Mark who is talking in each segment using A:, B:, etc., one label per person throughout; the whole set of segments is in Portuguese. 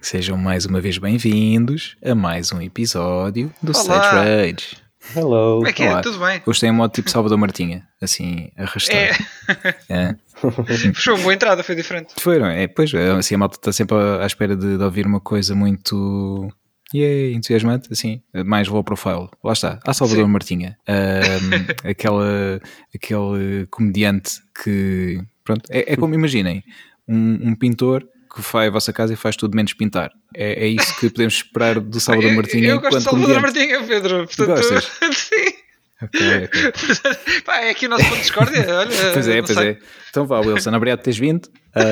A: Sejam mais uma vez bem-vindos a mais um episódio do Stage Rage.
B: Hello.
C: Como é que é? Tudo bem?
A: Hoje tem um modo tipo Salvador Martinha, assim, arrastado.
C: Foi uma boa entrada, foi diferente.
A: Foi, não é? Pois, assim, a malta está sempre à espera de ouvir uma coisa muito entusiasmante, assim, mais low profile. Lá está, a Salvador
C: Sim.
A: Martinha. Aquele comediante que, pronto, é como imaginem, um pintor que vai à vossa casa e faz tudo menos pintar. É isso que podemos esperar do Salvador Martinha.
C: Eu gosto de Salvador Martinha, Pedro. Portanto,
A: gostas?
C: Sim.
A: Ok.
C: Portanto, pá, é aqui o nosso ponto de discórdia. Olha,
A: Pois é. Então vá, Wilson, obrigado por teres vindo.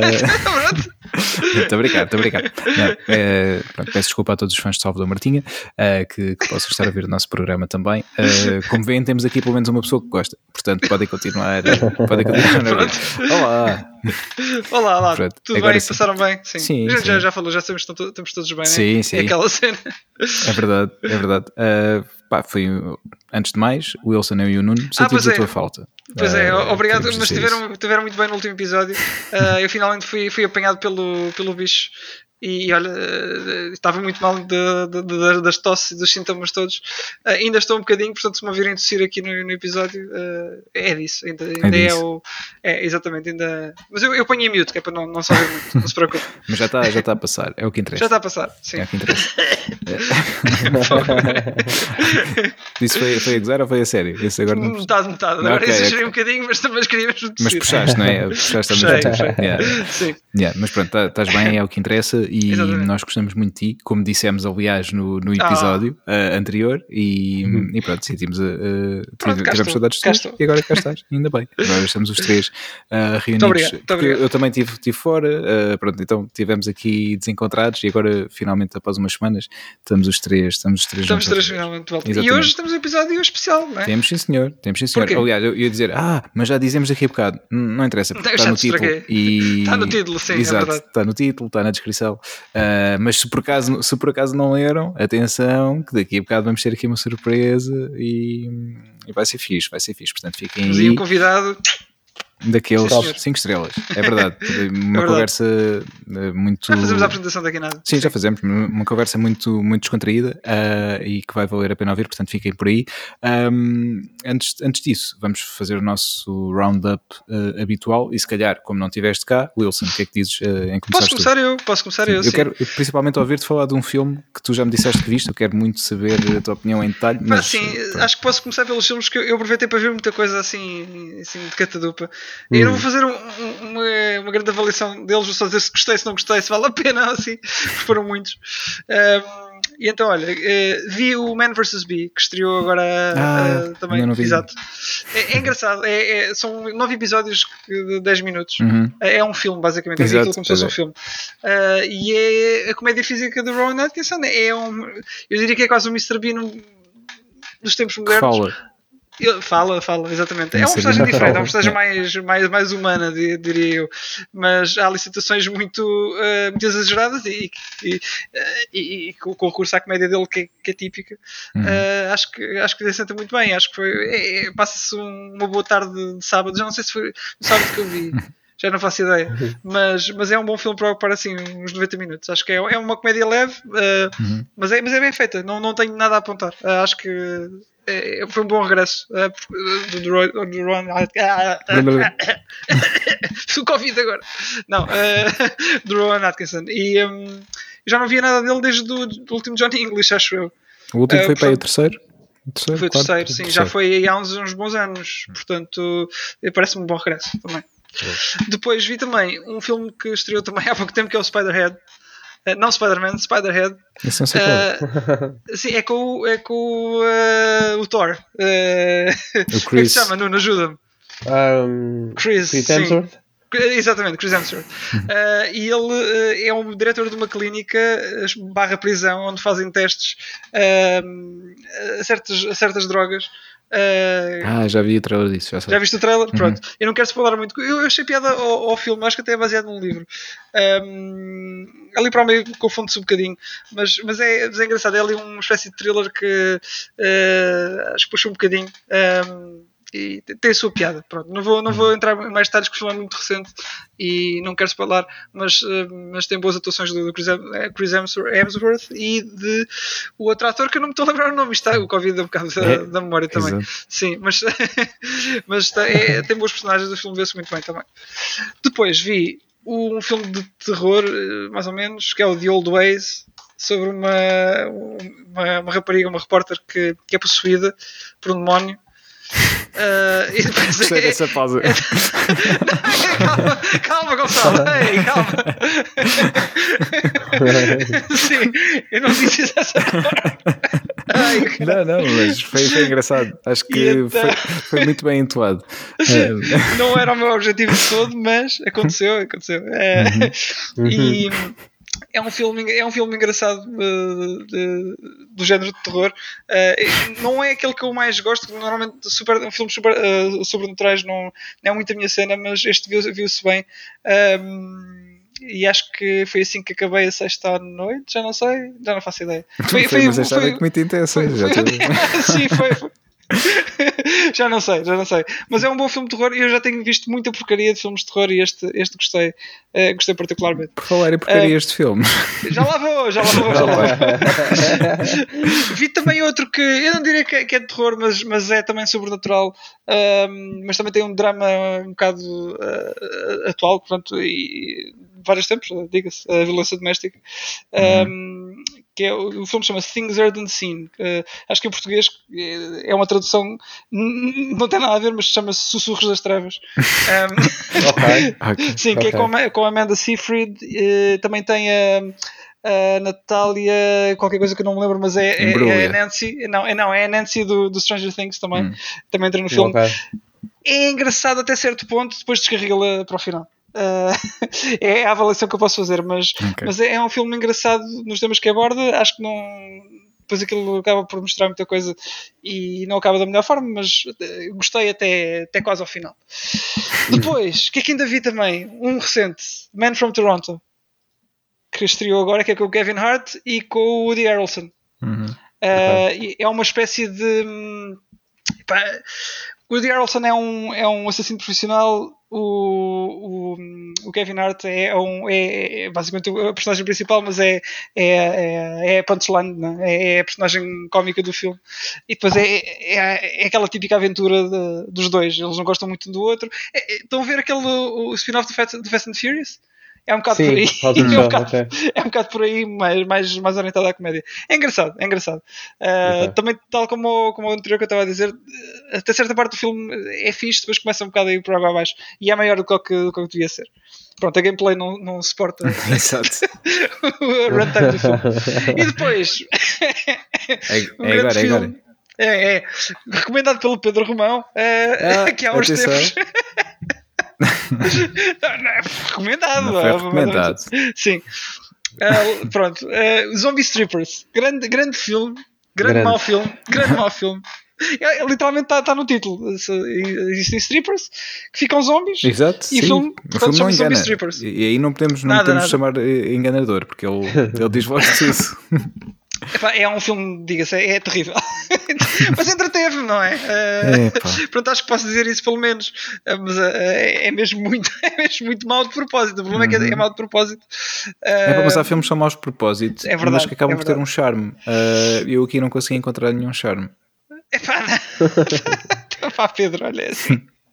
A: Muito obrigado. Pronto, peço desculpa a todos os fãs de Salvador Martinha que possam estar a ver o nosso programa também. Como veem, temos aqui pelo menos uma pessoa que gosta, portanto podem continuar a ver.
C: Olá.
A: Pronto,
C: Tudo bem? Passaram bem?
A: Sim.
C: Já falou, já estamos todos bem,
A: sim,
C: né?
A: sim.
C: É aquela cena.
A: É verdade. Foi, antes de mais, o Wilson e o Nuno sentimos a tua falta.
C: Pois é, obrigado, mas tiveram muito bem no último episódio. Eu finalmente fui apanhado pelo bicho e olha, estava muito mal das tosses e dos sintomas todos. Ainda estou um bocadinho, portanto, se me ouvirem tossir aqui no episódio, é disso. Ainda é o. É, exatamente, ainda. Mas eu ponho em mute, que é para não se ouvir muito, não se preocupe.
A: Mas já está a passar, é o que interessa.
C: Já está a passar, sim.
A: É o que interessa. Isso foi a gozar ou foi a sério? Esse agora não...
C: Metade. Agora exagerei um bocadinho, mas queríamos tossir.
A: Mas puxaste, não é? Puxaste
C: também. Sim.
A: Mas pronto, estás bem, é o que interessa e
C: exatamente.
A: Nós gostamos muito de ti, como dissemos aliás no episódio anterior e pronto, sentimos tivemos saudades de ti e agora cá estás, ainda bem. Agora estamos os três reunidos.
C: Muito obrigado.
A: Eu também estive fora, pronto, então estivemos aqui desencontrados e agora finalmente após umas semanas estamos os três
C: finalmente de volta. E hoje temos um episódio especial, não é?
A: Temos sim senhor. Aliás, eu ia dizer, mas já dizemos aqui a bocado, não interessa, porque está no título.
C: Está no título, sim.
A: Exato,
C: é
A: está no título, está na descrição. Mas se por acaso não leram, atenção, que daqui a bocado vamos ter aqui uma surpresa e vai ser fixe. Portanto, fiquem aí.
C: Mas um convidado
A: daqueles 5 estrelas, é verdade. Uma conversa muito.
C: Já fazemos a apresentação daqui nada.
A: Sim, já fazemos. Uma conversa muito, muito descontraída e que vai valer a pena ouvir, portanto fiquem por aí. Antes disso, vamos fazer o nosso roundup habitual e se calhar, como não estiveste cá, Wilson, o que é que dizes em começar?
C: Posso começar eu.
A: Eu quero principalmente ouvir-te falar de um filme que tu já me disseste que viste. Eu quero muito saber a tua opinião em detalhe. Mas
C: sim, acho que posso começar pelos filmes que eu aproveitei para ver muita coisa assim de catadupa. Eu não vou fazer uma grande avaliação deles, vou só dizer se gostei, se não gostei, se vale a pena, assim, foram muitos. E então, olha, vi o Man vs. Bee, que estreou agora também.
A: Não vi.
C: Exato. É engraçado, são 9 episódios de 10 minutos. É um filme, basicamente, é aquilo como se fosse um filme. E é a comédia física do Rowan Atkinson. Eu diria que é quase um Mr. Bean dos tempos modernos. Fala, exatamente. É uma personagem diferente, é uma personagem mais humana, diria eu. Mas há ali situações muito exageradas e com o recurso à comédia dele que é típica. Acho que ele senta muito bem. Acho que passa-se uma boa tarde de sábado. Já não sei se foi no sábado que eu vi. Já não faço ideia. Mas é um bom filme para ocupar assim uns 90 minutos. Acho que é uma comédia leve, mas é bem feita. Não tenho nada a apontar. Acho que foi um bom regresso do Rowan do Covid agora. Não, do Rowan Atkinson. E já não via nada dele desde o último Johnny English, acho eu.
A: O último foi para aí o terceiro?
C: Foi o terceiro, sim. Já foi há uns bons anos. Portanto, parece-me um bom regresso também. Depois vi também um filme que estreou também há pouco tempo, que é o Spider-Head. Não Spider-Man, Spider-Head.
A: Isso não sei qual.
C: Sim, é com o Thor.
A: O Chris.
C: Como é que se chama, Nuno? Ajuda-me.
B: Chris Hemsworth.
C: Exatamente, Chris Hemsworth. E ele é um diretor de uma clínica / prisão onde fazem testes a certas drogas.
A: Já vi o trailer disso.
C: Já viste o trailer? Pronto. Eu não quero spoiler muito. Eu achei piada ao filme, acho que até é baseado num livro. Ali para o meio confunde-se um bocadinho, mas é engraçado. É ali uma espécie de thriller que acho que puxa um bocadinho. e tem a sua piada. Pronto, não vou entrar em mais detalhes, porque o filme é muito recente e não quero spoiler, mas tem boas atuações do Chris Hemsworth e de o outro ator que eu não me estou a lembrar o nome. Está o Covid um bocado da memória também. Sim, mas tem boas personagens, o filme vê-se muito bem também. Depois vi um filme de terror, mais ou menos, que é o The Old Ways, sobre uma rapariga, uma repórter que é possuída por um demónio. E depois
A: gostei dessa pausa.
C: Calma, Gonçalo. Ei, calma. Sim, eu não disse essa parte.
A: Não, mas foi engraçado. Acho que então... foi muito bem entoado.
C: Não era o meu objetivo de todo, mas aconteceu. E é um filme engraçado do género de terror. Não é aquele que eu mais gosto. Normalmente filmes sobrenaturais não é muito a minha cena, mas este viu-se bem. E acho que foi assim que acabei a sexta à noite. Já não sei, já não faço ideia.
A: Mas achava que muito intenso.
C: Sim, foi. Já não sei, mas é um bom filme de terror e eu já tenho visto muita porcaria de filmes de terror e este gostei particularmente.
A: Por falar em porcarias de filmes,
C: já lá vou. Vi também outro que eu não diria que é de terror, mas é também sobrenatural, mas também tem um drama um bocado atual, portanto, e vários tempos, diga-se, a violência doméstica. Que é, o filme chama-se Things Heard and Seen. Acho que em português é uma tradução, não tem nada a ver, mas chama-se Sussurros das Trevas. Sim, que é com a Amanda Seyfried. Também tem a Natália, qualquer coisa que eu não me lembro, mas é a Nancy. É a Nancy do Stranger Things também. Também entra no filme. É engraçado até certo ponto, depois descarrega-la para o final. É a avaliação que eu posso fazer, mas é um filme engraçado nos temas que aborda. Acho que não, depois aquilo acaba por mostrar muita coisa e não acaba da melhor forma, mas gostei até quase ao final. Depois, o que é que ainda vi também? Um recente, Man from Toronto, que estreou agora, que é com o Kevin Hart e com o Woody Harrelson. É uma espécie de o Woody Harrelson é um assassino profissional. O Kevin Hart é basicamente a personagem principal, mas é a punchline, né? É a personagem cómica do filme. E depois é aquela típica aventura dos dois. Eles não gostam muito um do outro. Estão a ver o spin-off do Fast and Furious? É um bocado por aí. É um bocado por aí, mais orientado à comédia. É engraçado. Também, tal como o anterior que eu estava a dizer, até certa parte do filme é fixe, depois começa um bocado a ir por água abaixo e é maior do que devia ser. Pronto, a gameplay não suporta o runtime do filme. E depois
A: agora.
C: É recomendado pelo Pedro Romão, que há uns tempos. Não é recomendado.
A: Não foi recomendado.
C: Sim. Pronto. Zombie Strippers. Grande filme. Grande mau filme. Literalmente está no título. Existem strippers que ficam zombies.
A: Exato.
C: E o filme
A: não
C: chama
A: engana.
C: Zombie Strippers.
A: E aí não podemos chamar enganador, porque ele diz logo tudo.
C: É um filme, diga-se, é terrível. Mas entreteve, não é? Pronto, acho que posso dizer isso pelo menos. Mas é mesmo muito mau de propósito. O problema é que é mau de propósito.
A: Mas há filmes que são maus de propósito,
C: verdade,
A: mas que acabam por ter um charme. Eu aqui não consegui encontrar nenhum charme.
C: Pá, Pedro, olha assim.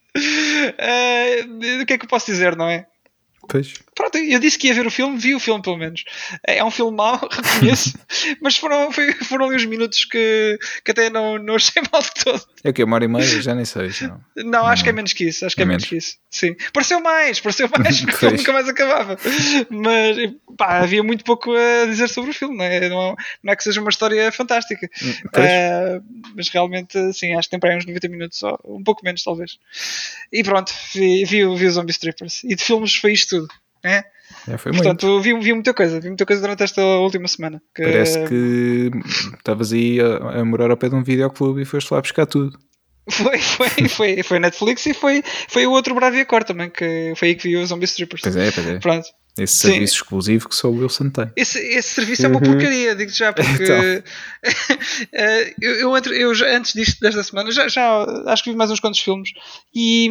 C: O que é que eu posso dizer, não é?
A: Pois.
C: Pronto, eu disse que ia ver o filme, vi o filme pelo menos. É um filme mau, reconheço, mas foram ali uns minutos que até não achei mal de todo.
A: É o quê? 1h30? Já nem sei.
C: Não, acho que é menos que isso. Menos que isso. Sim. Pareceu mais, porque o filme nunca mais acabava. Mas havia muito pouco a dizer sobre o filme, não é que seja uma história fantástica. Mas realmente, sim, acho que tem para aí uns 90 minutos, ou um pouco menos, talvez. E pronto, vi o Zombie Strippers. E de filmes foi isto tudo. Portanto, vi muita coisa durante esta última semana.
A: Parece que estavas aí a morar ao pé de um videoclube e foste lá buscar tudo.
C: Foi Netflix e foi o outro Bravia Cor também, que foi aí que vi os Zombie Strippers.
A: Pois é.
C: Pronto.
A: Esse serviço exclusivo que só o Wilson tem.
C: Esse serviço é uma porcaria, digo já, porque então. eu já, antes desta semana, já acho que vi mais uns quantos filmes e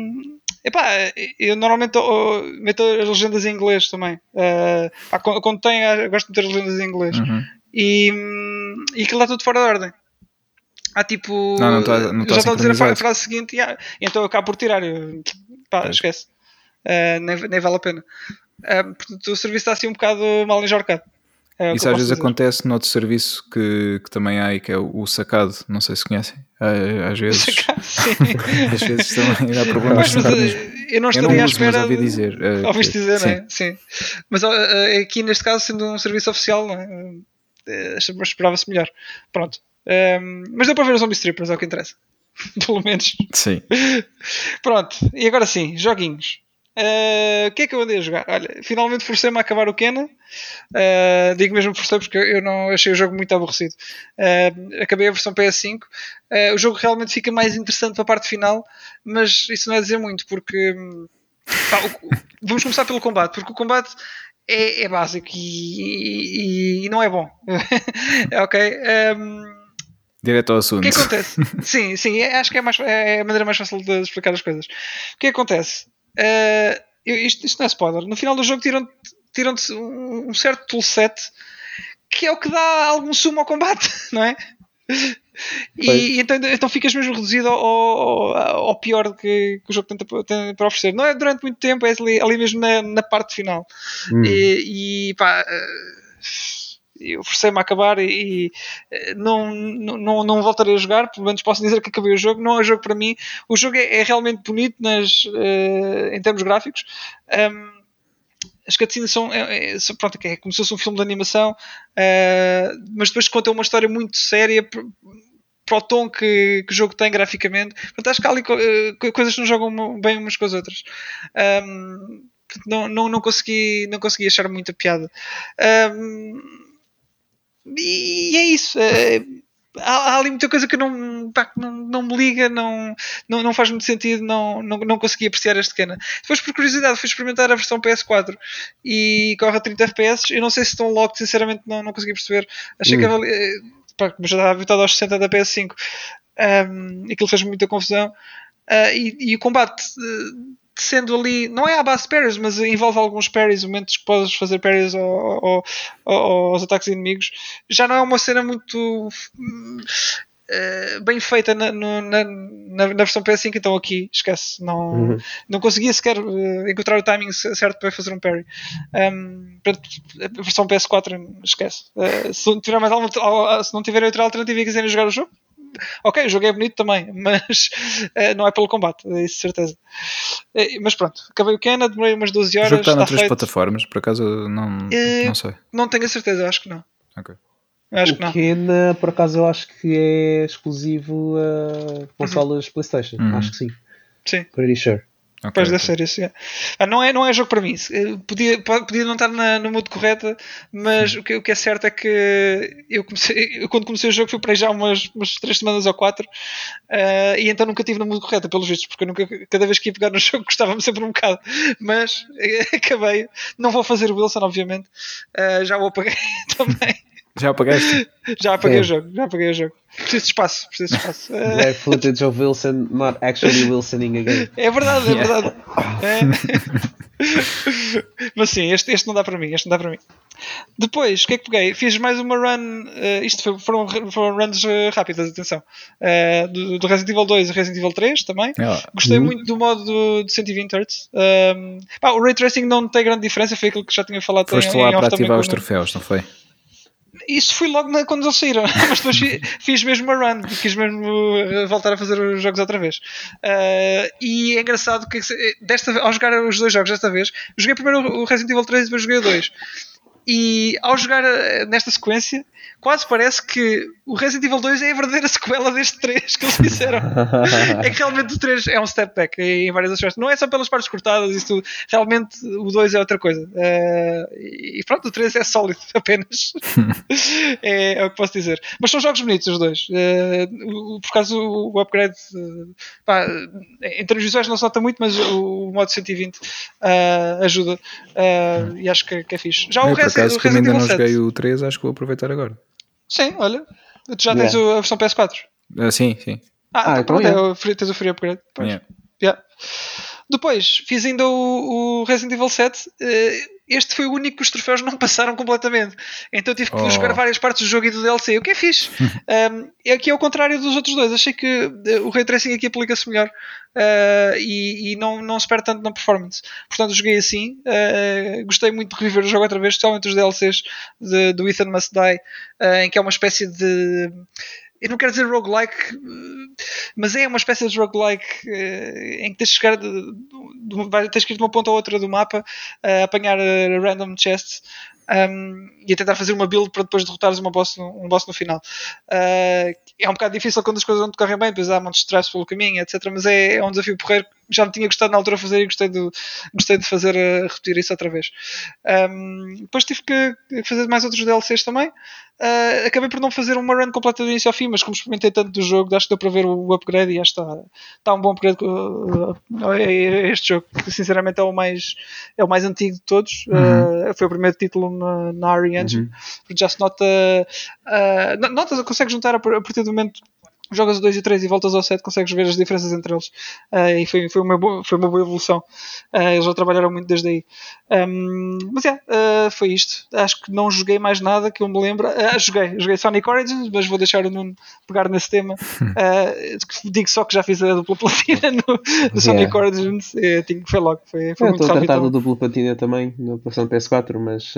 C: eu normalmente meto as legendas em inglês também. Quando tem, gosto de meter as legendas em inglês. E aquilo está tudo fora de ordem. Há tipo.
A: Não
C: já estou a dizer a frase seguinte, então eu acabo por tirar. Esquece. Nem vale a pena. Portanto, o serviço está assim um bocado mal enjorcado.
A: Isso às vezes acontece noutro serviço que também há aí, que é o Sacado. Não sei se conhecem. Às vezes.
C: Sacado, sim.
A: Às vezes também há problemas.
C: Eu não estaria à espera.
A: Mas ouvi dizer.
C: Ouviste dizer, sim. Não é? Sim. Mas aqui neste caso, sendo um serviço oficial, esperava-se melhor. Pronto. Mas deu para ver os Zombie Strippers, é o que interessa. Pelo menos.
A: Sim.
C: Pronto. E agora sim, joguinhos. O que é que eu andei a jogar? Olha, finalmente forcei-me a acabar o Kena. Digo mesmo forcei porque eu não achei o jogo muito aborrecido. Acabei a versão PS5. O jogo realmente fica mais interessante para a parte final, mas isso não é dizer muito, porque vamos começar pelo combate, porque o combate é básico e não é bom. Ok?
A: Direto ao assunto.
C: O que acontece? Sim, acho que é a maneira mais fácil de explicar as coisas. O que acontece? Isto não é spoiler. No final do jogo tiram-te um certo toolset que é o que dá algum sumo ao combate, não é? E então ficas mesmo reduzido ao pior que o jogo tenta para oferecer. Não é durante muito tempo, é ali mesmo na parte final. Eu forcei-me a acabar e não voltarei a jogar. Pelo menos posso dizer que acabei o jogo. Não é um jogo para mim. O jogo é realmente bonito em termos gráficos. As cutscenes são pronto, é como se fosse um filme de animação, mas depois conta uma história muito séria para o tom que o jogo tem graficamente. Portanto, acho que há ali coisas que não jogam bem umas com as outras. Não consegui achar muita piada. E é isso. Há ali muita coisa que não me liga, não faz muito sentido, não consegui apreciar este Kena. Depois, por curiosidade, fui experimentar a versão PS4 e corre a 30 FPS. Eu não sei se estão locked, sinceramente não consegui perceber. Achei que mas já estava habituado aos 60 da PS5. Aquilo fez muita confusão. E o combate, sendo ali, não é à base de parries, mas envolve alguns parries, momentos que podes fazer parries aos ataques inimigos, já não é uma cena muito bem feita na versão PS5, então aqui esquece, não conseguia sequer encontrar o timing certo para fazer um parry. A versão PS4 esquece. Se não tiver outra alternativa e quiserem jogar o jogo, ok, o jogo é bonito também, mas não é pelo combate, é isso, certeza. Mas pronto, acabei o Kena, demorei umas 12 horas.
A: O jogo está noutras plataformas, por acaso não sei.
C: Não tenho a certeza, acho que não.
A: Ok.
B: Acho que não. O Kena, por acaso, eu acho que é exclusivo a consolas PlayStation. Acho que sim.
C: Sim.
B: Pretty sure.
C: Okay, deve ser isso. Não é jogo para mim. Podia não estar no modo correto, mas o que é certo é que eu quando comecei o jogo fui para aí já umas 3 semanas ou 4 e então nunca tive no modo correto, pelos vistos, porque cada vez que ia pegar no jogo gostava-me sempre um bocado, mas acabei. Não vou fazer o Wilson, obviamente, já o apaguei também.
A: Já apagaste?
C: Já apaguei o jogo. Preciso de espaço.
B: Rare footage of Wilson not actually Wilsoning again.
C: É verdade. Mas sim, este não dá para mim. Depois, o que é que peguei? Fiz mais uma run. Isto foram runs rápidas, atenção. Do Resident Evil 2 e Resident Evil 3 também. Gostei muito do modo de 120 Hz. O Ray Tracing não tem grande diferença, foi aquilo que já tinha falado.
A: Foste lá para ativar os troféus, não foi?
C: Isso foi logo quando eles saíram, mas depois fiz mesmo uma run, quis mesmo voltar a fazer os jogos outra vez. E é engraçado que ao jogar os dois jogos desta vez, joguei primeiro o Resident Evil 3 e depois joguei o 2. E ao jogar nesta sequência, quase parece que o Resident Evil 2 é a verdadeira sequela deste 3 que eles fizeram. É que realmente o 3 é um step back em várias aspectos. Não é só pelas partes cortadas, isso tudo. Realmente o 2 é outra coisa. E pronto, o 3 é sólido apenas. É o que posso dizer. Mas são jogos bonitos os dois. Por causa o upgrade, pá, em termos visuais não se nota muito, mas o modo 120 ajuda. E acho que é fixe. Já o Resident
A: Evil 7. Como ainda não joguei o 3, acho que vou aproveitar agora.
C: Sim, olha. Tu já tens a versão PS4?
A: Sim.
C: Então pronto, tens o free upgrade. Depois, fiz ainda o Resident Evil 7. Este foi o único que os troféus não passaram completamente. Então tive que jogar várias partes do jogo e do DLC. O que é fixe. Aqui é o contrário dos outros dois. Achei que o Ray Tracing aqui aplica-se melhor. E não se perde tanto na performance. Portanto, joguei assim. Gostei muito de reviver o jogo outra vez, especialmente os DLCs do Ethan Must Die, em que é uma espécie de... Eu não quero dizer roguelike, mas é uma espécie de roguelike em que tens de chegar tens que ir de uma ponta a outra do mapa a apanhar random chests e a tentar fazer uma build para depois derrotares um boss no final. É um bocado difícil quando as coisas não te correm bem, depois há montes de stress pelo caminho, etc. Mas é um desafio porreiro. Já me tinha gostado na altura de fazer e gostei de fazer repetir isso outra vez. Depois tive que fazer mais outros DLCs também. Acabei por não fazer uma run completa do início ao fim, mas como experimentei tanto do jogo, acho que deu para ver o upgrade e acho que está um bom upgrade este jogo, que sinceramente é o mais antigo de todos. Foi o primeiro título na RE Engine. Já se nota, consegue juntar a partir do momento jogas o 2 e 3 e voltas ao 7, consegues ver as diferenças entre eles, e foi uma boa evolução. Eles já trabalharam muito desde aí. Mas foi isto. Acho que não joguei mais nada que eu me lembro. Joguei Sonic Origins, mas vou deixar o Nuno pegar nesse tema. Digo só que já fiz a dupla platina no Sonic Origins. Foi logo, foi muito rápido.
B: Estou a tratar da dupla platina também na versão PS4, mas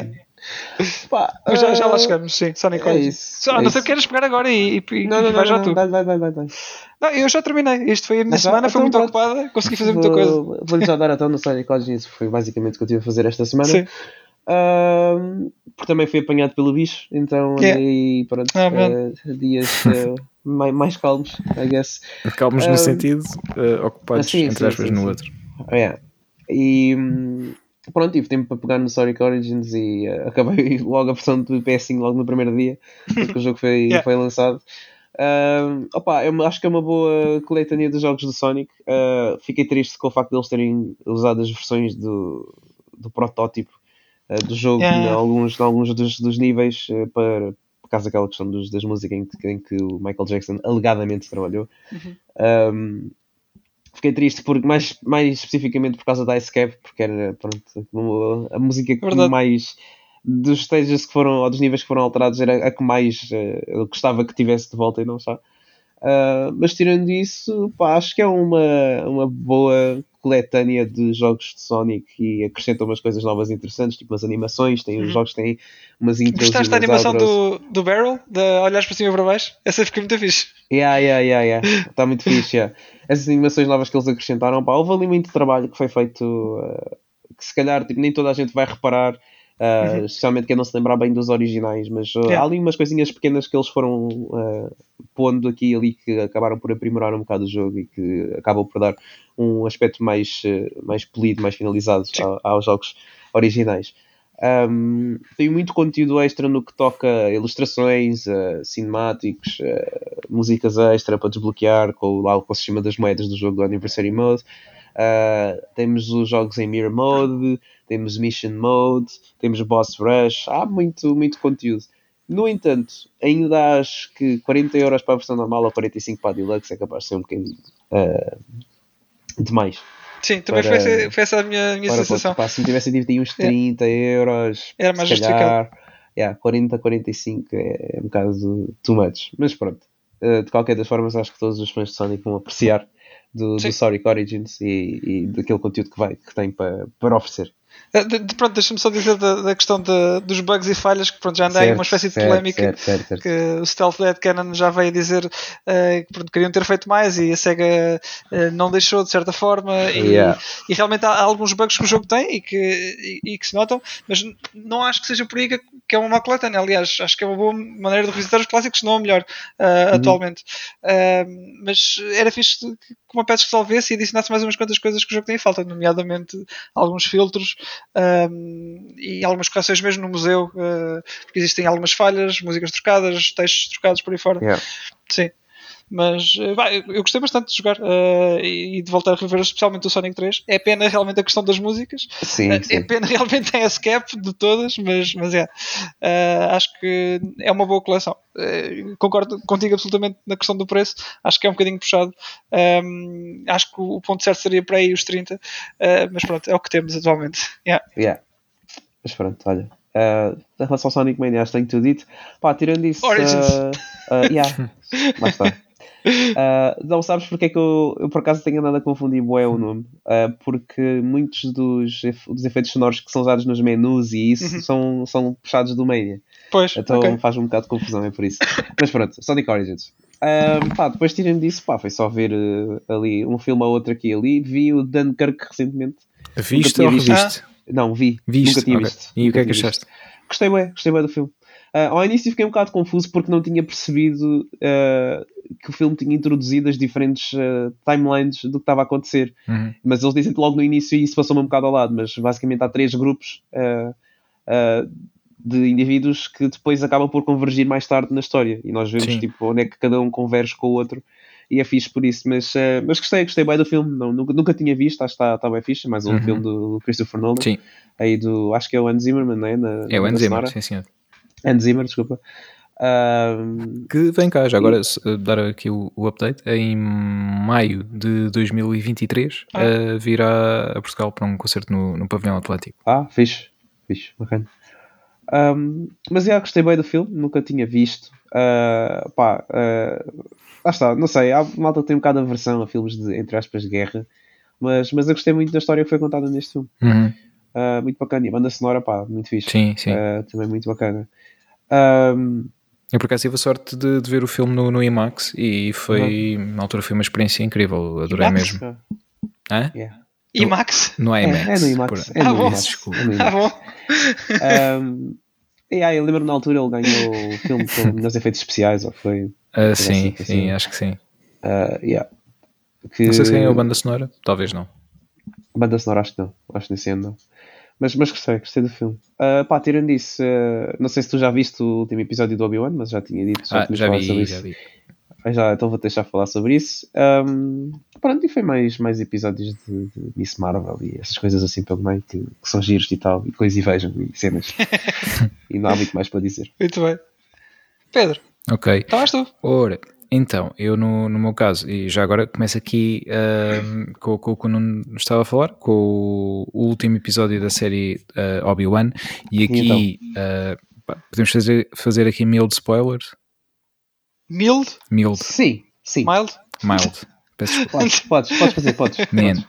C: pá, já lá chegamos, sim, Sonic Origins. Não sei o que queres pegar agora e vai já tu.
B: Vai.
C: Não, eu já terminei. Isto foi a minha semana, foi muito ocupada, consegui fazer muita coisa.
B: Vou-lhe já dar então no Sonic Origins, foi basicamente o que eu tive a fazer esta semana.
C: Sim.
B: Porque também fui apanhado pelo bicho, então andei dias mais calmos, I guess.
A: Calmos no sentido, ocupados entre aspas no outro.
B: E pronto, tive tempo para pegar no Sonic Origins e acabei logo a versão do PS5 logo no primeiro dia, porque o jogo foi lançado. Eu acho que é uma boa coletânea dos jogos do Sonic. Fiquei triste com o facto de eles terem usado as versões do protótipo do jogo em alguns dos níveis, por causa daquela questão das músicas em que o Michael Jackson alegadamente trabalhou. Fiquei triste mais especificamente por causa da Ice Cap, porque era a música que mais dos stages que foram, ou dos níveis que foram alterados, era a que mais eu gostava que tivesse de volta e não só. Mas tirando isso, acho que é uma boa coletânea de jogos de Sonic e acrescenta umas coisas novas interessantes, tipo umas animações, os jogos têm umas intros.
C: Gostaste da animação do Barrel? De olhares para cima e para baixo? Essa fica muito fixe.
B: Está muito fixe. Essas animações novas que eles acrescentaram, houve ali muito trabalho que foi feito, que se calhar nem toda a gente vai reparar, especialmente quem não se lembrar bem dos originais, mas há ali umas coisinhas pequenas que eles foram pondo aqui e ali que acabaram por aprimorar um bocado o jogo e que acabam por dar um aspecto mais polido, mais finalizado aos jogos originais. Tem muito conteúdo extra no que toca a ilustrações, cinemáticos, músicas extra para desbloquear com o sistema das moedas do jogo do Anniversary Mode. Temos os jogos em Mirror Mode, temos Mission Mode, temos Boss Rush. Há muito conteúdo. No entanto, ainda acho que 40€ para a versão normal ou 45 para a Deluxe é capaz de ser um bocadinho demais.
C: Sim, também foi essa a minha sensação.
B: Se me tivesse dito uns 30€,
C: era mais justificado.
B: 40, 45 é um bocado too much. Mas pronto, de qualquer das formas, acho que todos os fãs de Sonic vão apreciar do Sonic Origins e daquele conteúdo que tem para oferecer.
C: Pronto, deixa-me só dizer da questão dos bugs e falhas, que pronto, já anda aí uma espécie de polémica, certo. Que o Stealth Dead Canon já veio dizer que pronto, queriam ter feito mais e a SEGA não deixou de certa forma, e realmente há alguns bugs que o jogo tem e que se notam, mas não acho que seja por aí que é uma má coletânea. Aliás, acho que é uma boa maneira de revisitar os clássicos, se não a melhor atualmente. Mas era fixe que uma patch resolvesse e adicionasse mais umas quantas coisas que o jogo tem em falta, nomeadamente alguns filtros e algumas correções mesmo no museu, porque existem algumas falhas, músicas trocadas, textos trocados por aí fora. Sim. Mas eu gostei bastante de jogar e de voltar a rever especialmente o Sonic 3. É pena realmente a questão das músicas.
B: Sim.
C: É pena realmente a escape de todas, mas acho que é uma boa coleção. Concordo contigo absolutamente na questão do preço. Acho que é um bocadinho puxado. Acho que o ponto certo seria para aí os 30. Mas pronto, é o que temos atualmente.
B: Mas pronto, olha. Em relação ao Sonic Mania, acho que tenho tudo dito. Tirando isso...
C: Origins.
B: Lá está. Não sabes porque é que eu por acaso tenho andado a confundir bué o nome, porque muitos dos efeitos sonoros que são usados nos menus e isso são puxados do Mania.
C: Pois,
B: então faz um bocado de confusão, é por isso. Mas pronto, Sonic Origins. Depois tirando disso, foi só ver ali um filme ou outro aqui e ali. Vi o Dunkirk recentemente.
A: Viste ou reviste?
B: Não, vi.
A: Viste?
B: Nunca tinha visto.
A: E o que é que achaste?
B: Gostei bem do filme. Ao início fiquei um bocado confuso porque não tinha percebido que o filme tinha introduzido as diferentes timelines do que estava a acontecer. Mas eles dizem logo no início e isso passou-me um bocado ao lado. Mas basicamente há 3 grupos de indivíduos que depois acabam por convergir mais tarde na história. E nós vemos tipo, onde é que cada um converge com o outro. E é fixe por isso. Mas gostei bem do filme. Nunca tinha visto. Acho que está bem fixe. Mais um filme do Christopher Nolan.
A: Sim.
B: Aí acho que é o Hans Zimmerman, não é?
A: É o Hans Zimmer, sim senhor.
B: Hans Zimmer, desculpa.
A: Que vem cá, já agora dar aqui o update. Em maio de 2023 virá a Portugal para um concerto no Pavilhão Atlântico.
B: Fixe, bacana. Mas gostei bem do filme, nunca tinha visto. Lá está, não sei, a malta tem um bocado de aversão a filmes de, entre aspas, de guerra, mas eu gostei muito da história que foi contada neste filme. Muito bacana, e a banda sonora, muito fixe.
A: Sim.
B: Também muito bacana.
A: Eu por acaso tive a sorte de ver o filme no IMAX e foi, na altura foi uma experiência incrível, adorei
C: IMAX?
A: mesmo.
C: IMAX?
A: No IMAX.
B: É no IMAX.
A: Desculpa.
B: Bom. Eu lembro na altura ele ganhou o filme com os efeitos especiais, ou foi?
A: Sim, acho que sim.
B: Que...
A: Não sei se ganhou a banda sonora, talvez não.
B: Banda sonora acho que não, acho que nesse ano não. Mas gostei do filme. Tirando isso, não sei se tu já viste o último episódio do Obi-Wan, mas já tinha dito.
A: Já vi.
B: Então vou deixar falar sobre isso. E foi mais episódios de Miss Marvel e essas coisas assim pelo meio que são giros e tal, e coisas e vejam, e cenas. E não há muito mais para dizer.
C: Muito bem. Pedro.
A: Ok.
C: Então és tu.
A: Ora, então, eu no meu caso, e já agora começo aqui com o que eu não estava a falar, com o último episódio da série Obi-Wan, e aqui podemos fazer aqui mild spoilers.
C: Mild?
B: Sim.
C: Mild?
B: Peço desculpa. Podes fazer.
A: Man.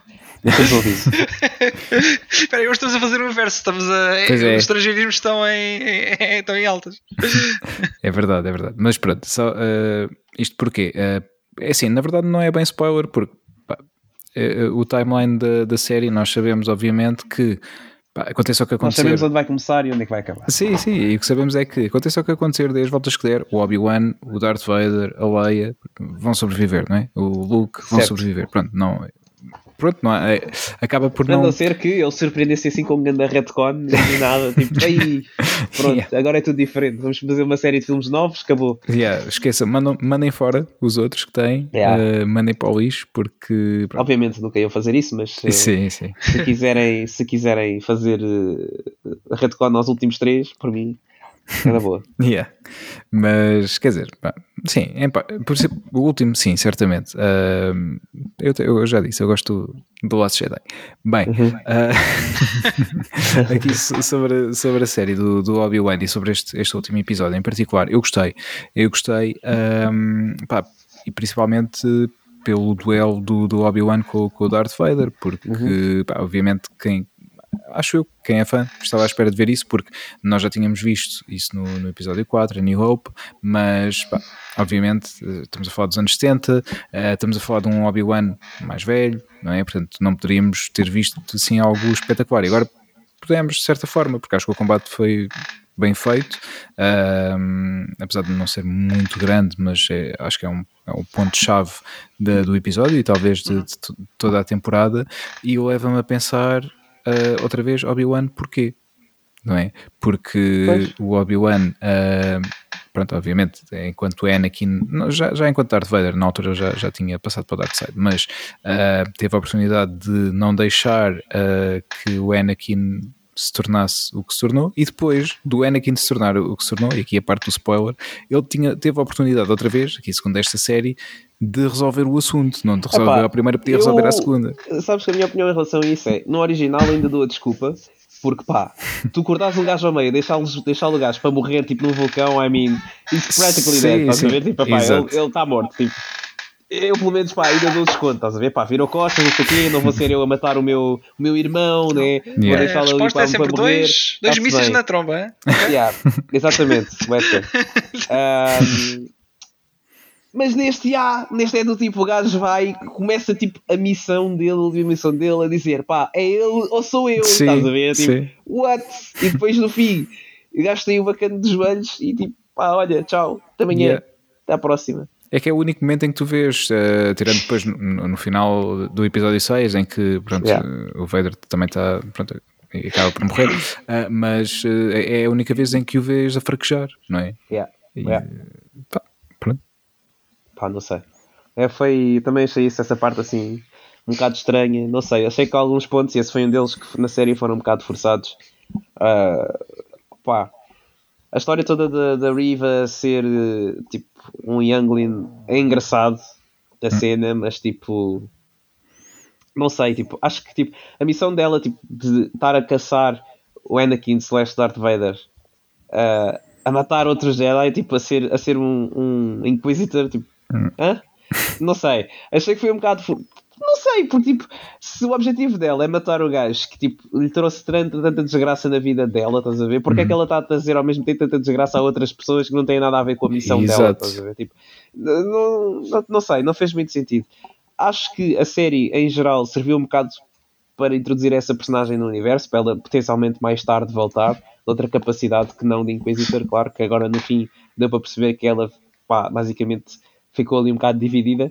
C: Espera aí, hoje estamos a fazer o inverso. Os estrangeirismos estão em altas.
A: É verdade. Mas pronto, só, isto porquê? É assim, na verdade não é bem spoiler, porque o timeline da série nós sabemos obviamente que aconteça o que acontecer.
B: Nós sabemos onde vai começar e onde é que vai acabar.
A: Sim, e o que sabemos é que aconteça o que acontecer das voltas que der, o Obi-Wan, o Darth Vader, a Leia vão sobreviver, não é? O Luke vão sobreviver. Pronto, não acaba por não...
B: A ser que ele surpreendesse assim com um grande retcon e nada, tipo, agora é tudo diferente, vamos fazer uma série de filmes novos, acabou.
A: Esqueçam, mandem fora os outros que têm, mandem para o lixo, porque... Pronto.
B: Obviamente nunca iam fazer isso, mas
A: sim.
B: se quiserem fazer retcon aos últimos 3, por mim... Era boa.
A: Mas quer dizer, sim, por exemplo, o último, sim, certamente. Eu já disse, eu gosto do Last Jedi. Bem, aqui sobre a série do Obi-Wan e sobre este último episódio em particular, eu gostei, e principalmente pelo duelo do Obi-Wan com o Darth Vader, porque obviamente acho eu, quem é fã, estava à espera de ver isso, porque nós já tínhamos visto isso no episódio 4, a New Hope, mas pá, obviamente estamos a falar dos anos 70, estamos a falar de um Obi-Wan mais velho, não é? Portanto, não poderíamos ter visto assim algo espetacular. E agora podemos, de certa forma, porque acho que o combate foi bem feito, apesar de não ser muito grande, mas acho que é um ponto-chave do episódio e talvez de toda a temporada, e leva-me a pensar outra vez, Obi-Wan, porquê? Não é? Porque o Obi-Wan, pronto, obviamente, enquanto Anakin, já enquanto Darth Vader, na altura já tinha passado para o Dark Side, mas teve a oportunidade de não deixar que o Anakin se tornasse o que se tornou, e depois do Anakin se tornar o que se tornou, e aqui a parte do spoiler, ele teve a oportunidade outra vez, aqui segundo esta série, de resolver o assunto, não de resolver a primeira, podia resolver a segunda.
B: Sabes que a minha opinião em relação a isso é, no original ainda dou a desculpa, porque pá, tu cortares um gajo ao meio, deixar o gajo para morrer tipo num vulcão, I mean, it's practically dead, estás a ver? Tipo, pá, ele está morto, tipo. Eu, pelo menos, pá, ainda dou desconto, estás a ver? Pá, virou costas, não sei o quê, não vou ser eu a matar o meu irmão, né? Vou deixá-lo ali para
C: sempre
B: morrer.
C: Dois mísseis na tromba, hein?
B: Yeah, exatamente, mas neste é do tipo, o gajo vai, começa tipo a missão dele a dizer, pá, é ele ou sou eu,
A: sim,
B: estás a ver? Tipo,
A: sim.
B: what? E depois no fim, o gajo tem o bacana dos joelhos e tipo, pá, olha, tchau, até amanhã, até à próxima.
A: É que é o único momento em que tu vês, tirando depois no final do episódio 6, em que pronto, o Vader também está, pronto, acaba por morrer, mas é a única vez em que o vês a fraquejar, não é? Pronto.
B: Pá, não sei. Também achei essa parte assim um bocado estranha, não sei, achei que há alguns pontos, e esse foi um deles que na série foram um bocado forçados. Pá, a história toda da Riva ser tipo um youngling é engraçado da cena, mas tipo, não sei, tipo, acho que tipo, a missão dela tipo, de estar a caçar o Anakin / Darth Vader, a matar outros Jedi, tipo, a ser um Inquisitor, tipo, não sei, achei que foi um bocado. Não sei, porque tipo, se o objetivo dela é matar o gajo que tipo, lhe trouxe tanta desgraça na vida dela, estás a ver? Porque é que ela está a trazer ao mesmo tempo tanta desgraça a outras pessoas que não têm nada a ver com a missão dela, estás a ver? Tipo, não sei, não fez muito sentido. Acho que a série em geral serviu um bocado para introduzir essa personagem no universo, para ela potencialmente mais tarde voltar, de outra capacidade que não de Inquisitor, claro que agora no fim deu para perceber que ela, pá, basicamente ficou ali um bocado dividida.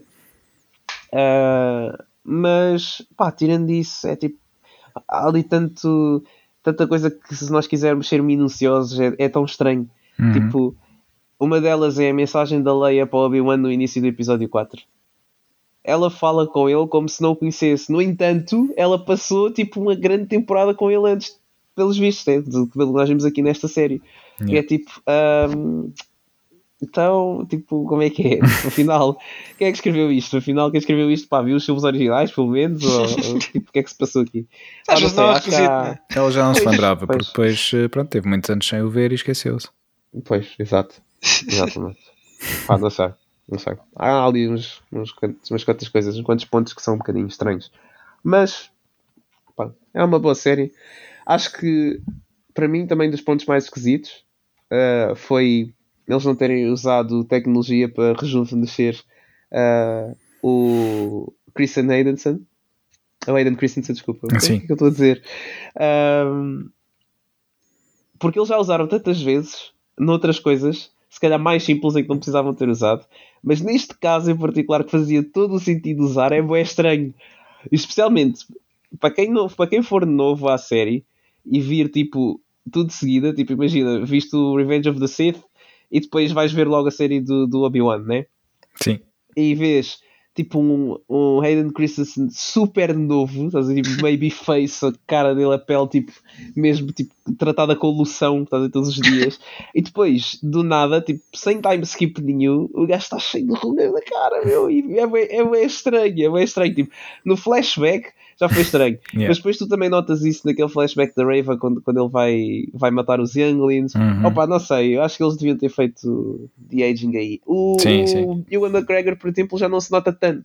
B: Mas pá, tirando isso, é tipo, há ali tanta coisa que, se nós quisermos ser minuciosos, é tão estranho. Tipo, uma delas é a mensagem da Leia para o Obi-Wan no início do episódio 4. Ela fala com ele como se não o conhecesse. No entanto, ela passou tipo uma grande temporada com ele antes, pelos vistos, né? Do que nós vimos aqui nesta série. E é tipo, então, tipo, como é que é? Afinal, quem é que escreveu isto? Afinal, quem escreveu isto? Pá, viu os filmes originais, pelo menos? Ou tipo, o que é que se passou aqui?
C: Não sei, acho que
A: ela já não se lembrava, porque depois, pronto, teve muitos anos sem o ver e esqueceu-se.
B: Pois, exatamente. Pá, não sei. Há ali umas quantas coisas, uns quantos pontos que são um bocadinho estranhos. Mas, pá, é uma boa série. Acho que, para mim, também dos pontos mais esquisitos foi eles não terem usado tecnologia para rejuvenescer o Christian Haydenson. O Hayden Christensen, desculpa. O que é que eu estou a dizer? Porque eles já usaram tantas vezes noutras coisas, se calhar mais simples, em que não precisavam ter usado, mas neste caso em particular, que fazia todo o sentido usar, é bué estranho. Especialmente para quem for novo à série e vir tipo tudo de seguida, tipo, imagina, viste o Revenge of the Sith e depois vais ver logo a série do Obi-Wan, né?
A: Sim.
B: E vês tipo um Hayden Christensen super novo, estás a dizer, baby face, a cara dele, a pele tipo, mesmo tipo, tratada com loção, estás a dizer, todos os dias, e depois, do nada, tipo, sem time skip nenhum, o gajo está cheio de rugas na cara, meu, e é bem estranho, tipo, no flashback já foi estranho, mas depois tu também notas isso naquele flashback da Reva quando ele vai matar os Younglings. Opa, não sei, eu acho que eles deviam ter feito de aging aí. O Ewan McGregor, por exemplo, já não se nota tanto,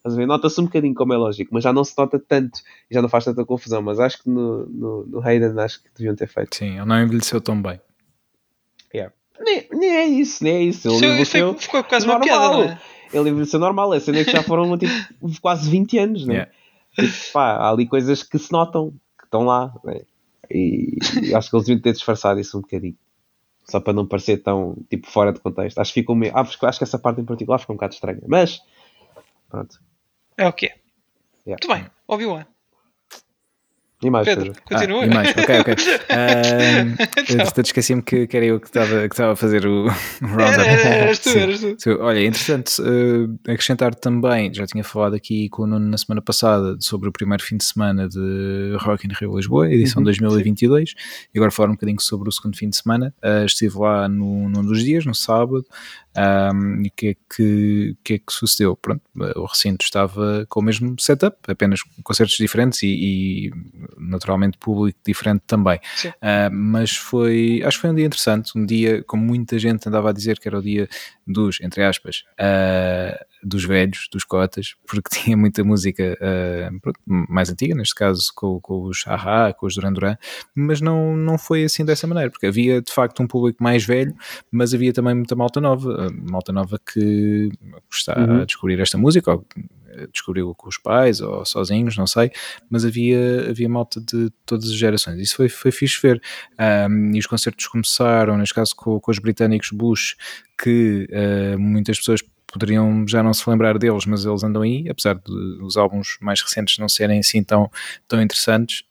B: Nota-se um bocadinho, como é lógico, mas já não se nota tanto, já não faz tanta confusão, mas acho que no Hayden acho que deviam ter feito.
A: Sim, ele não envelheceu tão bem.
B: Yeah. Nem é isso. Ele envelheceu
C: ficou quase normal. Uma piada, não é?
B: Ele envelheceu normal, é cena que já foram tipo, quase 20 anos, né? Tipo, pá, há ali coisas que se notam, que estão lá, né? E acho que eles deviam ter disfarçado isso um bocadinho. Só para não parecer tão tipo fora de contexto. Acho que ficou meio. Acho que essa parte em particular ficou um bocado estranha. Mas pronto.
C: É o quê? Muito bem, Obi-Wan.
B: E mais,
C: Pedro, continua.
A: E mais, ok. Então esqueci-me que era eu que estava a fazer o roundup.
C: Eras tu.
A: Olha, é interessante acrescentar também, já tinha falado aqui com o Nuno na semana passada sobre o primeiro fim de semana de Rock in Rio Lisboa, edição 2022, sim. E agora falar um bocadinho sobre o segundo fim de semana. Estive lá num dos dias, no sábado. E o que é que sucedeu? Pronto, o recinto estava com o mesmo setup, apenas concertos diferentes e naturalmente público diferente também, mas acho que foi um dia interessante, um dia como muita gente andava a dizer que era o dia dos, entre aspas, dos velhos, dos cotas, porque tinha muita música mais antiga, neste caso com os A-ha, com os Duran Duran, mas não foi assim dessa maneira, porque havia de facto um público mais velho, mas havia também muita malta nova que está a descobrir esta música, ou descobriu com os pais ou sozinhos, não sei, mas havia malta de todas as gerações. Isso foi fixe ver. E os concertos começaram, neste caso com os britânicos Bush, que muitas pessoas poderiam já não se lembrar deles, mas eles andam aí, apesar dos álbuns mais recentes não serem assim tão interessantes.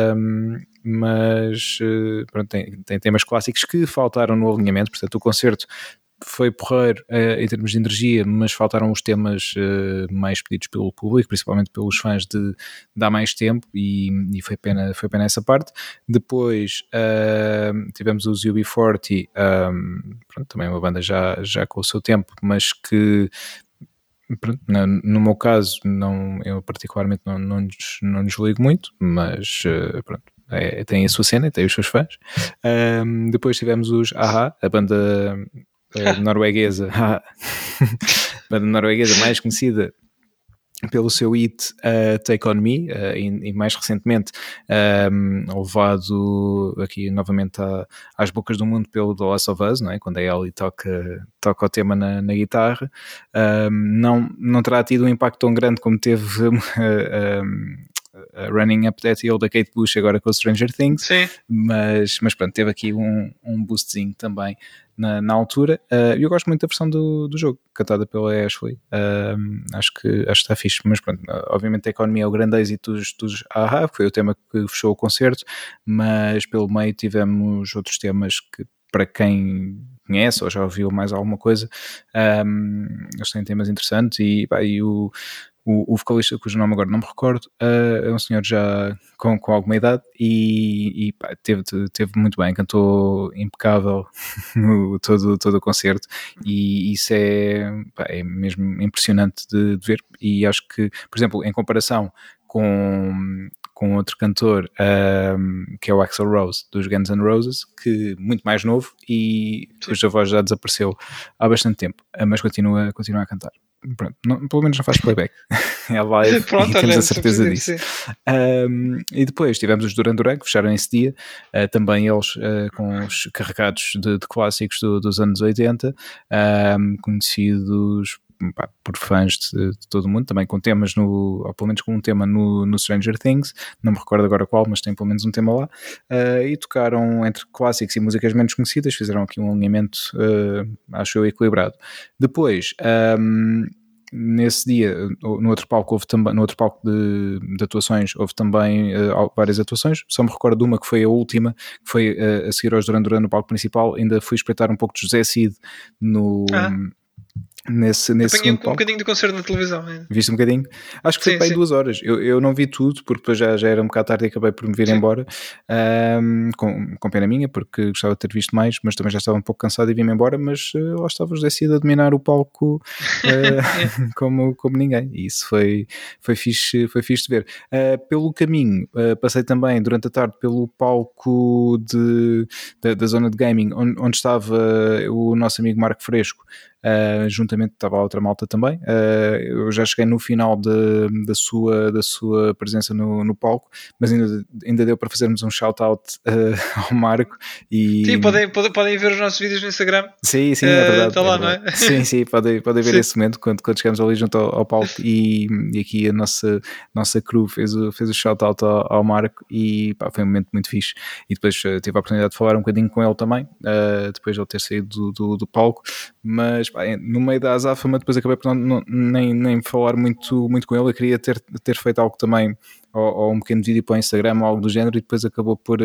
A: Mas pronto, tem temas clássicos que faltaram no alinhamento, portanto o concerto foi porreiro em termos de energia, mas faltaram os temas mais pedidos pelo público, principalmente pelos fãs de há mais tempo, e foi pena essa parte. Depois tivemos os UB40, pronto, também uma banda já com o seu tempo, mas que pronto, no meu caso eu particularmente não lhes ligo muito, mas pronto, tem a sua cena, tem os seus fãs. Depois tivemos os A-ha, a banda norueguesa, a banda norueguesa mais conhecida pelo seu hit Take On Me, e mais recentemente levado aqui novamente às bocas do mundo pelo The Last of Us, não é? Quando a Ellie toca o tema na guitarra. Não terá tido um impacto tão grande como teve Running Up That Hill da Kate Bush agora com o Stranger Things.
C: Sim.
A: Mas pronto, teve aqui um boostzinho também na altura. Eu gosto muito da versão do jogo, cantada pela Ashley. Acho que está fixe, mas pronto, obviamente a economia é o grande êxito dos A-ha, foi o tema que fechou o concerto, mas pelo meio tivemos outros temas que, para quem conhece ou já ouviu mais alguma coisa, eles têm temas interessantes, e o vocalista, cujo nome agora não me recordo, é um senhor já com alguma idade e pá, teve muito bem, cantou impecável todo o concerto, e isso é mesmo impressionante de ver. E acho que, por exemplo, em comparação com outro cantor, que é o Axl Rose, dos Guns N' Roses, que muito mais novo e cuja voz já desapareceu há bastante tempo, mas continua a cantar. Pronto, pelo menos não faz playback. É live.
C: Pronto,
A: e temos a certeza disso. E depois tivemos os Duran Duran, que fecharam esse dia, também eles com os carregados de clássicos dos anos 80, conhecidos por fãs de todo o mundo, também com temas ou pelo menos com um tema no Stranger Things, não me recordo agora qual, mas tem pelo menos um tema lá, e tocaram entre clássicos e músicas menos conhecidas, fizeram aqui um alinhamento, acho eu, equilibrado. Depois, nesse dia, no outro palco de atuações, houve também várias atuações. Só me recordo de uma que foi a última, que foi a seguir aos Duran Duran no palco principal. Ainda fui espreitar um pouco de José Cid nesse
C: apanhei um bocadinho de concerto na televisão ainda.
A: Viste um bocadinho? Acho que foi bem 2 horas. Eu não vi tudo, porque depois já era um bocado tarde e acabei por me vir embora, com pena minha, porque gostava de ter visto mais, mas também já estava um pouco cansado e vim-me embora. Mas lá estava o José Cid a dominar o palco como ninguém, e isso foi fixe de ver. Pelo caminho, passei também durante a tarde pelo palco da zona de gaming, onde estava o nosso amigo Marco Fresco, juntamente estava a outra malta também. Eu já cheguei no final da sua presença no palco, mas ainda deu para fazermos um shout-out ao Marco. E...
C: Sim, podem ver os nossos vídeos no Instagram.
A: Sim, é verdade.
C: Está lá, não é?
A: Sim, podem ver esse momento quando chegamos ali junto ao palco e aqui a nossa crew fez o shout-out ao Marco e pá, foi um momento muito fixe. E depois tive a oportunidade de falar um bocadinho com ele também, depois de ele ter saído do palco, mas pá, no meio da azáfama depois acabei por nem falar muito com ele. Eu queria ter feito algo também, ou um pequeno vídeo para o Instagram ou algo do género, e depois acabou por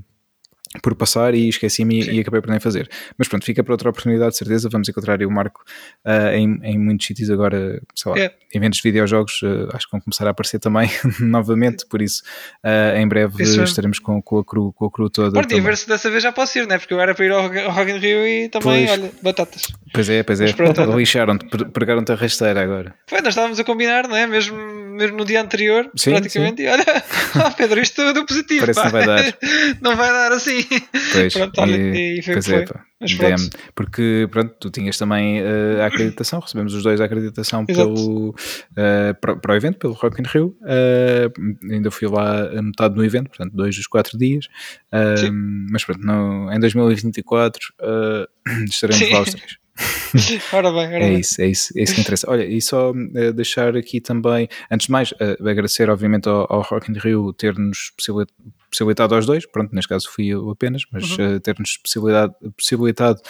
A: passar e esqueci-me e acabei por nem fazer. Mas pronto, fica para outra oportunidade, de certeza. Vamos encontrar o Marco em muitos sítios agora, sei lá, eventos de videojogos, acho que vão começar a aparecer também novamente, por isso em breve estaremos com a crew toda.
C: Pode ver se dessa vez já posso ir, né? Porque eu era para ir ao Rock in Rio e também, olha, batatas.
A: Pois é. Lixaram-te, pregaram-te a rasteira agora.
C: Nós estávamos a combinar, não é? Mesmo no dia anterior, praticamente, sim. E olha, Pedro, isto tudo positivo.
A: Parece que não vai dar.
C: Não vai dar assim.
A: Pois,
C: pronto, olha, e foi o que foi.
A: Porque pronto, tu tinhas também a acreditação, recebemos os dois a acreditação para o evento, pelo Rock in Rio. Ainda fui lá a metade do evento, portanto 2 dos 4 dias, mas pronto, em 2024 estaremos lá os 3.
C: Ora bem.
A: É isso que interessa. Olha, e só deixar aqui também, antes de mais, agradecer obviamente ao Rock in Rio ter-nos possibilitado aos dois, pronto, neste caso fui eu apenas, mas ter-nos possibilitado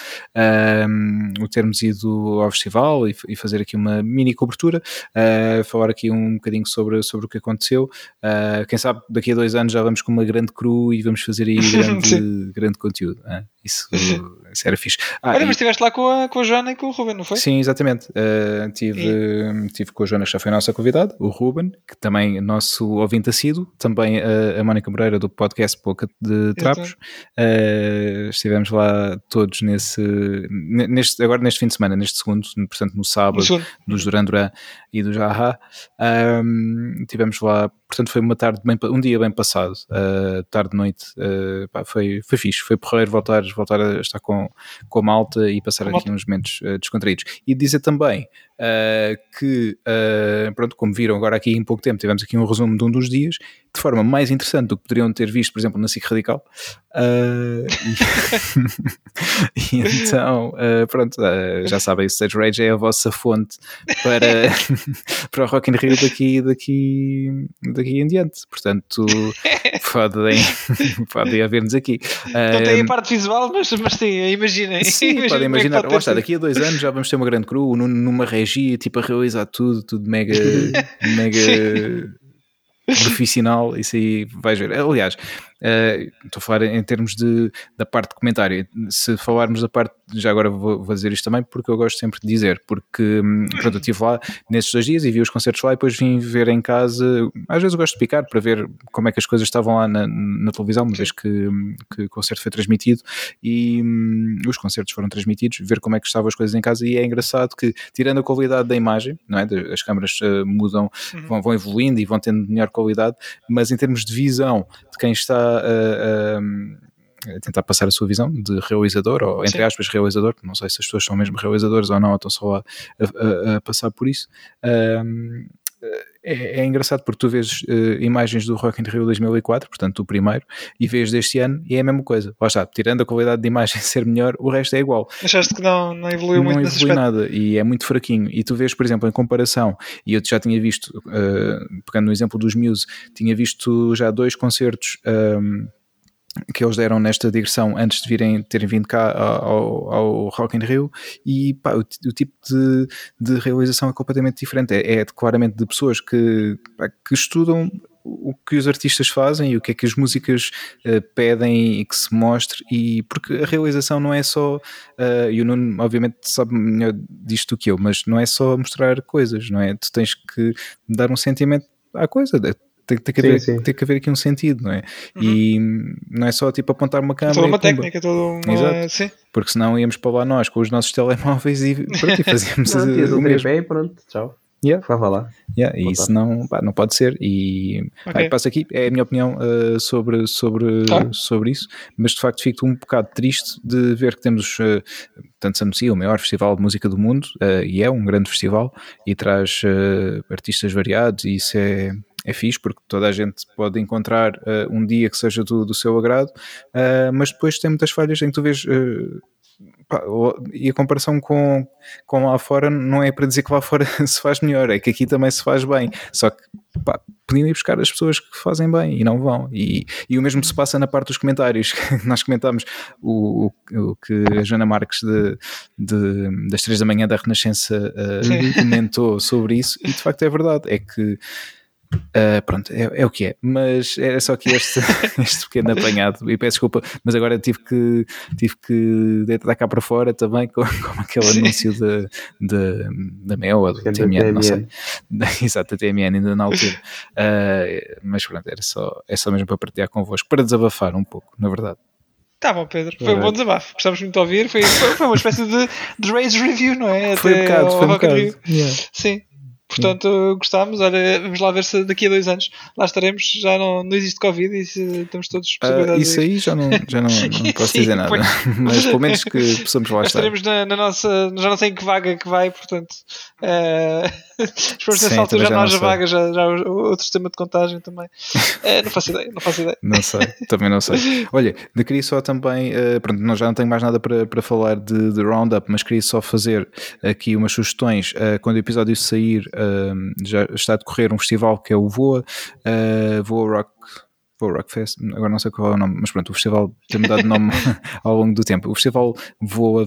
A: o termos ido ao festival e fazer aqui uma mini cobertura, falar aqui um bocadinho sobre o que aconteceu. Quem sabe daqui a 2 anos já vamos com uma grande crew e vamos fazer aí grande conteúdo. Isso era fixe.
C: Olha, mas estiveste lá com a Joana e com o Ruben, não foi?
A: Sim, exatamente. Tive com a Joana, que já foi a nossa convidada, o Ruben, que também é nosso ouvinte assíduo, também a Mónica Moreira do podcast Boca de Trapos. Estivemos lá todos agora neste fim de semana, neste segundo, portanto no sábado, dos Duran Duran e do Jaha. Tivemos lá, portanto foi um dia bem passado, tarde-noite, foi fixe, foi porreiro voltar a estar com a malta e passar aqui uns momentos descontraídos. E dizer também que, pronto, como viram agora aqui em pouco tempo, tivemos aqui um resumo de um dos dias, de forma mais interessante do que poderiam ter visto, por exemplo, na SIC Radical. E então, pronto, já sabem, o Stage Rage é a vossa fonte para o Rock in Rio daqui em diante. Portanto, podem haver-nos aqui.
C: Não tem a parte visual, mas sim, imaginem.
A: Sim, podem imaginar. Lá está, daqui a 2 anos já vamos ter uma grande crew, numa regia, tipo a realizar tudo mega profissional, isso aí vais ver. Aliás, estou a falar em termos da parte de comentário. Se falarmos da parte, já agora vou dizer isto também porque eu gosto sempre de dizer, porque pronto, eu estive lá nesses 2 dias e vi os concertos lá e depois vim ver em casa. Às vezes eu gosto de picar para ver como é que as coisas estavam lá na televisão, uma vez que o concerto foi transmitido e os concertos foram transmitidos, ver como é que estavam as coisas em casa. E é engraçado que, tirando a qualidade da imagem, não é? As câmaras mudam, vão evoluindo e vão tendo melhor qualidade, mas em termos de visão de quem está a tentar passar a sua visão de realizador, ou entre aspas realizador, não sei se as pessoas são mesmo realizadores ou não, ou estão só a passar por isso. É engraçado porque tu vês imagens do Rock in Rio 2004, portanto o primeiro, e vês deste ano e é a mesma coisa. Lá está, tirando a qualidade de imagem ser melhor, o resto é igual.
C: Achaste que não evoluiu muito nesse aspecto?
A: Não evolui nada e é muito fraquinho. E tu vês, por exemplo, em comparação, e eu já tinha visto, pegando no exemplo dos Muse, tinha visto já 2 concertos que eles deram nesta digressão antes de terem vindo cá ao Rock in Rio, e pá, o tipo de realização é completamente diferente. É claramente de pessoas que estudam o que os artistas fazem e o que é que as músicas pedem e que se mostre, e porque a realização não é só, e o Nuno obviamente sabe melhor disto do que eu, mas não é só mostrar coisas, não é? Tu tens que dar um sentimento à coisa, tem que haver aqui um sentido, não é? E não é só tipo apontar uma câmera.
C: Toda uma técnica, Exato. Sim.
A: Porque senão íamos para lá nós com os nossos telemóveis e pronto, e fazíamos o mesmo.
B: Pronto, tchau. Vá lá.
A: E isso não pode ser. E passo aqui, é a minha opinião sobre isso, mas de facto fico um bocado triste de ver que temos, tanto se anuncia, o maior festival de música do mundo, e é um grande festival, e traz artistas variados, e isso é fixe, porque toda a gente pode encontrar um dia que seja do seu agrado, mas depois tem muitas falhas em que tu vês... e a comparação com lá fora não é para dizer que lá fora se faz melhor, é que aqui também se faz bem, só que podiam ir buscar as pessoas que fazem bem e não vão, e o mesmo se passa na parte dos comentários. Nós comentámos o que a Joana Marques das 3 da manhã da Renascença comentou sobre isso, e de facto é verdade, é que pronto, é o que é, mas era só aqui este pequeno apanhado, e peço desculpa, mas agora tive que deitar cá para fora também com aquele anúncio da Mel ou do TMN, não sei, exato, da TMN ainda na altura, mas pronto, é só mesmo para partilhar convosco, para desabafar um pouco, na verdade.
C: Tá bom, Pedro, foi um bom desabafo, gostávamos muito de ouvir, foi uma espécie de Raise Review, não é?
A: Foi um bocado. Yeah.
C: Sim. Portanto, gostámos. Olha, vamos lá ver se daqui a 2 anos lá estaremos. Já não existe Covid e estamos todos possibilidades.
A: Isso aí já não posso dizer nada. Mas pelo menos que possamos lá estar.
C: Estaremos na nossa. Já não sei em que vaga que vai, portanto. Esperamos nessa altura já não haja vaga, já outro sistema de contagem também. Não faço ideia.
A: Não sei, também não sei. Olha, queria só também. Pronto, já não tenho mais nada para falar de Roundup, mas queria só fazer aqui umas sugestões. Quando o episódio sair. Já está a decorrer um festival que é o VOA Rock Fest, agora não sei qual é o nome, mas pronto, o festival tem mudado de nome ao longo do tempo. O festival VOA,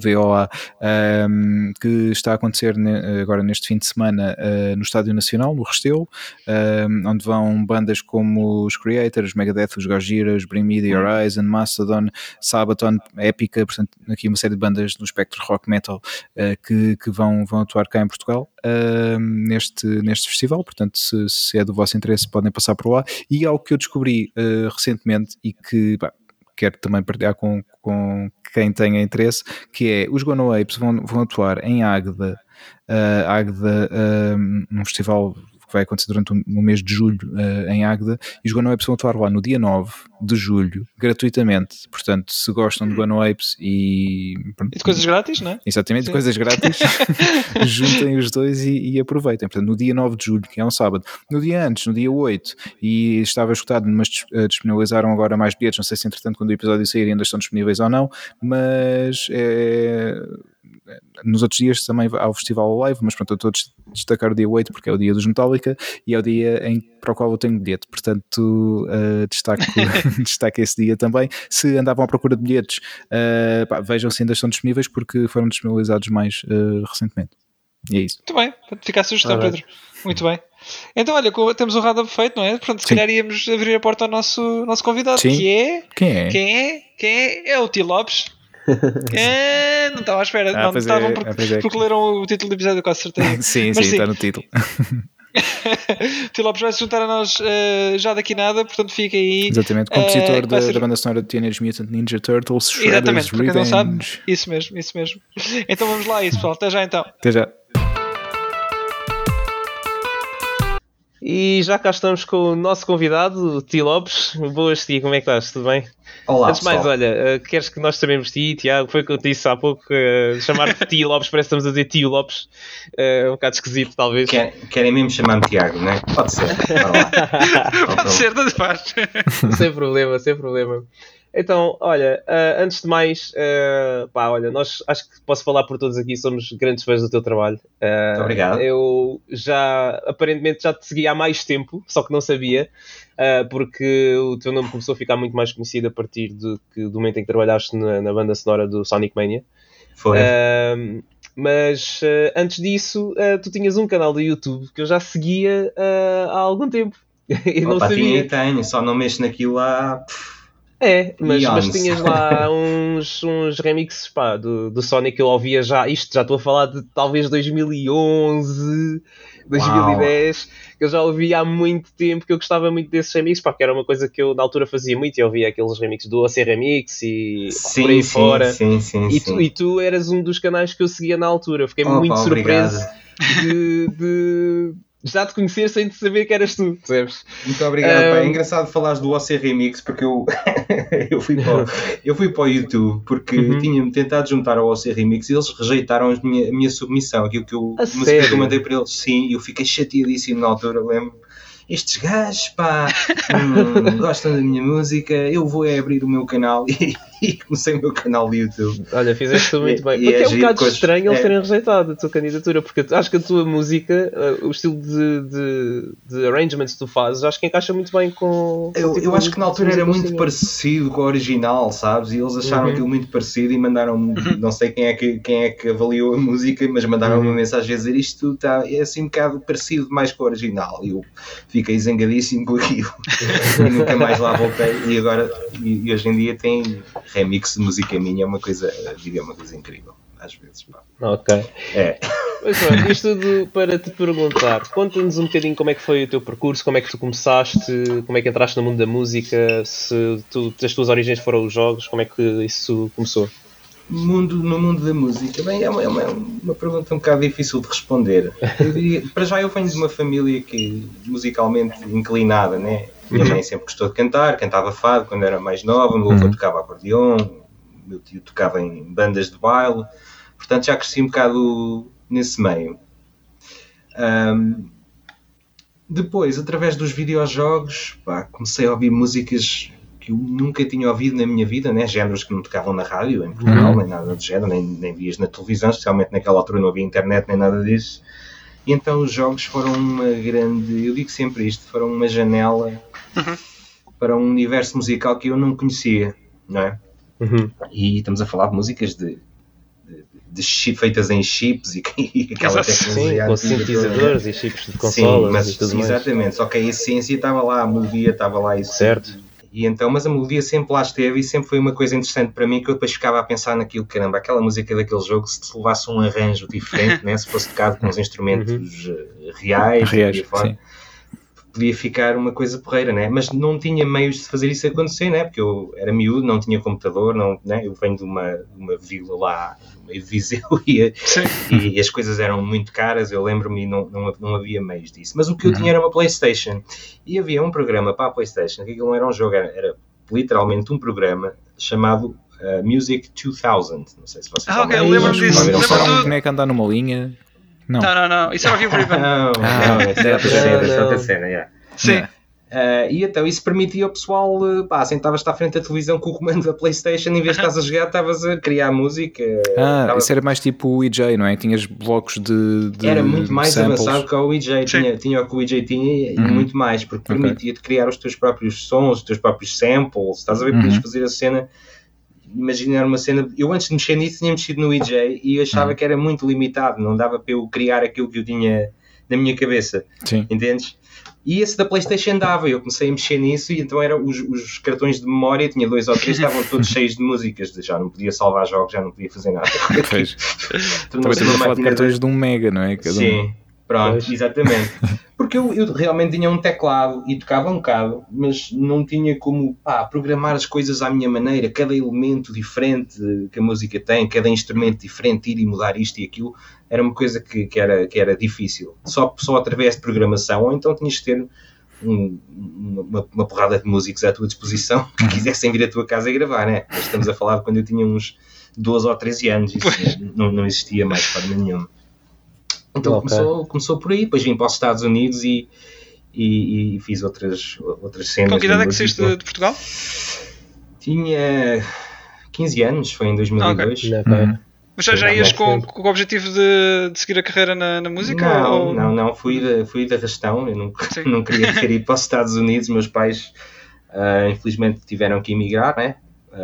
A: que está a acontecer agora neste fim de semana no Estádio Nacional, no Restelo, onde vão bandas como os Creators, Megadeth, os Gojira, os Bring Me The Horizon, Mastodon, Sabaton, Épica, portanto aqui uma série de bandas do espectro rock metal que vão atuar cá em Portugal neste festival, portanto se é do vosso interesse podem passar por lá. E algo que eu descobri recentemente e que quero também partilhar com quem tenha interesse, que é os Guano Apes vão atuar em Águeda, num festival que vai acontecer durante o mês de julho em Águeda, e os Guano Apes vão atuar lá no dia 9 de julho, gratuitamente. Portanto, se gostam de Guano Apes e
C: de coisas grátis, não é?
A: Exatamente, de coisas grátis, juntem os dois e aproveitem. Portanto, no dia 9 de julho, que é um sábado, no dia antes, no dia 8, e estava esgotado, mas disponibilizaram agora mais bilhetes, não sei se entretanto quando o episódio sair ainda estão disponíveis ou não, mas nos outros dias também há o festival live, mas pronto, eu estou a destacar o dia 8 porque é o dia dos Metallica e é o dia para o qual eu tenho bilhete, portanto destaco esse dia também. Se andavam à procura de bilhetes, vejam se ainda estão disponíveis porque foram disponibilizados mais recentemente. E é isso.
C: Muito bem, fica a sugestão, Pedro. Muito bem. Então, olha, temos o radar feito, não é? Portanto, se calhar íamos abrir a porta ao nosso convidado.
A: Sim.
C: Que é...
A: Quem
C: é? É o T. Lopes. Não estava à espera, não estavam porque leram o título do episódio, com certeza.
A: sim, está no título.
C: T. Lopes vai se juntar a nós já daqui nada, portanto fica aí.
A: Exatamente, compositor da banda sonora de Teenage Mutant Ninja Turtles, Shredder's
C: Exatamente, para quem
A: Revenge.
C: não sabe, isso mesmo. Então vamos lá a isso, pessoal, até já então.
A: Até já.
B: E já cá estamos com o nosso convidado, o T. Lopes. Boas, Ti, como é que estás? Tudo bem?
D: Olá,
B: antes de mais, olha, queres que nós sabemos de ti, Tiago? Foi o que eu te disse há pouco, chamar-te T. Lopes, parece que estamos a dizer Tio Lopes. Um bocado esquisito, talvez.
D: Querem mesmo chamar-me Tiago, não é? Pode ser.
C: Pode ser, tanto faz.
B: Sem problema. Então, olha, antes de mais, olha, nós acho que posso falar por todos aqui, somos grandes fãs do teu trabalho.
D: Muito obrigado.
B: Eu aparentemente já te segui há mais tempo, só que não sabia, porque o teu nome começou a ficar muito mais conhecido a partir do momento em que trabalhaste na banda sonora do Sonic Mania.
D: Foi.
B: Mas antes disso, tu tinhas um canal do YouTube que eu já seguia há algum tempo. E não sabia.
D: Tenho, só não mexo naquilo há...
B: mas tinhas lá uns remixes do Sonic que eu ouvia já. Isto já estou a falar de talvez 2011, 2010, que eu já ouvia há muito tempo, que eu gostava muito desses remixes, porque era uma coisa que eu na altura fazia muito, e eu ouvia aqueles remixes do AC Remix e por aí fora.
D: Sim.
B: E tu eras um dos canais que eu seguia na altura. Fiquei muito surpreso. de já te conhecer sem te saber que eras tu, percebes?
D: Muito obrigado, pá. É engraçado falares do OC Remix, porque eu fui para o YouTube porque tinha-me tentado juntar ao OC Remix e eles rejeitaram a minha submissão, aquilo que eu mandei para eles. Sim, eu fiquei chateadíssimo na altura, lembro. Estes gajos, pá, gostam da minha música, eu vou abrir o meu canal e comecei o meu canal de YouTube.
B: Olha, fizeste tudo muito bem. Porque é um bocado estranho eles terem rejeitado a tua candidatura, porque acho que a tua música, o estilo de arrangements que tu fazes, acho que encaixa muito bem com...
D: Eu acho que na altura era muito parecido com o original, sabes? E eles acharam aquilo muito parecido e mandaram-me, não sei quem é que avaliou a música, mas mandaram-me uma mensagem a dizer isto é assim um bocado parecido mais com o original. E eu fiquei zangadíssimo com aquilo e nunca mais lá voltei. E agora, e hoje em dia tem remix de música minha, é uma coisa incrível, às vezes, pá.
B: Ok.
D: É.
B: Mas pronto, isto tudo para te perguntar, conta-nos um bocadinho como é que foi o teu percurso, como é que tu começaste, como é que entraste no mundo da música, se as tuas origens foram os jogos, como é que isso começou?
D: No mundo da música, bem, é uma pergunta um bocado difícil de responder. Para já eu venho de uma família que musicalmente inclinada, né? Minha mãe sempre gostou de cantar, cantava fado quando era mais nova, o meu avô tocava acordeão, o meu tio tocava em bandas de baile, portanto já cresci um bocado nesse meio. Depois, através dos videojogos, comecei a ouvir músicas que eu nunca tinha ouvido na minha vida, né? Géneros que não tocavam na rádio em Portugal, nem nada do género, nem vias na televisão, especialmente naquela altura não havia internet nem nada disso. E então os jogos foram uma grande, eu digo sempre isto, foram uma janela para um universo musical que eu não conhecia, não é? E estamos a falar de músicas feitas em chips e aquela tecnologia.
B: Sim, com sintetizadores e chips de consolas e tudo mais.
D: Exatamente, só que a essência estava lá, a melodia estava lá. Isso.
B: Certo.
D: E então, mas a melodia sempre lá esteve e sempre foi uma coisa interessante para mim, que eu depois ficava a pensar naquilo, caramba, aquela música daquele jogo, se te levasse um arranjo diferente, né, se fosse tocado com os instrumentos reais podia ficar uma coisa porreira, né? Mas não tinha meios de fazer isso acontecer, né? Porque eu era miúdo, não tinha computador, não, né? Eu venho de uma vila lá no meio de Viseu e as coisas eram muito caras, eu lembro-me, e não havia meios disso. Mas o que eu tinha era uma PlayStation e havia um programa para a PlayStation, que aquilo não era um jogo, era literalmente um programa chamado Music 2000. Não sei se vocês
C: ok, eu lembro disso.
A: Um boneco andar numa linha. Não,
C: isso era o Vivo Ribbon.
D: Não, isso era outra cena, yeah.
C: Sim.
D: E então isso permitia ao pessoal, sentavas-te à frente da televisão com o comando da PlayStation, em vez de estás a jogar, estavas a criar música.
A: Isso era mais tipo o EJ, não é? Tinhas blocos de
D: era muito mais
A: samples.
D: Avançado que o EJ, tinha o que o EJ tinha e muito mais, porque permitia-te criar os teus próprios sons, os teus próprios samples, estás a ver, podias fazer a cena. Imaginar uma cena, eu antes de mexer nisso tinha mexido no EJ e achava que era muito limitado, não dava para eu criar aquilo que eu tinha na minha cabeça.
A: Sim.
D: Entendes? E esse da PlayStation dava, eu comecei a mexer nisso e então eram os cartões de memória, tinha 2 ou 3, estavam todos cheios de músicas, já não podia salvar jogos, já não podia fazer nada.
A: Também estamos a falar de cartões de 1 mega, não é?
D: Sim. Pronto, exatamente. Porque eu realmente tinha um teclado e tocava um bocado, mas não tinha como programar as coisas à minha maneira, cada elemento diferente que a música tem, cada instrumento diferente, ir e mudar isto e aquilo, era uma coisa que era difícil. Só através de programação, ou então tinhas de ter uma porrada de músicos à tua disposição que quisessem vir à tua casa e gravar, né? Mas estamos a falar de quando eu tinha uns 12 ou 13 anos, isso não existia mais forma nenhuma. Então começou por aí, depois vim para os Estados Unidos e fiz outras cenas.
C: Com que idade é que saíste de Portugal?
D: Tinha 15 anos, foi em 2002.
C: Mas já ias com o objetivo de seguir a carreira na música?
D: Não, fui de arrastão, eu não queria ter ido para os Estados Unidos, meus pais infelizmente tiveram que emigrar, né?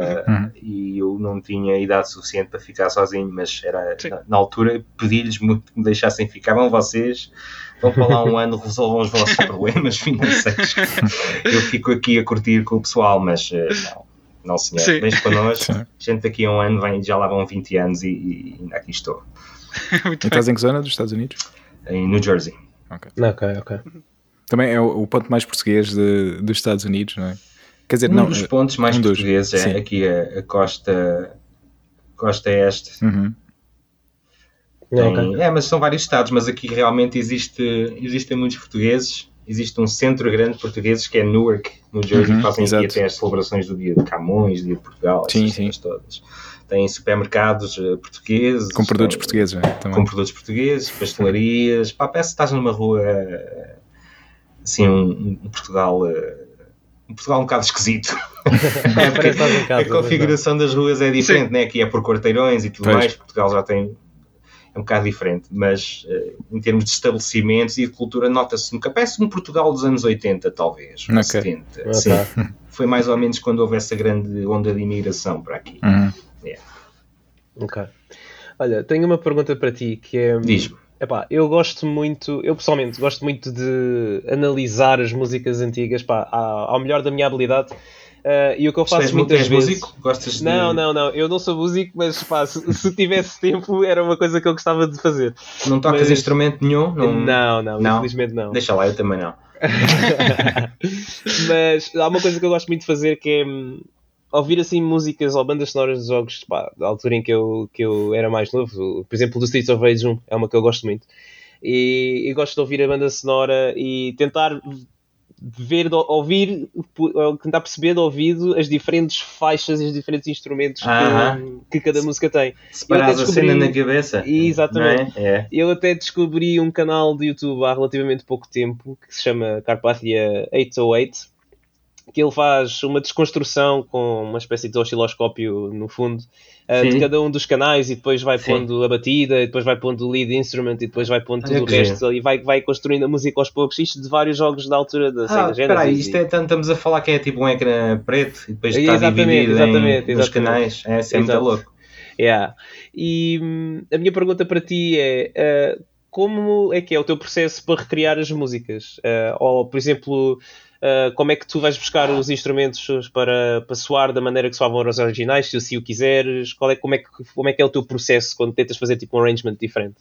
D: E eu não tinha idade suficiente para ficar sozinho, mas era na altura pedi-lhes muito que me deixassem ficar. Vocês vão para lá um ano, resolvam os vossos problemas financeiros, eu fico aqui a curtir com o pessoal, mas não senhor, vens connosco, gente daqui a um ano já lá vão 20 anos e ainda aqui estou.
A: E estás em que zona dos Estados Unidos?
D: Em New Jersey.
B: Ok.
A: Também é o ponto mais português dos Estados Unidos, não é? Quer dizer,
D: um dos pontos mais portugueses é aqui a costa este. Mas são vários estados, mas aqui realmente existem muitos portugueses. Existe um centro grande de portugueses que é Newark, no Jersey, que fazem aqui até as celebrações do Dia de Camões, Dia de Portugal, essas coisas todas. Tem supermercados portugueses.
A: Com produtos portugueses,
D: também. Com produtos portugueses, pastelarias. Parece que estás numa rua, assim, um Portugal um bocado esquisito. A configuração das ruas é diferente, né? Aqui é por quarteirões e tudo mais. Portugal já tem... É um bocado diferente, mas em termos de estabelecimentos e de cultura nota-se nunca. Parece um Portugal dos anos 80, talvez, 70. Sim. Foi mais ou menos quando houve essa grande onda de imigração para aqui.
B: Ok. Olha, tenho uma pergunta para ti, que é...
D: Diz-me.
B: Eu pessoalmente gosto muito de analisar as músicas antigas, ao melhor da minha habilidade. E o que eu faço muitas vezes...
D: músico? Gostas de...
B: Não, eu não sou músico, mas se tivesse tempo era uma coisa que eu gostava de fazer.
D: Não tocas instrumento nenhum?
B: Não, infelizmente não.
D: Deixa lá, eu também não.
B: Mas há uma coisa que eu gosto muito de fazer, que é ouvir assim músicas ou bandas sonoras de jogos da altura em que eu era mais novo. Por exemplo, do Streets of Rage 1 é uma que eu gosto muito. E gosto de ouvir a banda sonora e tentar tentar perceber de ouvido as diferentes faixas e os diferentes instrumentos que cada música tem.
D: Separar a cena na cabeça.
B: Exatamente. Eu até descobri um canal de YouTube há relativamente pouco tempo que se chama Carpathia 808, que ele faz uma desconstrução com uma espécie de osciloscópio no fundo de cada um dos canais, e depois vai pondo a batida, e depois vai pondo o lead instrument, e depois vai pondo tudo o resto, e vai construindo a música aos poucos. Isto de vários jogos da altura da Sega Genesis.
D: Espera aí, estamos a falar que é tipo um ecrã preto e depois está dividido nos canais. É sempre muito louco.
B: E a minha pergunta para ti é como é que é o teu processo para recriar as músicas? Ou, por exemplo... como é que tu vais buscar os instrumentos para soar da maneira que soavam os originais, se assim o quiseres? Como é que é o teu processo quando tentas fazer tipo um arrangement diferente?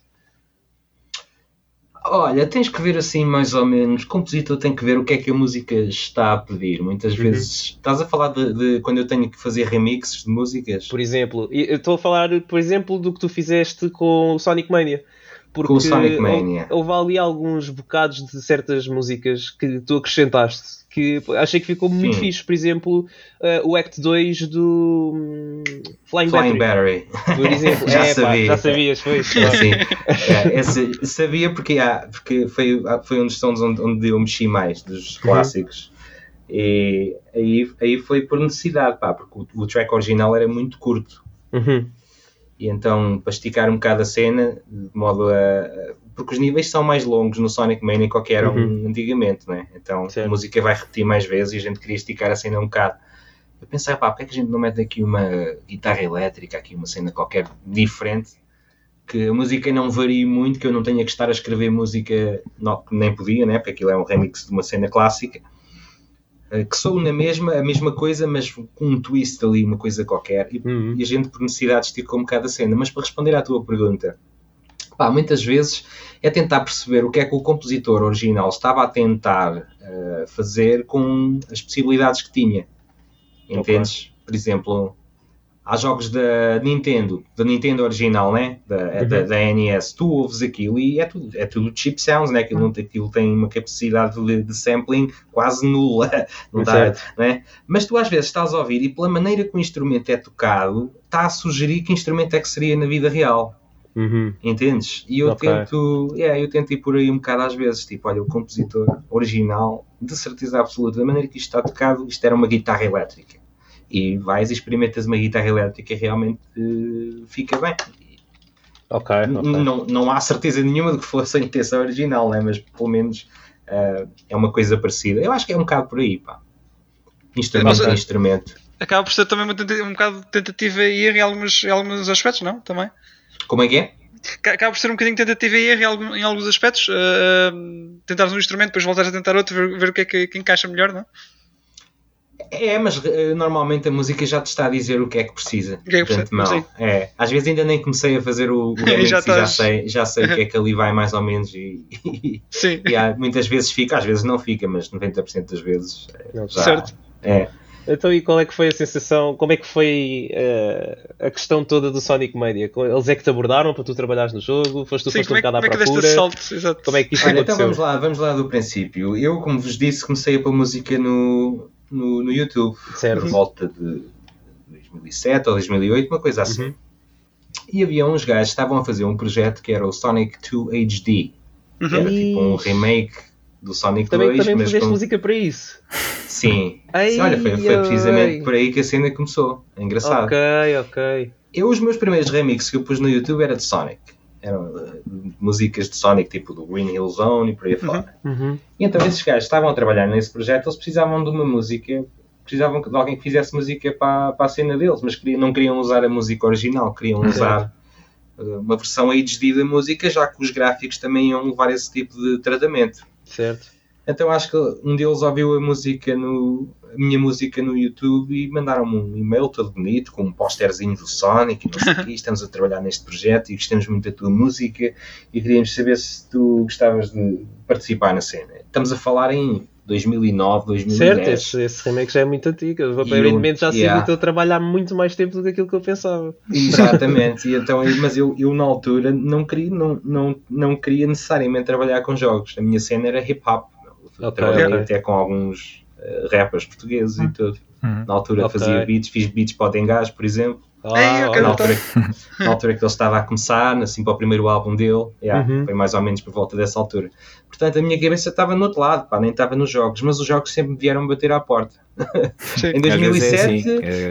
D: Olha, tens que ver assim mais ou menos, o compositor tem que ver o que é que a música está a pedir. Muitas vezes, estás a falar de quando eu tenho que fazer remixes de músicas?
B: Por exemplo, eu estou a falar, por exemplo, do que tu fizeste com o Sonic Mania. Porque
D: com o Sonic Mania.
B: Houve ali alguns bocados de certas músicas que tu acrescentaste, que achei que ficou muito fixe. Por exemplo, o Act 2 do Flying Battery. Por exemplo. Já sabias, foi isso.
D: Sabia porque foi um dos sons onde eu mexi mais, dos clássicos. E aí foi por necessidade, porque o track original era muito curto. E então, para esticar um bocado a cena, de modo porque os níveis são mais longos no Sonic Mania que qualquer antigamente, não é? Então, a música vai repetir mais vezes e a gente queria esticar a cena um bocado. Eu pensei, porque é que a gente não mete aqui uma guitarra elétrica, aqui uma cena qualquer diferente, que a música não varie muito, que eu não tenha que estar a escrever música, não, nem podia, né? Porque aquilo é um remix de uma cena clássica. Que sou a mesma coisa, mas com um twist ali, uma coisa qualquer, e a gente por necessidade esticou um bocado a cena. Mas para responder à tua pergunta, muitas vezes é tentar perceber o que é que o compositor original estava a tentar fazer com as possibilidades que tinha. Entendes? Por exemplo, há jogos da Nintendo original, né? da NES, tu ouves aquilo e é tudo cheap sounds, né? Aquilo tem uma capacidade de sampling quase nula, não está, né? Mas tu às vezes estás a ouvir e pela maneira que o instrumento é tocado, está a sugerir que instrumento é que seria na vida real. Entendes? E eu tento ir por aí um bocado às vezes, tipo, olha, o compositor original, de certeza absoluta, da maneira que isto está tocado, isto era uma guitarra elétrica. E vais e experimentas uma guitarra elétrica e realmente fica bem. Não há certeza nenhuma de que fosse a intenção original, né? Mas pelo menos é uma coisa parecida. Eu acho que é um bocado por aí, instrumento.
C: Acaba por ser também um bocado de tentativa e erro em alguns aspectos, não? Também.
D: Como é que é?
C: Acaba por ser um bocadinho de tentativa e erro em alguns aspectos. Tentares um instrumento, depois voltares a tentar outro, ver o que é que encaixa melhor, não?
D: Mas normalmente a música já te está a dizer o que é que precisa. Às vezes ainda nem comecei a fazer o remix e já sei o que é que ali vai mais ou menos e
C: Sim.
D: Muitas vezes fica, às vezes não fica, mas 90% das vezes
C: certo.
B: Então, e qual é que foi a sensação? Como é que foi a questão toda do Sonic Mania? Eles é que te abordaram para tu trabalhares no jogo? Foste um bocado à procura? Como é que isso aconteceu?
D: Então vamos lá do princípio. Eu, como vos disse, comecei a pôr música no YouTube.
B: Certo.
D: Por volta de 2007 ou 2008, uma coisa assim. E havia uns gajos que estavam a fazer um projeto que era o Sonic 2 HD. Que era tipo um remake do Sonic 2.
B: Também fizeste música para isso?
D: Sim. Olha, foi precisamente por aí que a cena começou. É engraçado.
B: Ok.
D: Os meus primeiros remixes que eu pus no YouTube era de Sonic. Eram músicas de Sonic, tipo do Green Hill Zone e por aí fora. E então esses gajos estavam a trabalhar nesse projeto, eles precisavam de uma música, precisavam de alguém que fizesse música para a cena deles, mas não queriam usar a música original, queriam usar uma versão HD da música, já que os gráficos também iam levar esse tipo de tratamento.
B: Certo.
D: Então acho que um deles ouviu a minha música no YouTube e mandaram-me um e-mail todo bonito com um pósterzinho do Sonic e não sei o quê. Estamos a trabalhar neste projeto e gostamos muito da tua música e queríamos saber se tu gostavas de participar na cena. Estamos a falar em 2009, 2010.
B: Certo, esse remake já é muito antigo. Aparentemente já sei que estou a trabalhar muito mais tempo do que aquilo que eu pensava.
D: Exatamente. E então, mas eu na altura não queria necessariamente trabalhar com jogos. A minha cena era hip-hop. Trabalhei até com alguns rappers portugueses e tudo. Na altura fazia beats, fiz beats para o Dengás, por exemplo. Na altura que ele estava a começar, assim para o primeiro álbum dele, foi mais ou menos por volta dessa altura. Portanto, a minha cabeça estava no outro lado, nem estava nos jogos, mas os jogos sempre me vieram bater à porta. Em 2007,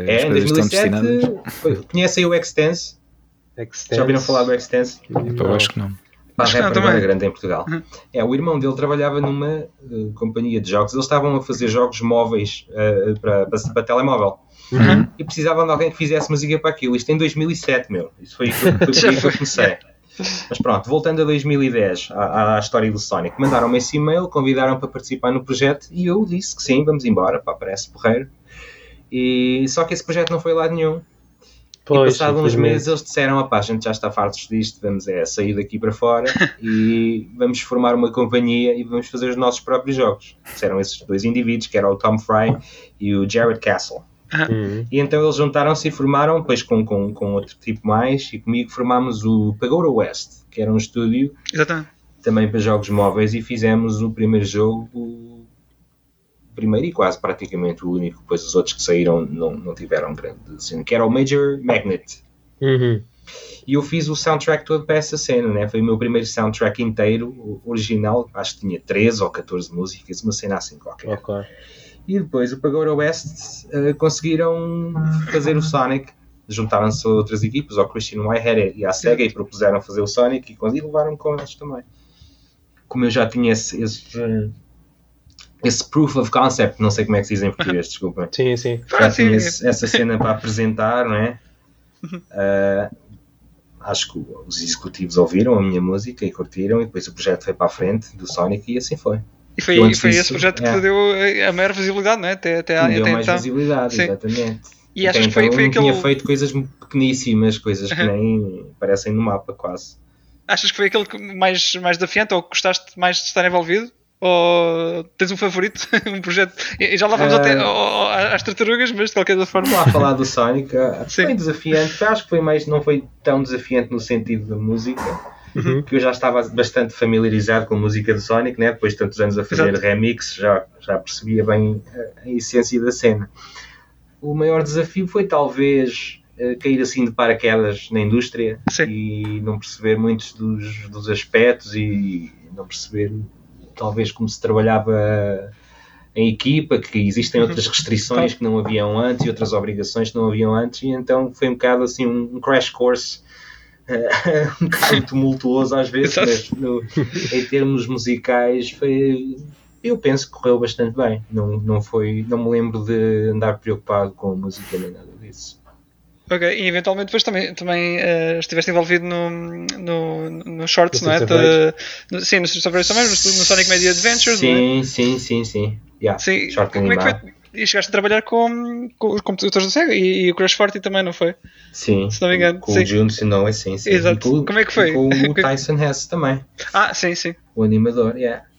D: conhecem o X-Tense? Já ouviram falar do X-Tense?
A: Eu acho que não.
D: Rapper agora grande em Portugal. O irmão dele trabalhava numa companhia de jogos. Eles estavam a fazer jogos móveis para telemóvel. E precisavam de alguém que fizesse música para aquilo. Isto em 2007, meu. Isso foi por aí que eu comecei. Mas pronto, voltando a 2010, à história do Sonic. Mandaram-me esse e-mail, convidaram para participar no projeto e eu disse que sim, vamos embora. Parece porreiro. Só que esse projeto não foi lá nenhum. E passado uns meses eles disseram, a gente já está fartos disto, vamos sair daqui para fora e vamos formar uma companhia e vamos fazer os nossos próprios jogos. Disseram esses dois indivíduos, que era o Tom Fry e o Jared Castle. E então eles juntaram-se e formaram, depois com outro tipo mais, e comigo formámos o Pagoda West, que era um estúdio também para jogos móveis, e fizemos o primeiro jogo, primeiro e quase praticamente o único, depois os outros que saíram não tiveram grande cena, que era o Major Magnet. E eu fiz o soundtrack todo para essa cena, né? Foi o meu primeiro soundtrack inteiro, original, acho que tinha 13 ou 14 músicas, uma cena assim qualquer. E depois o Pagoda West conseguiram fazer o Sonic, juntaram-se a outras equipas, ao Christian Whitehead e à Sega, e propuseram fazer o Sonic e levaram-me com eles também. Como eu já tinha esse proof of concept, não sei como é que se diz em português, desculpa.
B: Sim.
D: Já tinha essa cena para apresentar, não é? Acho que os executivos ouviram a minha música e curtiram, e depois o projeto foi para a frente do Sonic e assim foi.
C: E foi esse projeto que te deu a maior visibilidade, não é?
D: Deu mais visibilidade, sim. Exatamente.
C: E acho que foi aquele...
D: tinha feito coisas pequeníssimas, coisas que nem parecem no mapa quase.
C: Achas que foi aquele mais desafiante, ou que gostaste mais de estar envolvido? Ou tens um favorito, um projeto? E já lá vamos até às tartarugas, mas de qualquer forma.
D: Vamos lá falar do Sonic. Foi desafiante, acho que não foi tão desafiante no sentido da música, que eu já estava bastante familiarizado com a música do Sonic, né? Depois de tantos anos a fazer remix, já percebia bem a essência da cena. O maior desafio foi talvez cair assim de paraquedas na indústria. E não perceber muitos dos aspectos e não perceber talvez como se trabalhava em equipa, que existem outras restrições que não haviam antes e outras obrigações que não haviam antes, e então foi um bocado assim um crash course um bocado tumultuoso às vezes, mas em termos musicais eu penso que correu bastante bem. Não me lembro de andar preocupado com a música nem nada disso.
C: Ok, e eventualmente depois também estiveste envolvido no Shorts, não é? Sim, no Streets of Rage também, no Sonic Media Adventures,
D: sim,
C: não é?
D: Sim.
C: Sim. Como é que foi? E chegaste a trabalhar com os computadores do Sega e o Crash 40 também, não foi?
D: Sim.
C: Se não me engano.
D: Com o Jun Sinoue, sim.
C: Exato. Como é que foi?
D: E com o Tyson Hesse também.
C: Sim.
D: O animador,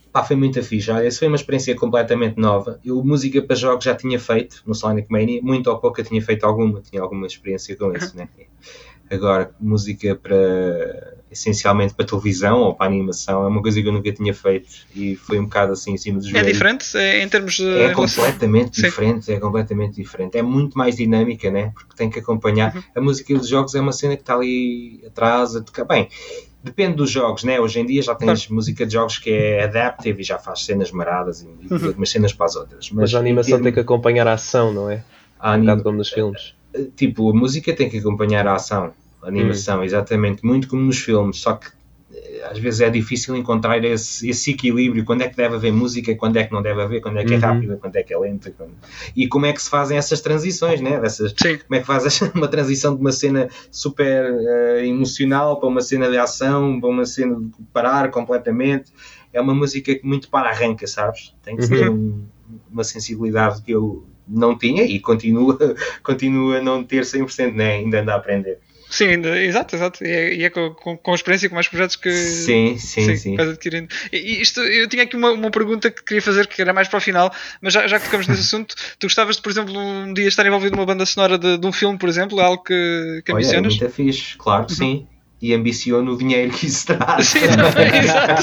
D: Pá, foi muito fixe. Essa foi uma experiência completamente nova. Eu música para jogos já tinha feito no Sonic Mania, muito ou pouco eu tinha feito tinha alguma experiência com isso, né? Agora, música essencialmente para televisão ou para animação é uma coisa que eu nunca tinha feito e foi um bocado assim em cima dos joelhos.
C: É diferente em termos de...
D: É completamente diferente, é muito mais dinâmica, né? Porque tem que acompanhar. A música dos jogos é uma cena que está ali atrás a tocar. Bem, depende dos jogos, né? Hoje em dia já tens música de jogos que é adaptive e já faz cenas maradas e umas cenas para as outras.
B: Mas a animação tem que acompanhar a ação, não é? Um bocado como nos filmes.
D: Tipo, a música tem que acompanhar a ação, a animação, exatamente, muito como nos filmes, só que às vezes é difícil encontrar esse equilíbrio, quando é que deve haver música, quando é que não deve haver, quando é que é rápida, quando é que é lenta, e como é que se fazem essas transições, né? Como é que fazes uma transição de uma cena super emocional para uma cena de ação, para uma cena de parar completamente. É uma música que muito para arranca, sabes? Tem que ter uma sensibilidade que eu não tinha e continua a não ter 100%, né? Ainda ando a aprender.
C: Sim, exato. E é com a experiência, com mais projetos que vais adquirindo. E isto, eu tinha aqui uma pergunta que queria fazer, que era mais para o final, mas já que tocamos nesse assunto, tu gostavas de, por exemplo, um dia estar envolvido numa banda sonora de um filme, por exemplo, algo que ambicionas?
D: Olha, é muito fixe, claro que sim. E ambiciono o dinheiro que isso traz.
C: Sim, exato.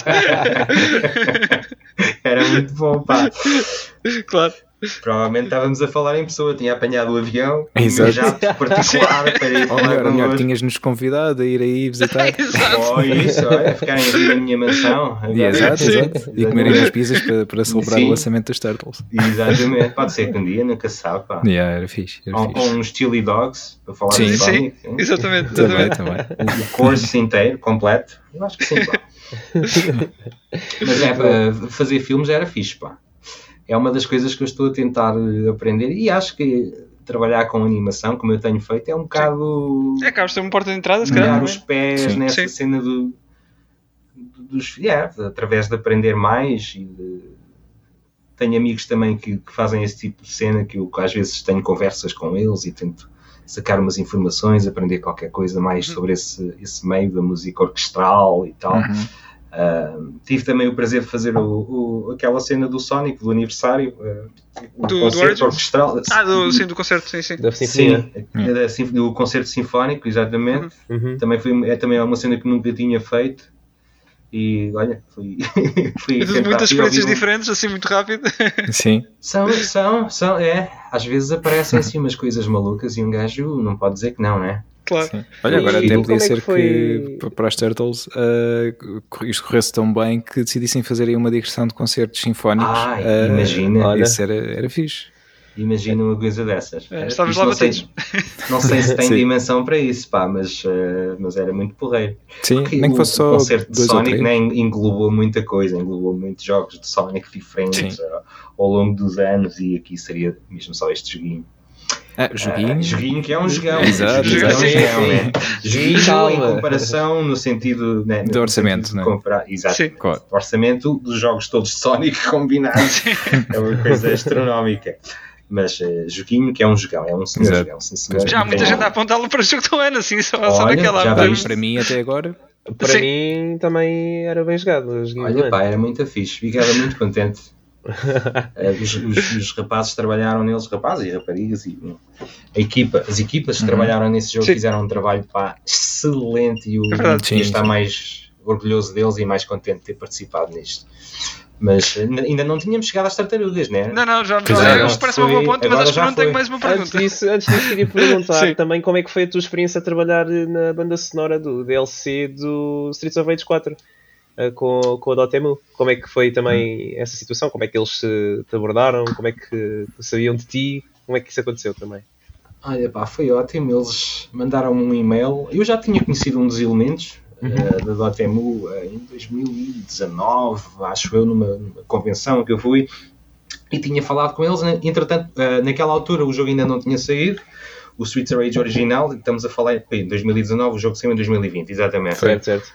D: Era muito bom, pá.
C: Claro.
D: Provavelmente estávamos a falar em pessoa, tinha apanhado o avião,
A: um
D: jato particular para ir falar
A: ou melhor, tinhas-nos convidado a ir aí visitar.
D: Ficarem aqui na minha mansão.
A: Exato. E comerem as pizzas para celebrar o lançamento dos Turtles.
D: Exatamente, pode ser que um dia, nunca se sabe, pá.
A: Era fixe.
D: Ou uns chili dogs, para falar de Sonic.
C: Sim, exatamente.
A: Também.
D: O curso inteiro, completo. Eu acho que sim, pá. Mas para fazer filmes era fixe, pá. É uma das coisas que eu estou a tentar aprender e acho que trabalhar com animação, como eu tenho feito, é um bocado...
C: acabas de ter uma porta de entrada, se calhar.
D: Molhar os pés nessa cena através de aprender mais e tenho amigos também que fazem esse tipo de cena que eu às vezes tenho conversas com eles e tento sacar umas informações, aprender qualquer coisa mais sobre esse meio da música orquestral e tal. Tive também o prazer de fazer aquela cena do Sonic, do aniversário, o concerto orquestral.
C: Do concerto, sim.
B: Da sinfonia.
D: Do concerto sinfónico, exatamente. Também é uma cena que nunca tinha feito. E olha, fui
C: muitas experiências diferentes, assim, muito rápido.
A: Sim.
D: São, às vezes aparecem assim umas coisas malucas e um gajo não pode dizer que não, né?
C: Claro.
A: Sim. Olha, agora até podia ser que para os Turtles isto corresse tão bem que decidissem fazer aí uma digressão de concertos sinfónicos.
D: Imagina.
A: Isso era fixe.
D: Imagina uma coisa dessas.
C: Estavas lá batidos.
D: Não sei se tem dimensão para isso, pá, mas era muito porreiro.
A: Sim,
D: porque
A: nem que fosse só
D: o concerto de Sonic englobou muita coisa, englobou muitos jogos de Sonic diferentes ao longo dos anos e aqui seria mesmo só este joguinho. Joguinho que é um jogão.
A: Exato.
D: Joguinho em comparação no sentido
A: do orçamento,
D: de comprar. Exato.
A: Claro.
D: O orçamento dos jogos todos de Sonic combinados é uma coisa astronómica. Mas joguinho que é um jogão, é um senhor jogão.
C: Já há muita gente a apontá-lo para o jogo do ano, assim, só naquela.
A: Para mim até agora.
B: Para mim também era bem jogado.
D: Olha, pá, era muito fixe. Ficava muito contente. Os rapazes trabalharam neles, rapazes e raparigas, e as equipas que trabalharam nesse jogo fizeram um trabalho excelente e o tinha estar mais orgulhoso deles e mais contente de ter participado nisto. Mas ainda não tínhamos chegado às tartarugas, né?
C: Não, já parece uma boa ponto, mas acho que não tenho mais uma pergunta.
B: Antes disso queria perguntar também como é que foi a tua experiência a trabalhar na banda sonora do DLC do Streets of Rage 4 com a Dotemu. Como é que foi também essa situação? Como é que eles te abordaram? Como é que sabiam de ti? Como é que isso aconteceu também?
D: Olha pá, foi ótimo. Eles mandaram-me um e-mail. Eu já tinha conhecido um dos elementos da Dotemu em 2019, acho eu, numa convenção que eu fui, e tinha falado com eles. Entretanto, naquela altura o jogo ainda não tinha saído, o Streets of Rage original, estamos a falar em 2019, o jogo saiu em 2020, exatamente.
B: Certo.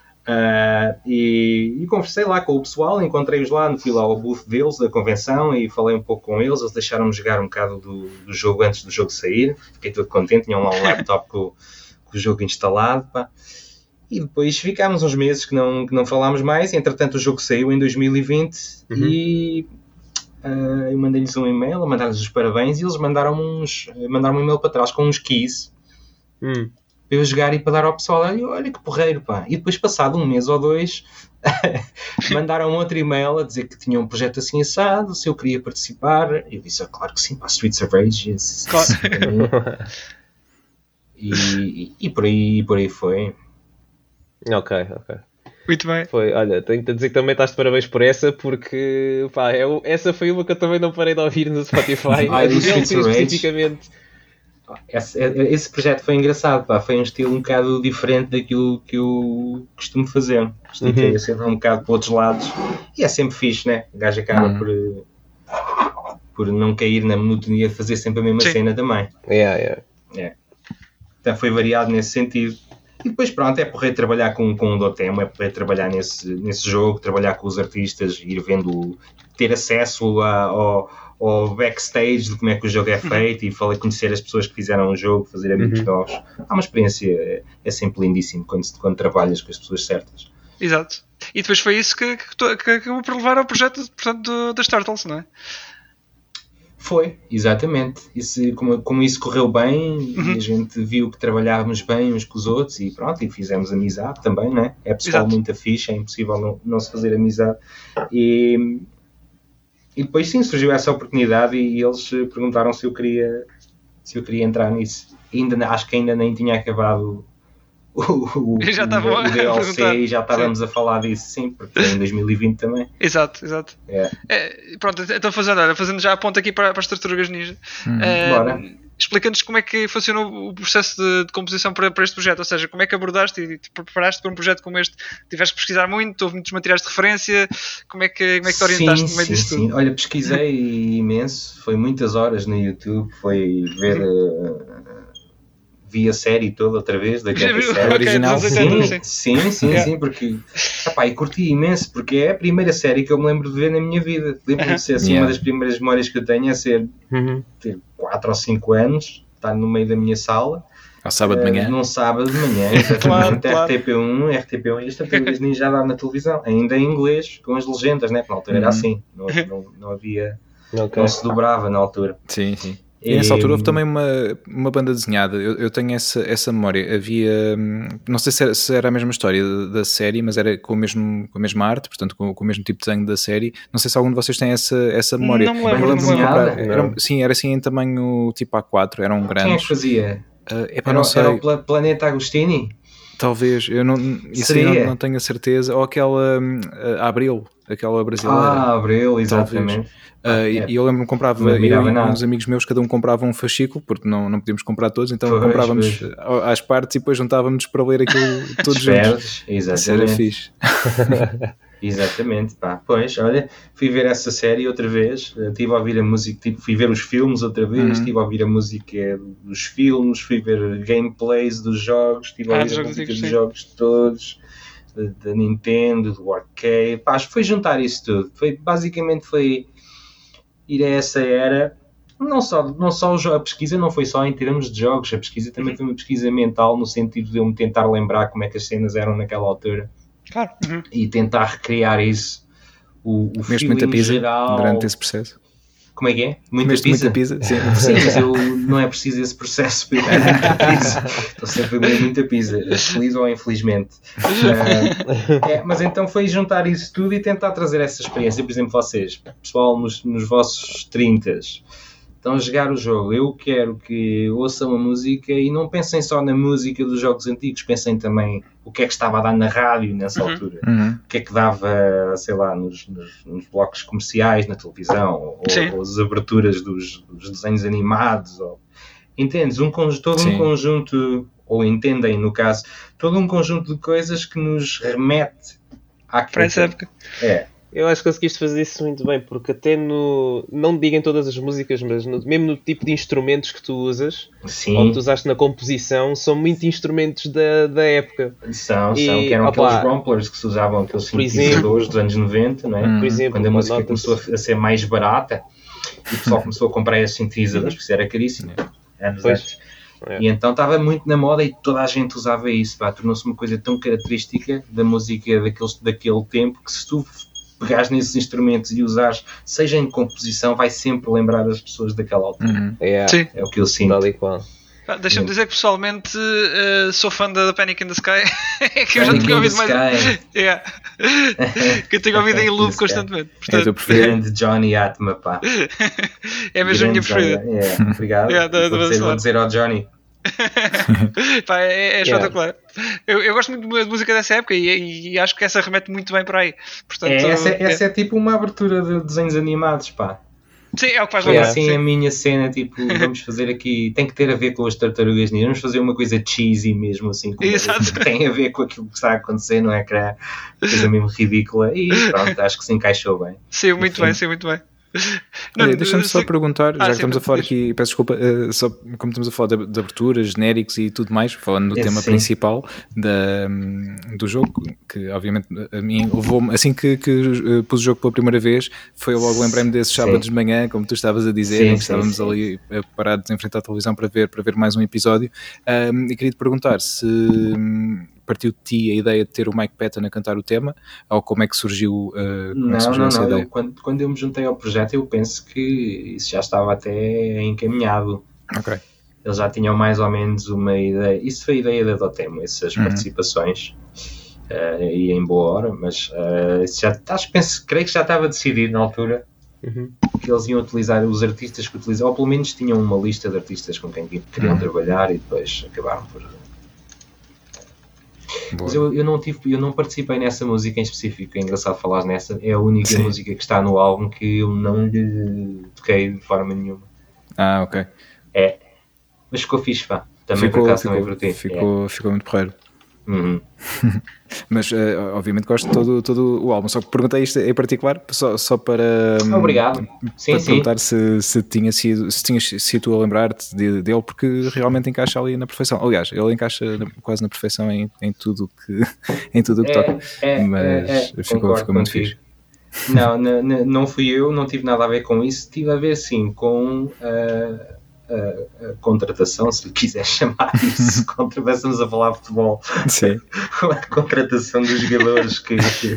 D: E conversei lá com o pessoal, encontrei-os lá, fui lá ao booth deles da convenção e falei um pouco com eles. Eles deixaram-me jogar um bocado do jogo antes do jogo sair, fiquei todo contente, tinham lá um laptop com o jogo instalado, pá. E depois ficámos uns meses que não falámos mais. Entretanto, o jogo saiu em 2020 e eu mandei-lhes um e-mail a mandar-lhes os parabéns e eles mandaram um e-mail para trás com uns keys para eu jogar e para dar ao pessoal. Olha que porreiro, pá. E depois, passado um mês ou dois, mandaram outro e-mail a dizer que tinha um projeto assim assado, se eu queria participar. Eu disse, claro que sim, para Streets of Rage. Claro. E por aí foi.
E: Ok.
C: Muito bem.
E: Foi, olha, tenho-te a dizer que também estás de parabéns por essa, porque pá, essa foi uma que eu também não parei de ouvir no Spotify. Especificamente.
D: Esse projeto foi engraçado, pá. Foi um estilo um bocado diferente daquilo que eu costumo fazer. Estiquei sempre um bocado para outros lados. E é sempre fixe, né? O gajo acaba por não cair na monotonia de fazer sempre a mesma cena também. Então foi variado nesse sentido. E depois, pronto, é porreiro trabalhar com o Dotemu, é porreiro trabalhar nesse jogo, trabalhar com os artistas, ir vendo, ter acesso ao backstage de como é que o jogo é feito e conhecer as pessoas que fizeram o jogo, fazer amigos novos. Há uma experiência, é sempre lindíssimo quando trabalhas com as pessoas certas.
C: Exato. E depois foi isso que acabou por levar ao projeto, portanto, das Turtles, não é?
D: Foi, exatamente. Como isso correu bem e a gente viu que trabalhávamos bem uns com os outros e pronto, e fizemos amizade também, não é? É pessoal muito fixe, é impossível não se fazer amizade. E depois sim, surgiu essa oportunidade e eles perguntaram se eu queria entrar nisso. Acho que ainda nem tinha acabado o DLC e já estávamos a falar disso, sim, porque foi em 2020 também.
C: Exato. Pronto, então fazendo já a ponta aqui para as Tartarugas Ninja, explica-nos como é que funcionou o processo de composição para este projeto, ou seja, como é que abordaste e te preparaste para um projeto como este? Tiveste que pesquisar muito, houve muitos materiais de referência, como é que te orientaste no meio disto tudo?
D: Olha, pesquisei imenso, foi muitas horas no YouTube, foi ver... vi a série toda outra vez, daquela série
A: original.
D: Sim, porque e curti imenso, porque é a primeira série que eu me lembro de ver na minha vida. Lembro-me de ser assim, uma das primeiras memórias que eu tenho é ter 4 ou 5 anos, estar no meio da minha sala.
A: Ao sábado de manhã.
D: Num sábado de manhã, exatamente. RTP1 e as Tartarugas Ninja já na televisão, ainda em inglês, com as legendas, né? Porque na altura era assim, não havia, não se dobrava na altura.
A: Sim. E nessa altura houve também uma banda desenhada. Eu tenho essa memória. Havia, não sei se era a mesma história da série, mas era com a mesma arte, portanto com o mesmo tipo de desenho da série. Não sei se algum de vocês tem essa memória.
C: Não me lembro.
A: Sim, era assim em tamanho tipo A4, eram grandes.
D: Quem é que fazia?
A: Era
D: o Planeta Agostini?
A: Talvez, eu não tenho a certeza. Ou aquela Abril, aquela brasileira.
D: Abril, exatamente.
A: E eu lembro-me que comprava, eu e uns amigos meus, cada um comprava um fascículo, porque não podíamos comprar todos, então comprávamos às partes e depois juntávamos para ler aquilo todos juntos.
D: Exatamente.
A: Era fixe.
D: Exatamente, pá. Pois, olha, fui ver essa série outra vez, estive a ouvir a música, fui ver os filmes outra vez, estive a ouvir a música dos filmes, fui ver gameplays dos jogos, estive a ouvir a música dos jogos todos, da Nintendo, do arcade, pá, foi juntar isso tudo. Basicamente foi ir a essa era, não só a pesquisa não foi só em termos de jogos, a pesquisa também foi uma pesquisa mental, no sentido de eu me tentar lembrar como é que as cenas eram naquela altura.
C: Claro.
D: E tentar recriar isso, o
A: feeling muita pizza geral. Durante esse processo.
D: Como é que é? Muita pizza?
A: Sim,
D: mas não é preciso esse processo para eu comer muita pizza. Estou sempre a comer muita pizza, feliz ou infelizmente. Mas então foi juntar isso tudo e tentar trazer essa experiência. Por exemplo, vocês, pessoal, nos vossos 30s, estão a jogar o jogo. Eu quero que ouçam a música e não pensem só na música dos jogos antigos, pensem também o que é que estava a dar na rádio nessa altura, o que é que dava, sei lá, nos blocos comerciais, na televisão, ou as aberturas dos desenhos animados. Entendes? Um conjunto, ou entendem, no caso, todo um conjunto de coisas que nos remete
C: para essa época.
E: Eu acho que conseguiste fazer isso muito bem, porque até não digo em todas as músicas, mas mesmo no tipo de instrumentos que tu usas, ou que tu usaste na composição, são muito instrumentos da época.
D: São, que eram aqueles romplers que se usavam, aqueles sintetizadores dos anos 90, não é?
E: Por exemplo,
D: quando a música começou a ser mais barata, e o pessoal começou a comprar esses sintetizadores, porque isso era caríssimo, anos antes. E então estava muito na moda e toda a gente usava isso, pá, tornou-se uma coisa tão característica da música daquele tempo que se tu pegares nesses instrumentos e usares, seja em composição, vai sempre lembrar as pessoas daquela altura. É o que eu sinto.
C: Deixa-me dizer que pessoalmente sou fã da Panic in the Sky. Que eu já tinha ouvido mais. Que eu tenho ouvido em loop constantemente.
D: Portanto, é o grande Johnny Atma, pá.
C: É mesmo a minha preferida.
D: Obrigado. Vou dizer ao Johnny.
C: Pá, é espetacular. Eu gosto muito de música dessa época e acho que essa remete muito bem por aí. Portanto,
D: essa é tipo uma abertura de desenhos animados, pá.
C: Sim, é o que faz lembrar.
D: Assim a minha cena, tipo, vamos fazer aqui, tem que ter a ver com as tartarugas ninja, vamos fazer uma coisa cheesy mesmo, assim, que tem a ver com aquilo que está a acontecer, não é? Que é coisa mesmo ridícula e pronto, acho que se encaixou bem.
C: Sim, muito bem.
A: Olha, deixa-me só perguntar, já que estamos a falar aqui, peço desculpa, só como estamos a falar de aberturas, genéricos e tudo mais, falando do tema principal do jogo, que obviamente a mim levou-me, assim que pus o jogo pela primeira vez, foi logo lembrei-me desses sábados de manhã, como tu estavas a dizer, em que estávamos ali parados em frente à televisão para ver mais um episódio, e queria te perguntar se partiu de ti a ideia de ter o Mike Patton a cantar o tema, ou como é que surgiu, essa ideia?
D: Quando eu me juntei ao projeto, eu penso que isso já estava até encaminhado.
A: Ok.
D: Eles já tinham mais ou menos uma ideia. Isso foi a ideia da Dotemu, essas participações, e em boa hora, mas creio que já estava decidido na altura que eles iam utilizar os artistas que utilizavam, ou pelo menos tinham uma lista de artistas com quem queriam trabalhar e depois acabaram por...
A: Boa.
D: Mas eu não participei nessa música em específico, é engraçado falar nessa, é a única música que está no álbum que eu não lhe toquei de forma nenhuma.
A: Ok.
D: Mas ficou fixe, pá. Também por acaso também curti.
A: Ficou muito porreiro. Mas obviamente gosto de todo o álbum, só que perguntei isto em particular só para
D: obrigado. Sim,
A: perguntar se tinhas sido tu a lembrar-te dele, porque realmente encaixa ali na perfeição. Aliás, ele encaixa quase na perfeição em tudo que toca, mas ficou muito fixe.
D: Não fui eu, não tive nada a ver com isso, tive a ver sim com a contratação, se lhe quiser chamar isso, estamos a falar de futebol.
A: Sim.
D: A contratação dos jogadores que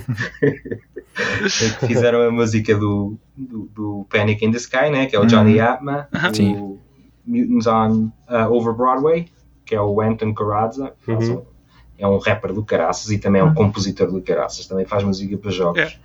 D: fizeram a música do Panic in the Sky, né, que é o Johnny Atma, o Mutants on Over Broadway, que é o Anton Corazza, é um rapper do caraças e também é um compositor do caraças, também faz música para jogos.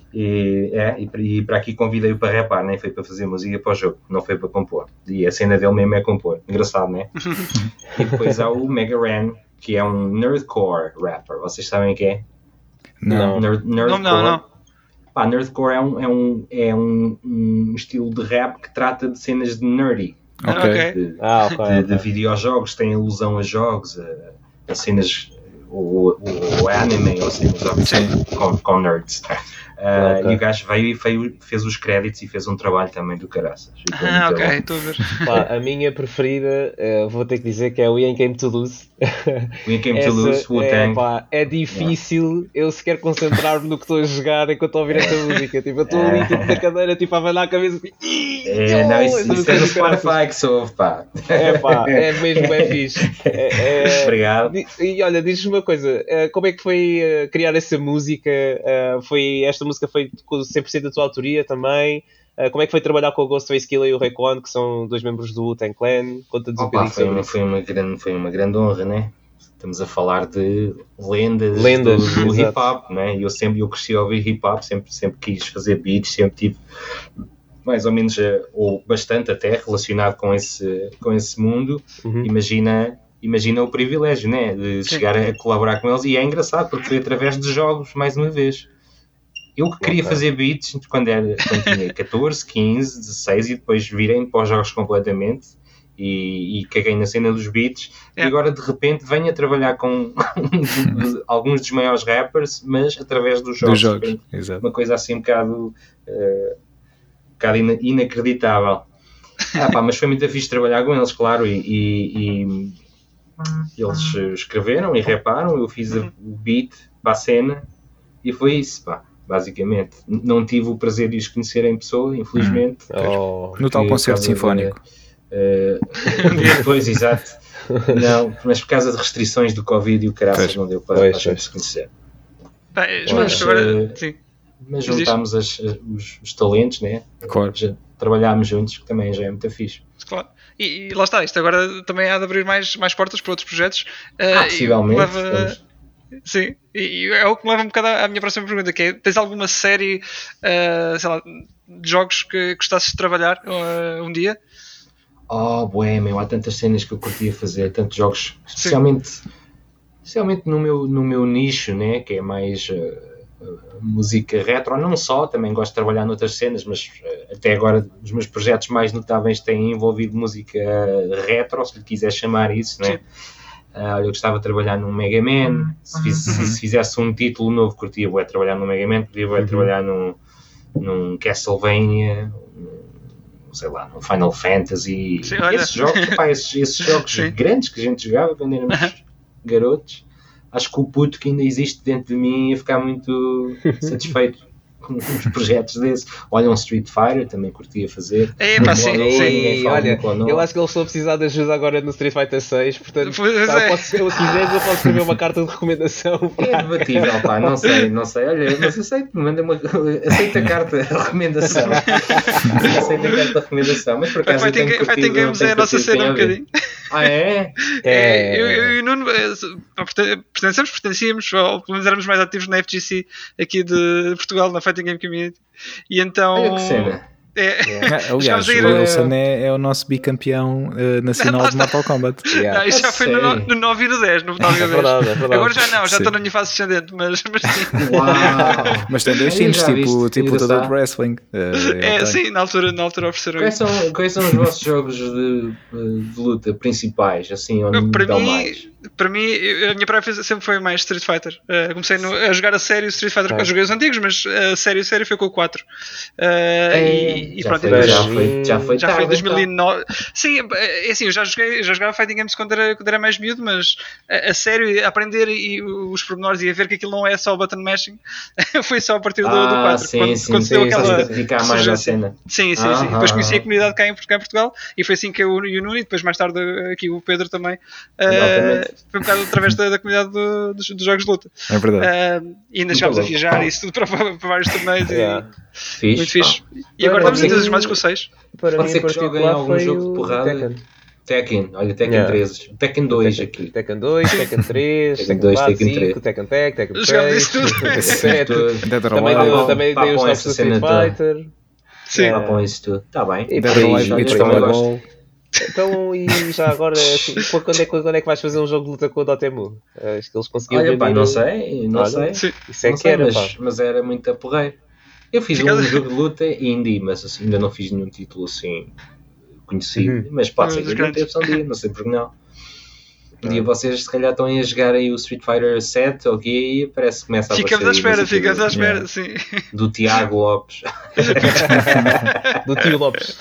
D: E para aqui convidei-o para rapar, nem foi para fazer música para o jogo, não foi para compor. E a cena dele mesmo é compor. Engraçado, né? E depois há o Mega Ran, que é um nerdcore rapper. Vocês sabem o que é?
A: Não.
D: Nerdcore. Não. Pá, nerdcore é um estilo de rap que trata de cenas de nerdy. De videojogos, tem alusão a jogos, a cenas... ou anime, ou cenas com nerds. E o gajo veio e fez os créditos e fez um trabalho também do caraças.
C: Estou a ver.
E: A minha preferida, vou ter que dizer que é o We Ain't Came to Lose.
D: We Ain't Came to Lose, Wu-Tang.
E: É difícil eu sequer concentrar-me no que estou a jogar enquanto estou a ouvir esta música. Tipo, eu estou ali tipo, na cadeira tipo, a abanar a cabeça.
D: Isso é no Spotify que soube, pá.
E: É mesmo, é fixe.
D: Obrigado.
E: E olha, diz-me uma coisa, como é que foi criar essa música? Esta música foi com 100% da tua autoria também? Como é que foi trabalhar com o Ghostface Killah e o Raekwon, que são dois membros do Wu-Tang Clan? Conta-nos um bocadinho sobre isso.
D: Foi uma grande honra, né? Estamos a falar de lendas do hip-hop, né? Eu cresci a ouvir hip-hop, sempre quis fazer beats, sempre tive mais ou menos, ou bastante até, relacionado com esse mundo. Imagina o privilégio, né? De chegar a colaborar com eles, e é engraçado porque foi através de jogos, mais uma vez. Eu que queria fazer beats quando tinha 14, 15, 16 e depois virei para os jogos completamente e caguei na cena dos beats e agora de repente venho a trabalhar com alguns dos maiores rappers, mas através dos jogos.
A: Exato.
D: Uma coisa assim um bocado inacreditável. Mas foi muito fixe trabalhar com eles, claro, e eles escreveram e raparam, eu fiz o beat para a cena e foi isso, pá. Basicamente, não tive o prazer de os conhecer em pessoa, infelizmente.
A: No tal concerto sinfónico.
D: Pois, exato. Não, mas por causa de restrições do Covid e o caraças não deu para a gente se conhecer. Mas juntámos os talentos, né?
A: Claro.
D: Já trabalhámos juntos, que também já é muito fixe.
C: Claro. E lá está, isto agora também há de abrir mais portas para outros projetos.
D: Possivelmente.
C: Sim, e é o que me leva um bocado à minha próxima pergunta, que é, tens alguma série, sei lá, de jogos que gostasses de trabalhar um dia?
D: Há tantas cenas que eu curtia fazer, tantos jogos, especialmente no meu nicho, né, que é mais música retro, não só, também gosto de trabalhar noutras cenas, mas até agora os meus projetos mais notáveis têm envolvido música retro, se lhe quiser chamar isso, né? Eu gostava de trabalhar num Mega Man, se fizesse um título novo, curtia trabalhar num Mega Man, curtia trabalhar num Castlevania, sei lá, num Final Fantasy.
C: Sim,
D: esses jogos grandes que a gente jogava quando éramos garotos. Acho que o puto que ainda existe dentro de mim ia ficar muito satisfeito com uns projetos desses. Olha, um Street Fighter também curtia fazer.
E: Olha, eu acho que eles estão a precisar de ajuda agora no Street Fighter 6, portanto, se eu posso escrever uma carta de recomendação.
D: É debatível, pá, não sei. Olha, mas aceita a carta de recomendação. Aceita a carta de recomendação, mas por acaso
C: Fighting Games é a nossa cena um bocadinho.
D: É?
C: Eu e o Nuno pertencíamos, ou pelo menos éramos mais ativos na FGC aqui de Portugal, na Fighting Game Community. E então.
D: Olha que cena.
A: Aliás, o Wilson é o nosso bicampeão nacional de Mortal Kombat.
C: Isso já foi no 9 e no 10.
E: É verdade.
C: Agora já estou na minha fase descendente, mas sim.
D: Uau.
A: Mas tem 2 sinos, tipo lutador de wrestling.
C: Sim, na altura ofereceram
D: isso. Quais são os vossos jogos de luta principais, assim, onde
C: para mim, a minha praia sempre foi mais Street Fighter. Comecei a jogar a sério Street Fighter, eu joguei os antigos, mas a sério foi com o 4.
D: Já foi
C: 2009. Sim, é assim, eu já jogava Fighting Games quando era mais miúdo, mas a sério, aprender e os pormenores e a ver que aquilo não é só button mashing foi só a partir do 4.
D: Quando
C: deu aquela
D: ficar mais a cena.
C: Sim. Depois conheci a comunidade cá em Portugal e foi assim que eu e o Nuno, e depois mais tarde aqui o Pedro também, foi um bocado através da comunidade dos jogos de luta.
A: É verdade.
C: E ainda chegámos a viajar e isso tudo para vários torneios. Muito fixe. E agora estamos entusiasmados com o 6.
D: Pode ser que joguem algum jogo de porrada. Tekken, olha, Tekken 3, Tekken 2 aqui.
E: Tekken 2, Tekken 3, Tekken 4, Tekken 5, Tekken Tag, Tekken 6, Tekken 7. Também dei os novos Street Fighter.
C: Sim.
D: Papam isso tudo. Está bem.
E: Então, e já agora, quando é que vais fazer um jogo de luta com o Dotemu? Acho que eles conseguiram.
D: Olha, pá, não sei.
E: Isso é que era,
D: mas era muito aporreiro. Eu fiz um jogo de luta indie, mas assim, ainda não fiz nenhum título assim conhecido. Mas pode ser que eu tenha opção de dia, não sei porque não. Um dia vocês se calhar estão a jogar aí o Street Fighter 7 ou okay, e parece que começa a aparecer.
C: Ficamos à espera, sim.
D: Do Tiago Lopes.
E: Do Tio Lopes.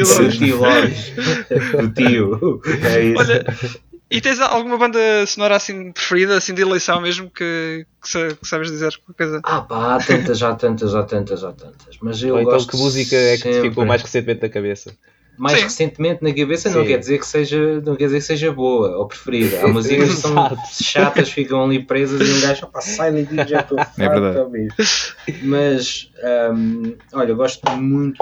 D: Do Tio. É isso.
C: Olha, e tens alguma banda sonora assim preferida, assim de eleição mesmo, que sabes dizer qualquer coisa?
D: Já tantas. Mas eu
E: então
D: gosto
E: que música é que te ficou mais recentemente na cabeça?
D: Mais recentemente na cabeça não quer dizer que seja boa ou preferida. Há músicas que são chatas, ficam ali presas e um gajo sai daqui, já estou farto a ouvir. Mas olha, eu gosto muito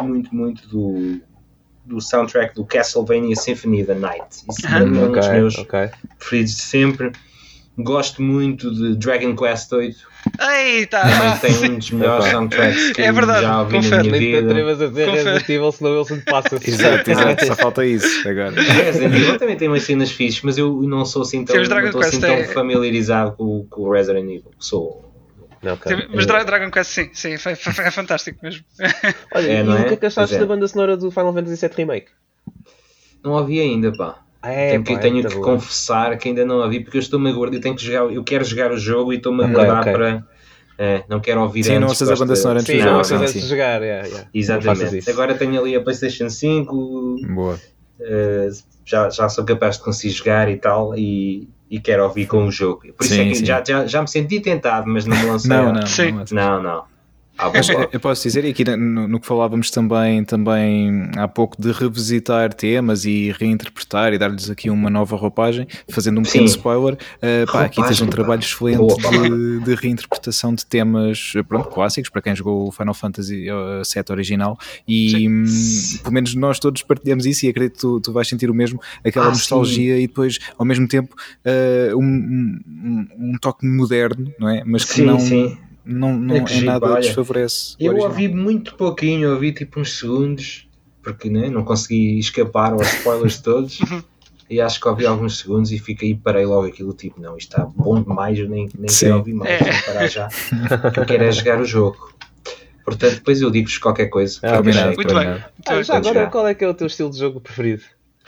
D: do soundtrack do Castlevania Symphony of the Night. Isso é um dos meus preferidos de sempre. Gosto muito de Dragon Quest 8.
C: Eita!
D: Também tem um dos melhores soundtracks que já ouvi na minha vida.
E: Nem te atrevas a dizer Resident Evil, senão o Wilson passa-se.
A: Exato, só falta isso agora.
D: Resident Evil também tem umas cenas fixes, mas eu não sou assim tão familiarizado com o Resident Evil.
C: Mas Dragon Quest sim, é fantástico mesmo.
E: Olha, e o que é que achaste da banda sonora do Final Fantasy VII Remake?
D: Não ouvi ainda, pá. Tenho que confessar que ainda não ouvi, porque eu estou-me a guardar, eu quero jogar o jogo e estou-me a guardar para... não quero ouvir antes.
A: Sim, não ouças a banda sonora antes de jogar.
E: Não antes de jogar,
D: Exatamente. Agora tenho ali a PlayStation 5.
A: Boa.
D: Já sou capaz de conseguir jogar e tal, e quero ouvir com o jogo. Por isso é que já me senti tentado, mas não me lancei.
C: Não.
A: Eu posso dizer, e aqui no que falávamos também há pouco, de revisitar temas e reinterpretar e dar-lhes aqui uma nova roupagem, fazendo um pequeno spoiler, aqui tens um trabalho excelente de reinterpretação de temas, pronto, clássicos, para quem jogou o Final Fantasy VII original, e pelo menos nós todos partilhamos isso, e acredito que tu vais sentir o mesmo, aquela nostalgia, e depois, ao mesmo tempo, um toque moderno, não é? Mas que não é nada, desfavorece.
D: Eu ouvi muito pouquinho, ouvi tipo uns segundos, porque não consegui escapar aos spoilers todos, e acho que ouvi alguns segundos e fiquei e parei logo aquilo, tipo, não, isto está bom demais, eu nem quero ouvir mais, vou parar já, que eu quero é jogar o jogo. Portanto, depois eu digo-vos qualquer coisa.
C: Muito bem.
E: Já agora, qual é que é o teu estilo de jogo preferido?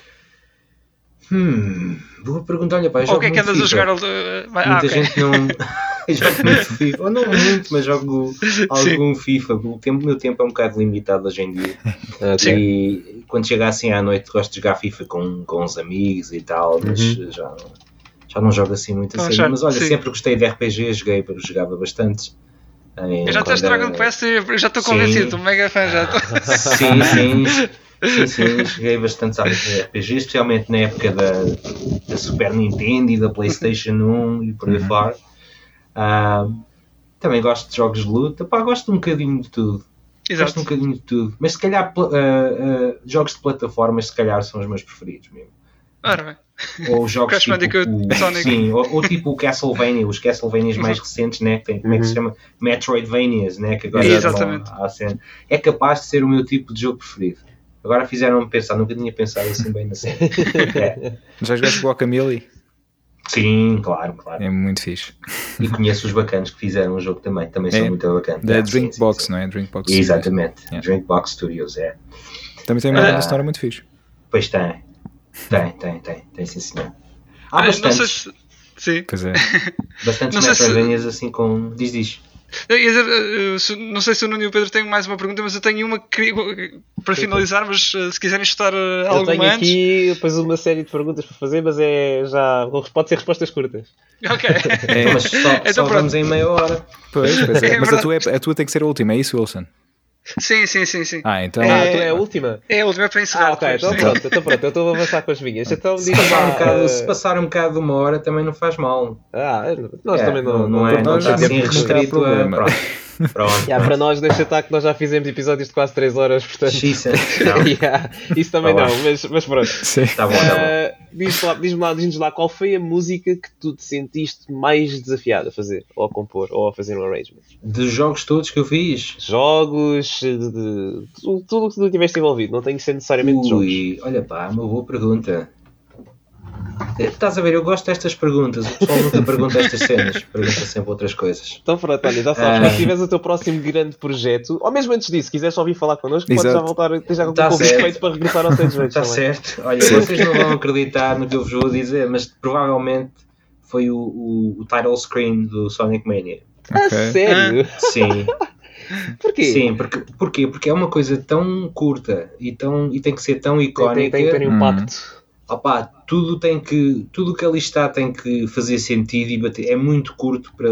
D: Boa pergunta, olha, pá, eu jogo
C: o que é que andas a jogar?
D: Muita gente não... Eu jogo muito FIFA, ou não muito, mas jogo algum FIFA. O meu tempo é um bocado limitado hoje em dia. E quando chega assim à noite gosto de jogar FIFA com uns amigos e tal, mas já não jogo assim muito assim. Mas olha, sempre gostei de RPG, jogava bastante.
C: Eu já tens Dragon Quest e eu já estou convencido, um mega fã já estou.
D: Sim, joguei bastante RPG, especialmente na época da Super Nintendo e da PlayStation 1 e por aí fora. Também gosto de jogos de luta, gosto um bocadinho de tudo.
C: Exato.
D: Gosto um bocadinho de tudo, mas se calhar jogos de plataformas se calhar são os meus preferidos mesmo.
C: Ora bem.
D: Ou jogos ou tipo o Castlevania, os Castlevanias mais recentes, né, que tem, como é que se chama? Metroidvanias, né, que agora à cena. É capaz de ser o meu tipo de jogo preferido. Agora fizeram-me pensar, nunca tinha pensado assim bem na cena.
A: Já jogaste Guacamelee?
D: Sim, claro.
A: É muito fixe.
D: E conheço os bacanas que fizeram o jogo também são muito bacanas.
A: Da Drinkbox, não é? Drinkbox
D: exatamente, Drinkbox Studios,
A: Também tem uma banda sonora muito fixe.
D: Pois tem sim senhor. Há bastantes.
C: Sim.
A: Pois é.
D: Bastantes Metroidvanias assim com... Diz.
C: Não sei se o Nuno e o Pedro têm mais uma pergunta, mas eu tenho uma para finalizar, mas se quiserem chutar alguma antes.
E: Eu tenho aqui depois uma série de perguntas para fazer, mas pode ser respostas curtas.
C: Ok.
D: Mas só vamos em meia hora.
A: Pois é. Mas a tua tem que ser a última, é isso, Wilson?
C: Sim.
A: Então...
E: tu é a última?
C: É a última para encerrar.
E: Ok, então pronto, eu estou a avançar com as minhas. Então,
D: se passar um bocado de uma hora também não faz mal.
E: Nós também
D: não está assim restrito a... Pronto.
E: Para nós, deixa estar que nós já fizemos episódios de quase 3 horas, portanto... isso também não, mas pronto.
A: Sim.
D: Tá bom.
E: Diz-nos lá, qual foi a música que tu te sentiste mais desafiado a fazer, ou a compor, ou a fazer um arrangement?
D: Dos jogos todos que eu fiz?
E: Jogos, tudo o que tu tiveste envolvido, não tem que ser necessariamente jogos.
D: Olha pá, uma boa pergunta. Estás a ver, eu gosto destas perguntas. O pessoal nunca pergunta estas cenas, pergunta sempre outras coisas.
E: Então pronto, olha, já sabes, quando tiveres o teu próximo grande projeto, ou mesmo antes disso, se quiseres só vir falar connosco, podes já voltar, tens já algum convite feito para regressar ao Stage Rage.
D: Está certo, olha, vocês não vão acreditar no que eu vos vou dizer, mas provavelmente foi o title screen do Sonic Mania.
E: Sério?
D: Sim.
E: Porquê?
D: Sim, porque é uma coisa tão curta e tem que ser tão icónica.
E: Tem que ter um impacto.
D: Tudo que ali está tem que fazer sentido e bater. É muito curto para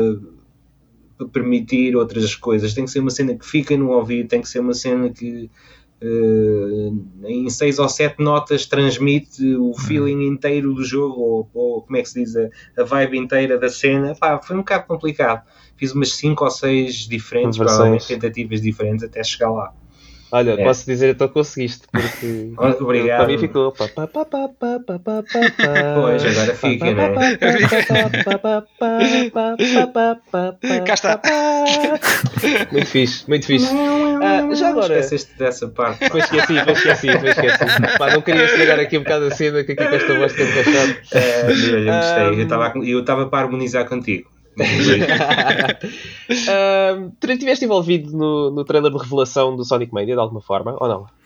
D: permitir outras coisas. Tem que ser uma cena que fica no ouvido, tem que ser uma cena que em 6 ou 7 notas transmite o feeling inteiro do jogo, ou como é que se diz, a vibe inteira da cena. Foi um bocado complicado. Fiz umas 5 ou 6 diferentes, provavelmente tentativas diferentes até chegar lá.
E: Olha, posso dizer então que conseguiste, porque
D: obrigado.
E: Para mim ficou.
D: Pois, agora fica, né?
C: Cá está.
E: Muito fixe. Já agora.
D: Esqueceste dessa parte.
E: Depois esqueci. Não queria estragar aqui um bocado a cena, que aqui com esta voz tem encaixado.
D: Eu estava para harmonizar contigo.
E: Estiveste envolvido no trailer de revelação do Sonic Mania de alguma forma, ou não?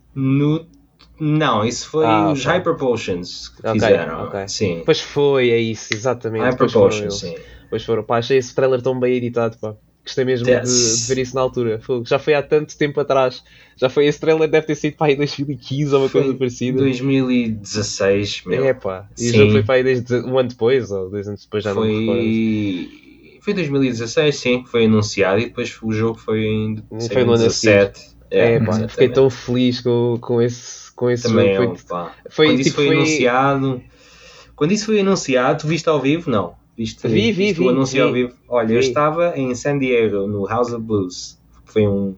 D: Não, isso foi os Hyper Potions que fizeram. Sim.
E: Pois foi, é isso, exatamente.
D: Hyper Potions, sim.
E: Pois foram, achei esse trailer tão bem editado, Gostei mesmo de ver isso na altura. Já foi há tanto tempo atrás. Esse trailer deve ter sido em 2015 ou uma coisa parecida.
D: 2016, meu.
E: E o jogo foi desde um ano depois ou 2 anos depois, já não me recordo.
D: Foi 2016, sim, foi anunciado, e depois o jogo foi em 2017.
E: Fiquei tão feliz com esse
D: também
E: jogo.
D: Quando isso foi anunciado... Quando isso foi anunciado, tu viste ao vivo? Não. Vi o anúncio ao vivo. Olha, eu estava em San Diego, no House of Blues. Foi um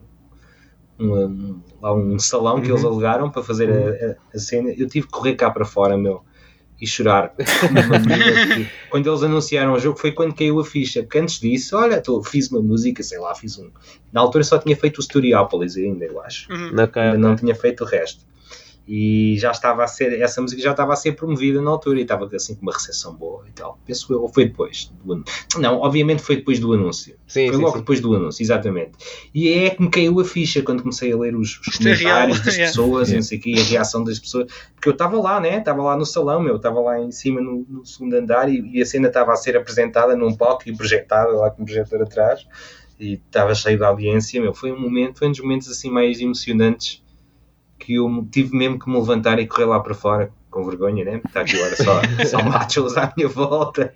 D: salão que eles alugaram para fazer a cena. Eu tive que correr cá para fora, e chorar. Quando eles anunciaram o jogo foi quando caiu a ficha, porque antes disso, olha, fiz uma música, sei lá, na altura só tinha feito o Studiopolis ainda, eu acho. Ainda não tinha feito o resto. E essa música já estava a ser promovida na altura e estava assim com uma recepção boa e tal. Penso eu, ou foi depois do anúncio? Não, obviamente foi depois do anúncio. Foi logo depois do anúncio, exatamente. E é que me caiu a ficha quando comecei a ler os comentários das pessoas e não sei o quê, a reação das pessoas. Porque eu estava lá, né? Estava lá no salão, estava lá em cima no segundo andar e a cena estava a ser apresentada num palco e projetada lá com o projetor atrás e estava cheio de audiência, Foi um dos momentos assim mais emocionantes que eu tive mesmo que me levantar e correr lá para fora, com vergonha, né? Está aqui agora só machos à minha volta.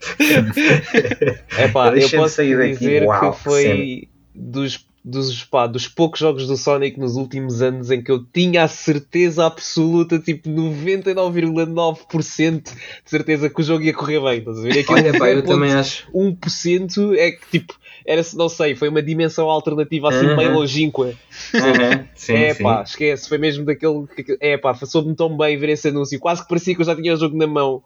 E: Eu posso dizer que foi dos poucos jogos do Sonic nos últimos anos em que eu tinha a certeza absoluta, tipo 99,9% de certeza que o jogo ia correr bem. Estás a ver?
D: Eu também acho.
E: 1% é que tipo, não sei, foi uma dimensão alternativa assim meio longínqua. Esquece, foi mesmo daquele. Soube-me tão bem ver esse anúncio, quase que parecia que eu já tinha o jogo na mão.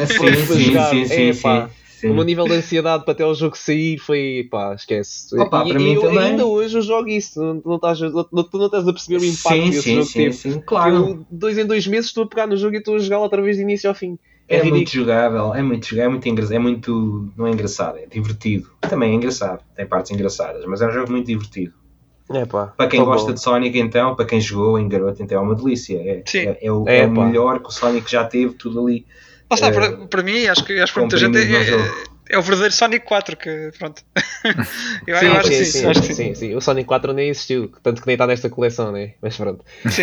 D: Sim.
E: O meu nível de ansiedade para até o jogo sair foi, esquece.
D: Para mim também.
E: Ainda hoje eu jogo isso, não estás a perceber o impacto que esse jogo teve.
D: Sim, claro.
E: Eu, 2 em 2 meses estou a pegar no jogo e estou a jogá-lo outra vez de início ao fim.
D: É muito jogável, é muito engraçado, não é engraçado, é divertido. Também é engraçado, tem partes engraçadas, mas é um jogo muito divertido. Para quem gosta de Sonic, então, para quem jogou em garoto, então é uma delícia. É o melhor que o Sonic já teve, tudo ali.
C: Está, para mim, acho que para muita gente é o verdadeiro Sonic 4 que, pronto. Eu acho que
E: sim. O Sonic 4 nem existiu, tanto que nem está nesta coleção, né? Mas pronto.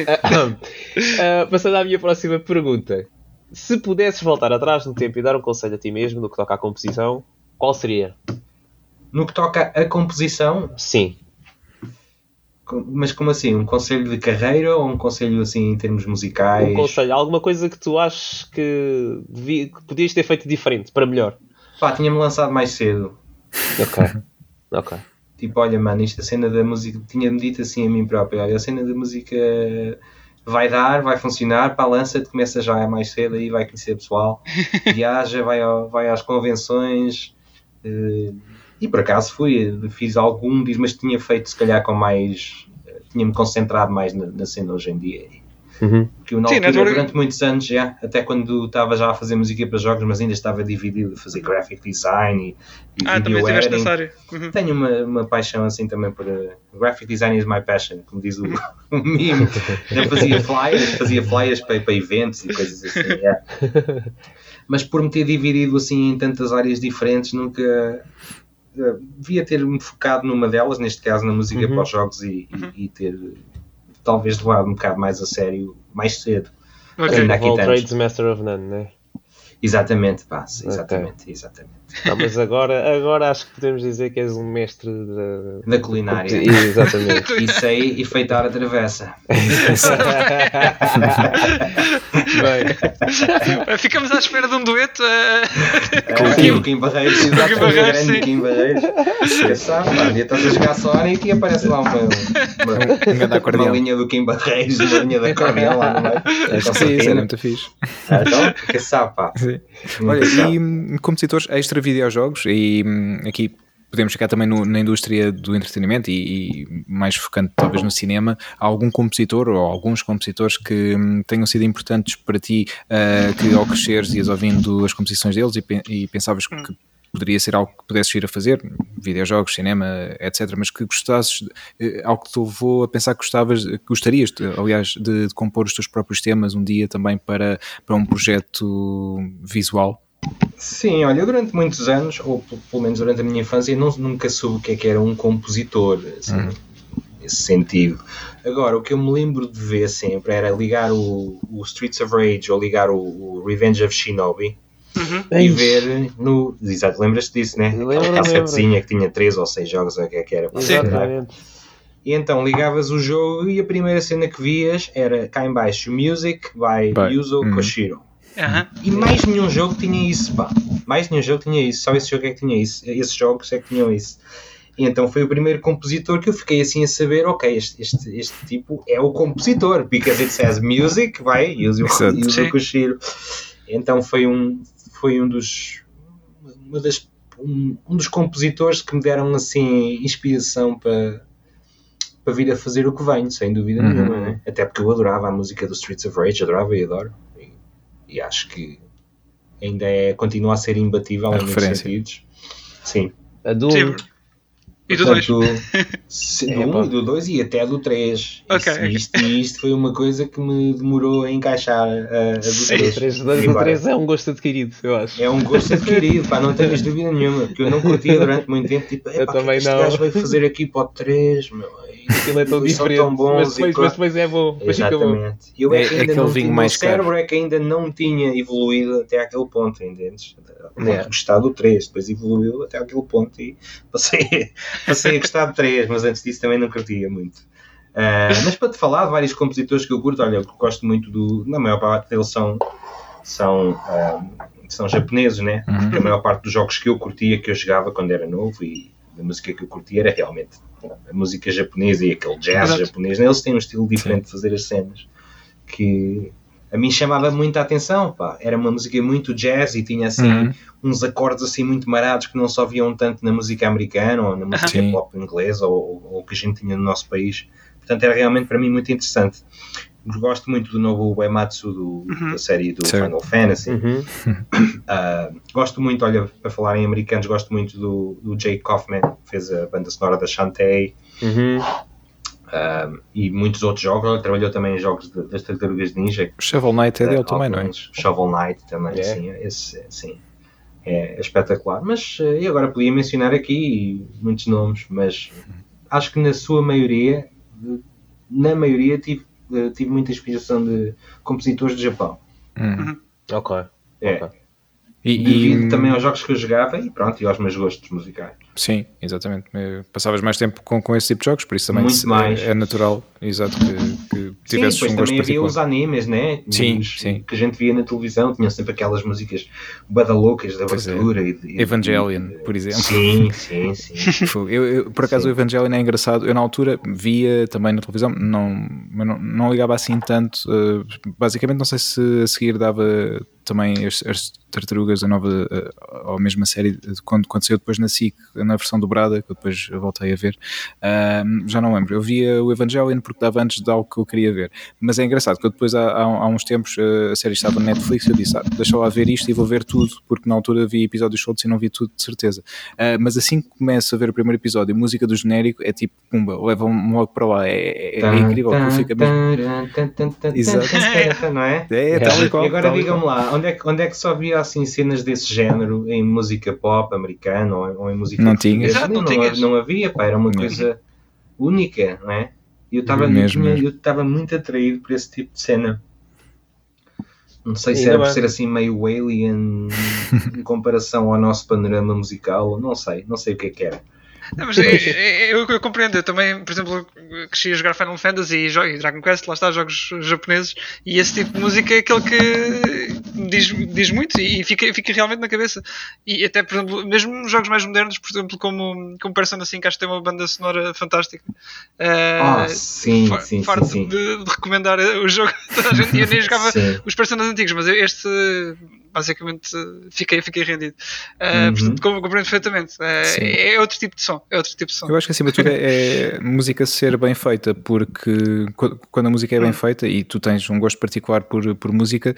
E: Passando à minha próxima pergunta. Se pudesses voltar atrás no tempo e dar um conselho a ti mesmo no que toca à composição, qual seria?
D: No que toca à composição?
E: Sim.
D: Mas como assim? Um conselho de carreira ou um conselho assim em termos musicais?
E: Um conselho, alguma coisa que tu achas que podias ter feito diferente, para melhor?
D: Tinha-me lançado mais cedo.
E: Ok.
D: Tipo, olha, mano, a cena da música, tinha-me dito assim a mim próprio, olha, a cena da música vai funcionar, lança-te, começa já mais cedo, aí vai conhecer pessoal, viaja, vai às convenções, e por acaso fiz algum, mas tinha feito se calhar com mais, tinha-me concentrado mais na cena hoje em dia. Porque eu na altura, durante muitos anos, até quando estava já a fazer música para jogos, mas ainda estava dividido a fazer graphic design e video editing. Tenho uma paixão assim também por graphic design is my passion, como diz o meme. Eu fazia flyers para eventos e coisas assim. Mas por me ter dividido assim em tantas áreas diferentes, nunca devia ter-me focado numa delas, neste caso na música para os jogos e ter talvez levado um bocado mais a sério mais cedo.
E: All trades master of none, né?
D: Exatamente.
E: Não, mas agora acho que podemos dizer que és um mestre
D: da culinária.
E: Exatamente.
D: E sei enfeitar a travessa.
C: Bem, ficamos à espera de um dueto
D: com o Kim Barreiros. Grande Kim Barreiros. Estás a jogar Sonic e aparece lá uma linha do Kim Barreiros, uma linha da acordeão lá no meio.
A: Isso é muito fixe.
D: Então, que sabe, pá.
A: Olha, e compositores extra videojogos, e aqui podemos ficar também na indústria do entretenimento e mais focando talvez no cinema, há algum compositor ou alguns compositores que tenham sido importantes para ti, que ao cresceres ias ouvindo as composições deles e pensavas que poderia ser algo que pudesses ir a fazer, videojogos, cinema, etc., mas que gostasses, algo que te levou a pensar que gostarias, aliás, de compor os teus próprios temas um dia também para um projeto visual?
D: Sim, olha, eu durante muitos anos, ou pelo menos durante a minha infância, nunca soube o que era um compositor, assim, nesse sentido. Agora, o que eu me lembro de ver sempre era ligar o Streets of Rage ou ligar o Revenge of Shinobi, e ver no... Exato, lembras-te disso, né? Aquela cassetezinha que tinha 3 ou 6 jogos, ou o que é que era.
E: Exatamente.
D: E então ligavas o jogo e a primeira cena que vias era cá em baixo Music by Yuzo Koshiro. E mais nenhum jogo tinha isso, pá. Mais nenhum jogo tinha isso. Só esse jogo é que tinha isso. Esses jogos é que tinham isso. E então foi o primeiro compositor que eu fiquei assim a saber, ok, este tipo é o compositor, because it says music by Yuzo Koshiro. Então foi um dos compositores que me deram assim inspiração para vir a fazer o que venho, sem dúvida nenhuma, né? Até porque eu adorava a música do Streets of Rage, adorava e adoro, e acho que ainda continua a ser imbatível em muitos sentidos. Sim.
E: A do
C: E do 2?
D: Do 1 e do 2 e até do 3. Isto foi uma coisa que me demorou a encaixar a do 3.
E: O 3 é um gosto adquirido, eu acho.
D: É um gosto adquirido, pá, não tenhas dúvida nenhuma. Porque eu não curtia durante muito tempo. Tipo,
E: eu também
D: este gajo veio fazer aqui para o 3, meu.
E: Aquilo é tão diferente,
D: tão bons
E: mas depois é bom.
D: Exatamente. Eu é que ainda não tinha, o meu cérebro é que ainda não tinha evoluído até aquele ponto, entendes? Gostar do 3, depois evoluiu até aquele ponto e passei a gostar do 3, mas antes disso também não curtia muito. Mas para te falar de vários compositores que eu curto, olha, eu gosto muito na maior parte deles são japoneses, né? Porque a maior parte dos jogos que eu curtia, que eu jogava quando era novo e a música que eu curtia era realmente a música japonesa e aquele jazz japonês. Eles têm um estilo diferente de fazer as cenas que a mim chamava muito a atenção, pá. Era uma música muito jazz e tinha assim uns acordes assim muito marados que não só viam tanto na música americana ou na música pop inglesa ou que a gente tinha no nosso país. Portanto era realmente para mim muito interessante. Gosto muito do novo Uematsu da série do Final Fantasy. Gosto muito, olha, para falar em americanos, gosto muito do Jake Kaufman, que fez a banda sonora da Shantae. E muitos outros jogos. Ele trabalhou também em jogos das Tartarugas Ninja.
A: O Shovel Knight é dele também, não é?
D: Shovel Knight também, sim. É espetacular. Mas eu agora podia mencionar aqui muitos nomes, mas acho que na maioria tive muita inspiração de compositores do Japão.
E: Ok.
D: E devido também aos jogos que eu jogava e pronto, e aos meus gostos musicais.
A: Sim, exatamente. Passavas mais tempo com esse tipo de jogos, por isso também
D: muito mais.
A: É natural, exato, que tivesses um gosto
D: também havia os animes, né?
A: Sim.
D: Que a gente via na televisão, tinham sempre aquelas músicas badaloucas da abertura.
A: Evangelion, por exemplo.
D: Sim.
A: eu por acaso o Evangelion é engraçado. Eu na altura via também na televisão, não ligava assim tanto. Basicamente não sei se a seguir dava também as Tartarugas, a nova, ou a mesma série, quando saiu depois na SIC, na versão dobrada, que eu depois voltei a ver. Já não lembro. Eu via o Evangelion porque dava antes de algo que eu queria ver. Mas é engraçado, que eu depois há uns tempos a série estava na Netflix e eu disse, deixa lá ver isto e vou ver tudo, porque na altura vi episódios soltos e não vi tudo de certeza. Mas assim que começo a ver o primeiro episódio, a música do genérico é tipo, pumba, levam-me logo para lá. É incrível, que fica mesmo...
D: Exato. Não é?
A: Tal e qual.
D: E agora digam-me lá, onde é que só havia assim cenas desse género em música pop americana ou em música
A: não tinha?
D: Não havia, pá, era uma coisa única, não é? E eu estava muito atraído por esse tipo de cena. Não sei se era por ser assim meio alien em comparação ao nosso panorama musical, não sei o que era.
C: Não, mas eu compreendo. Eu também, por exemplo, cresci a jogar Final Fantasy e Dragon Quest, lá está, jogos japoneses, e esse tipo de música é aquele que diz muito e fica realmente na cabeça. E até, por exemplo, mesmo jogos mais modernos, por exemplo, como Persona 5, acho que tem uma banda sonora fantástica.
D: Sim.
C: De recomendar o jogo a toda a gente. Eu nem jogava os Personas antigos, mas este basicamente fiquei rendido. Portanto, compreendo perfeitamente. É outro tipo de som.
A: Eu acho que acima de tudo é música ser bem feita, porque quando a música é bem feita e tu tens um gosto particular por música,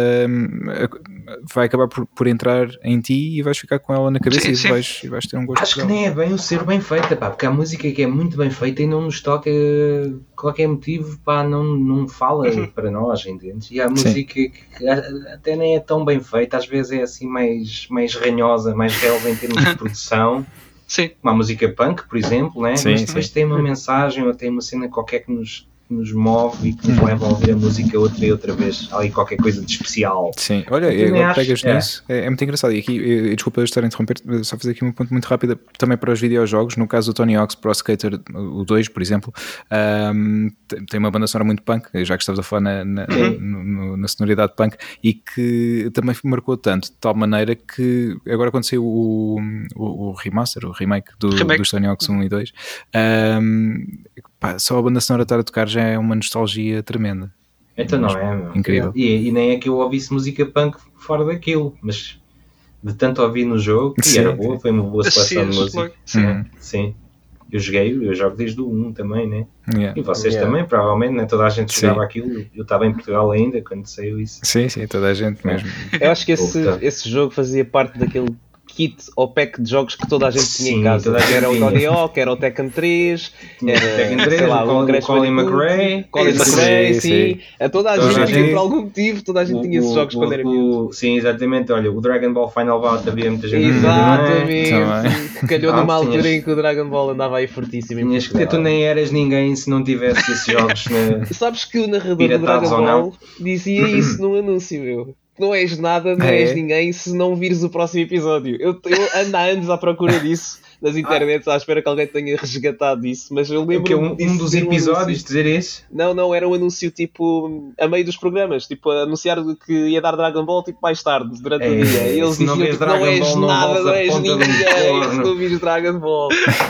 A: vai acabar por entrar em ti e vais ficar com ela na cabeça e vais ter um gosto.
D: Acho que nem é bem o ser bem feita, pá, porque há música que é muito bem feita e não nos toca qualquer motivo, pá, não fala para nós, entendes? E há música que até nem é tão bem feita, às vezes é assim mais ranhosa, mais relva em termos de produção.
C: Sim.
D: Uma música punk, por exemplo, né? Mas depois tem uma mensagem ou tem uma cena qualquer que nos nos move e que nos leva a ouvir a música outra e outra vez. Há ali qualquer coisa de especial.
A: Sim, olha, agora pegas nisso, é muito engraçado. E aqui, desculpa estar a interromper, só fazer aqui um ponto muito rápido também para os videojogos. No caso do Tony Hawk's Pro Skater, o 2, por exemplo, tem uma banda sonora muito punk, já que estamos a falar na sonoridade punk, e que também me marcou tanto, de tal maneira que agora quando saiu o remaster, o remake dos Tony Hawk's 1 e 2, só a banda sonora estar a tocar já é uma nostalgia tremenda.
D: Então não é, meu.
A: Incrível.
D: E nem é que eu ouvisse música punk fora daquilo, mas de tanto ouvir no jogo, e era boa, foi uma boa seleção de música. Sim. Eu jogo desde o 1 também, né? E vocês também, provavelmente, né? Toda a gente jogava aquilo. Eu estava em Portugal ainda quando saiu isso.
A: Sim, toda a gente mesmo.
E: Eu acho que esse jogo fazia parte daquele kit ou pack de jogos que toda a gente tinha em casa. Era o Tony Hawk, era o Tekken 3, era o
D: Colin McRae,
E: sim. A toda a gente tinha por algum motivo, toda a gente tinha esses jogos quando era miúdo.
D: Sim, exatamente. Olha, o Dragon Ball Final Bout havia muita gente.
E: Exatamente. Calhou numa altura em que o Dragon Ball andava aí fortíssimo.
D: Tinhas que ter, tu nem eras ninguém se não tivesse esses jogos.
E: Sabes que o narrador do Dragon Ball dizia isso num anúncio, meu. Não és nada, não és ninguém se não vires o próximo episódio. Eu ando há anos à procura disso nas internets, à espera que alguém tenha resgatado isso, mas eu lembro
D: um dos episódios dizer isso?
E: Não, era um anúncio tipo a meio dos programas, tipo a anunciar que ia dar Dragon Ball tipo mais tarde, durante o dia. E eles diziam tipo, não és nada, não és ninguém se não vires Dragon Ball.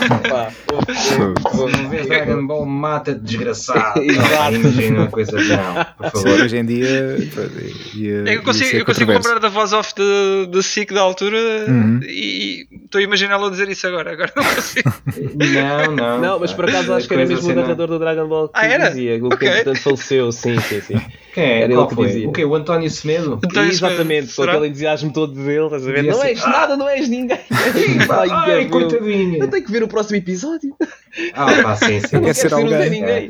D: Se não vês Dragon Ball, mata-te, desgraçado. Exato. Imagina uma coisa não, por favor.
A: Hoje em dia
C: eu consigo lembrar da voz off de SIC da altura e estou a imaginá-lo a dizer isso agora não consigo.
E: Não, mas por acaso acho que era mesmo o narrador do Dragon Ball que dizia, o que entretanto faleceu, sim.
D: Quem é? Era ele que dizia. O quê? O António Semedo?
E: Exatamente, com aquele entusiasmo todo dele, estás a ver? Não és nada, não és ninguém.
D: Ai, coitadinho.
E: Eu tenho que ver o próximo episódio.
D: Sim.
E: Não quer ser ninguém.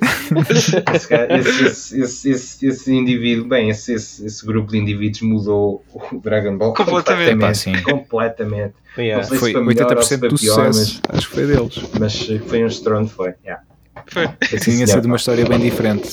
D: Esse indivíduo, esse grupo de indivíduos mudou o Dragon Ball completamente.
A: Foi 80% do sucesso, acho que foi deles.
D: Mas foi um estrondo, foi.
A: Tinha sido uma história bem diferente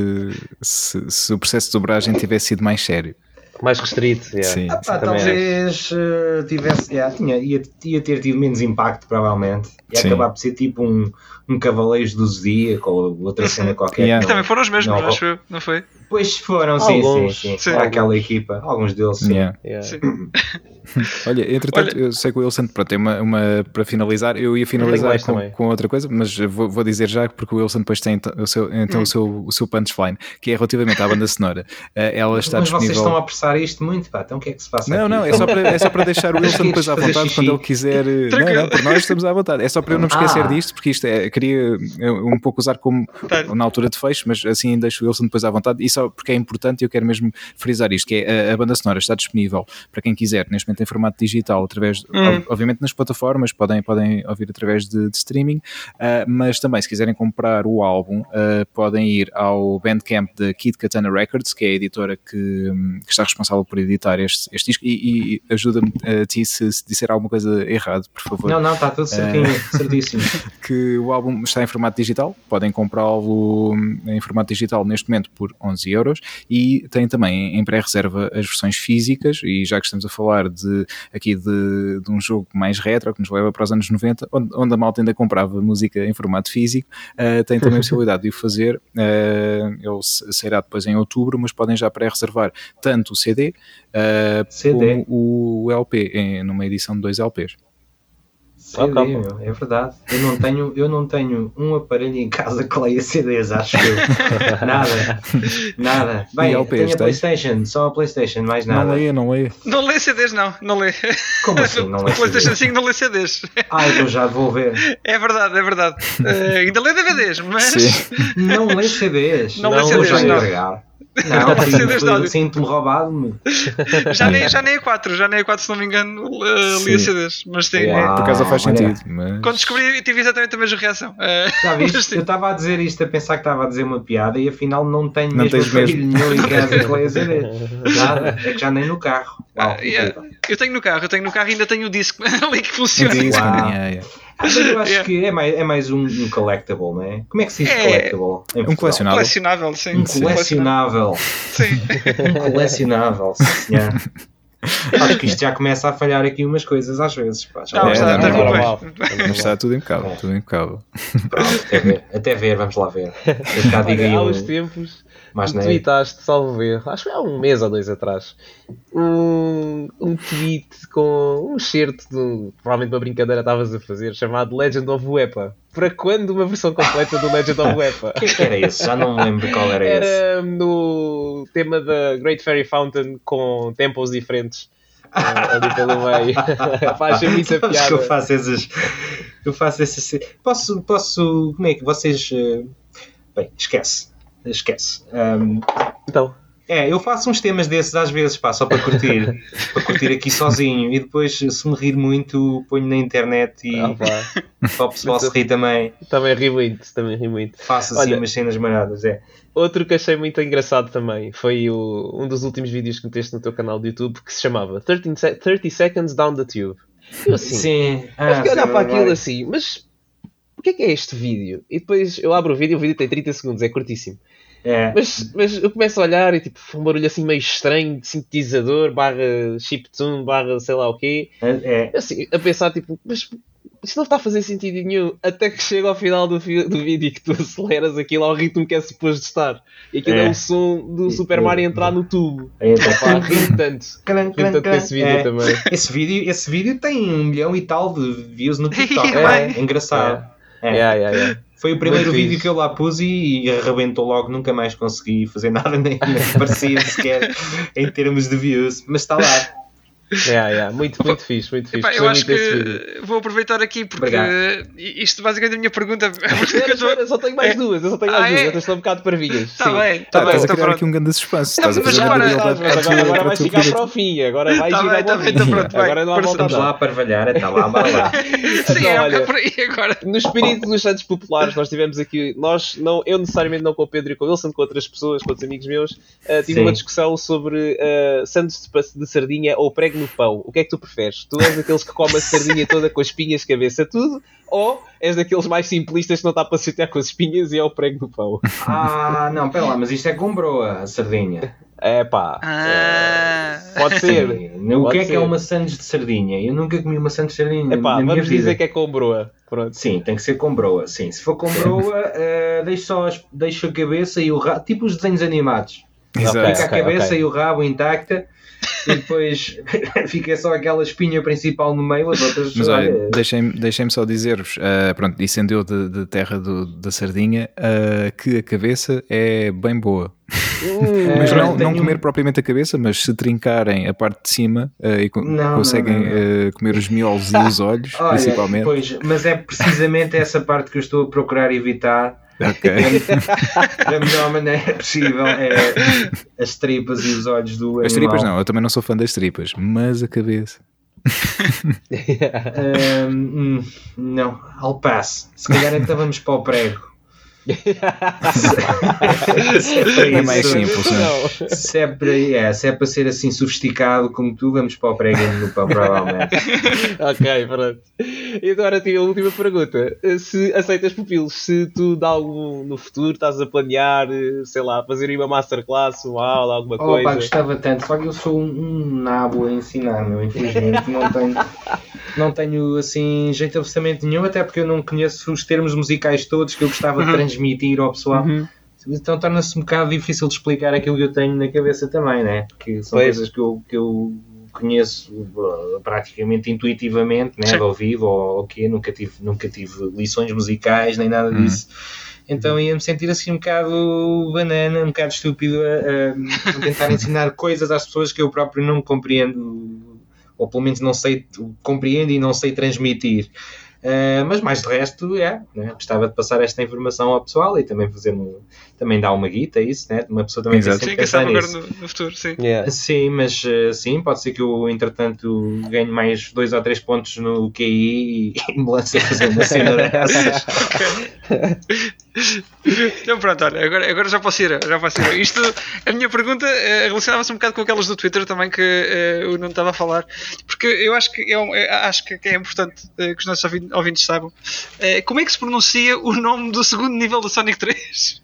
A: se o processo de dobragem tivesse sido mais sério.
E: Mais restrito,
A: Sim.
D: Talvez tivesse, ia ter tido menos impacto, provavelmente. Ia acabar por ser tipo um Cavaleiros do Zodíaco ou outra cena qualquer.
C: Também foram os mesmos, acho eu, não foi?
D: Pois foram, sim. Aquela equipa, alguns deles, sim.
C: Sim.
A: Olha, entretanto, eu sei que o Wilson, pronto, tem uma para finalizar. Eu ia finalizar com outra coisa, mas vou dizer já, porque o Wilson depois tem o seu punchline, que é relativamente à banda sonora. Ela está
D: mas
A: disponível.
D: Vocês estão a apressar isto muito, pá, então o que é que se passa aqui?
A: Não, é só para deixar o Wilson depois à vontade quando ele quiser. Não, por nós estamos à vontade. É só para eu não me esquecer disto, porque isto queria um pouco usar como na altura de fecho, mas assim deixo o Wilson depois à vontade, e só porque é importante, eu quero mesmo frisar isto, que é a banda sonora está disponível para quem quiser, neste momento em formato digital, através, obviamente nas plataformas, podem ouvir através de streaming, mas também se quiserem comprar o álbum, podem ir ao Bandcamp da Kid Katana Records, que é a editora que está responsável por editar este disco, e ajuda-me a ti se disser alguma coisa errada, por favor.
D: Não, está tudo certinho, certíssimo.
A: Que o álbum está em formato digital, podem comprá-lo em formato digital neste momento por 11€, e tem também em pré-reserva as versões físicas, e já que estamos a falar de um jogo mais retro, que nos leva para os anos 90, onde a malta ainda comprava música em formato físico, tem também a possibilidade de o fazer. Ele sairá depois em outubro, mas podem já pré-reservar tanto o CD, como o LP, numa edição de 2 LPs.
D: CD, é verdade. Eu não tenho um aparelho em casa que leia CDs, acho que nada. Bem, tenho a PlayStation, só a PlayStation, mais nada.
A: Não leia.
C: Não lê CDs, não lê.
D: Como assim não lê?
C: O PlayStation 5 não lê CDs.
D: Então já vou ver.
C: É verdade. Ainda lê DVDs, mas
D: não lê CDs.
C: Não lê CDs, não.
D: Não, sinto-me roubado.
C: Já nem a 4, se não me engano, lia CDs. Mas tem.
A: Por acaso faz sentido. Mas...
C: Quando descobri, tive exatamente a mesma reação.
D: Já viste? Eu estava a dizer isto a pensar que estava a dizer uma piada e afinal não tenho mesmo aparelho nenhum em casa que leia CDs. Nada, é que já nem no carro.
C: Eu tenho no carro e ainda tenho o disco ali que funciona.
D: Mas eu acho que é mais um collectible, não é? Como é que se diz collectible?
A: Um colecionável.
C: Colecionável, sim.
D: Um colecionável.
C: Sim.
D: Um colecionável, senhor. Acho que isto já começa a falhar aqui umas coisas às vezes. Pá,
A: mas está tudo impecável. Tudo impecável.
D: Pronto, até ver, vamos lá ver.
E: Há uns tempos tu tweetaste, salvo erro, acho que há um mês ou 2 atrás, um tweet com um certo de provavelmente uma brincadeira estavas a fazer, chamado Legend of Wepa. Para quando uma versão completa do Legend of Wepa?
D: O que era esse? Já não me lembro qual era esse.
E: Era no tema da Great Fairy Fountain com tempos diferentes. Ali pelo meio. Faz muita piada.
D: Eu faço essas. Posso. Como é que vocês. Bem, esquece.
E: Então.
D: Eu faço uns temas desses às vezes, pá, só para curtir. Para curtir aqui sozinho. E depois, se me rir muito, ponho na internet e para o pessoal se rir também.
E: Também ri muito.
D: Faço assim umas cenas maradas,
E: Outro que achei muito engraçado também foi um dos últimos vídeos que meteste no teu canal do YouTube, que se chamava 30 Seconds Down the Tube. Eu assim,
D: sim.
E: Mas que olhar para aquilo assim, mas o que é este vídeo? E depois eu abro o vídeo tem 30 segundos, é curtíssimo. Mas eu começo a olhar e tipo, um barulho assim meio estranho de sintetizador, / chiptune, / sei lá o quê. Assim, a pensar tipo, mas isto não está a fazer sentido nenhum, até que chega ao final do vídeo e que tu aceleras aquilo ao ritmo que é suposto estar. E aquilo é o som do Super Mario entrar no tubo. Rio tanto desse vídeo também.
D: Esse vídeo tem 1 milhão e tal de views no TikTok. É engraçado. Foi o primeiro vídeo que eu lá pus e arrebentou logo, nunca mais consegui fazer nada, nem parecia sequer em termos de views, mas está lá.
E: Muito fixe.
C: Epá, eu acho que vou aproveitar aqui porque isto basicamente é a minha pergunta.
E: Eu só tenho mais duas, eu estou um bocado parvinhas.
C: Está bem.
A: Estás a criar aqui um grande suspense. Estás a fazer
E: agora vais ficar para o fim, agora vais chegar para o fim. Agora não há volta.
D: Estamos lá a parvalhar, está lá, bora lá.
C: Sim, é por aí agora.
E: No espírito dos Santos Populares, nós tivemos aqui, eu necessariamente não com o Pedro e com o Wilson, com outras pessoas, com outros amigos meus, tive uma discussão sobre sandes de sardinha ou prego no pão. O que é que tu preferes? Tu és daqueles que come a sardinha toda com as espinhas, cabeça, tudo? Ou és daqueles mais simplistas que não está para chatear com as espinhas e é o prego no pão?
D: Não, pera lá, mas isto é com broa, a sardinha.
E: Pode ser.
D: O que é uma sandes de sardinha? Eu nunca comi uma sandes de sardinha na minha vida.
E: Vamos dizer que é com broa. Pronto.
D: Sim, tem que ser com broa. Sim. Se for com broa, deixo a cabeça e o rabo, tipo os desenhos animados. Fica a cabeça e o rabo intacta. E depois fica só aquela espinha principal no meio, as outras...
A: Mas olha, deixem-me só dizer-vos, pronto, descendeu de terra da sardinha, que a cabeça é bem boa. Mas não comer propriamente a cabeça, mas se trincarem a parte de cima e conseguem comer os miolos e os olhos, principalmente.
D: Pois, mas é precisamente essa parte que eu estou a procurar evitar. Da melhor maneira possível é as tripas e os olhos do animal.
A: As tripas não, eu também não sou fã das tripas, mas a cabeça.
D: Não, I'll pass. Se calhar então vamos para o prego.
A: É mais simples, não?
D: Se é para ser assim sofisticado como tu, vamos para o prego no pão, provavelmente.
E: Ok, pronto. E agora tinha a última pergunta. Se aceitas pupilos, se tu de algo no futuro estás a planear, sei lá, fazer uma masterclass, uma aula, alguma coisa.
D: Pá, gostava tanto, só que eu sou um nabo a ensinar, meu, infelizmente não tenho assim jeito absolutamente nenhum, até porque eu não conheço os termos musicais todos que eu gostava de transmitir ao pessoal. Então torna-se um bocado difícil de explicar aquilo que eu tenho na cabeça também, né? Porque são coisas que eu conheço praticamente intuitivamente, né? De ouvido ou o quê, nunca tive lições musicais nem nada disso. Então ia-me sentir assim um bocado banana, um bocado estúpido a tentar ensinar coisas às pessoas que eu próprio não compreendo, ou pelo menos não sei, compreendo e não sei transmitir. Mas mais de resto, né? Gostava de passar esta informação ao pessoal e também também dar uma guita a isso, né? Uma pessoa também tem sempre que pensar nisso.
C: Agora no futuro, sim.
D: Sim, mas sim, pode ser que eu entretanto ganhe mais 2 ou 3 pontos no QI e me lance a fazer uma cena dessas.
C: Então pronto, olha, agora já posso ir. Isto, a minha pergunta relacionava-se um bocado com aquelas do Twitter também que o Nuno estava a falar, porque eu acho que é importante que os nossos ouvintes saibam como é que se pronuncia o nome do segundo nível do Sonic 3.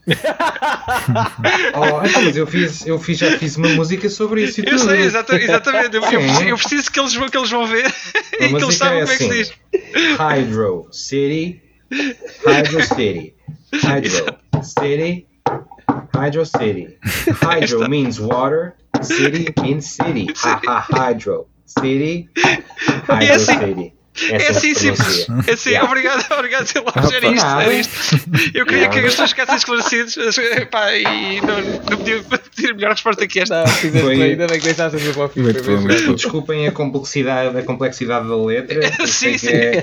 D: Mas eu já fiz uma música sobre isso e tudo.
C: Eu sei, exatamente. Eu preciso que eles vão ver e que eles saibam como é que se diz.
D: Hydro City. Hydro means water, city means city. Hydro City. Hydro City.
C: É assim simples. É assim, obrigado era isto. Eu queria que as pessoas ficassem esclarecidas e não podia pedir melhor resposta que esta.
E: Ainda bem que deixaste a sua fim.
D: Desculpem a complexidade da letra.
C: Sim.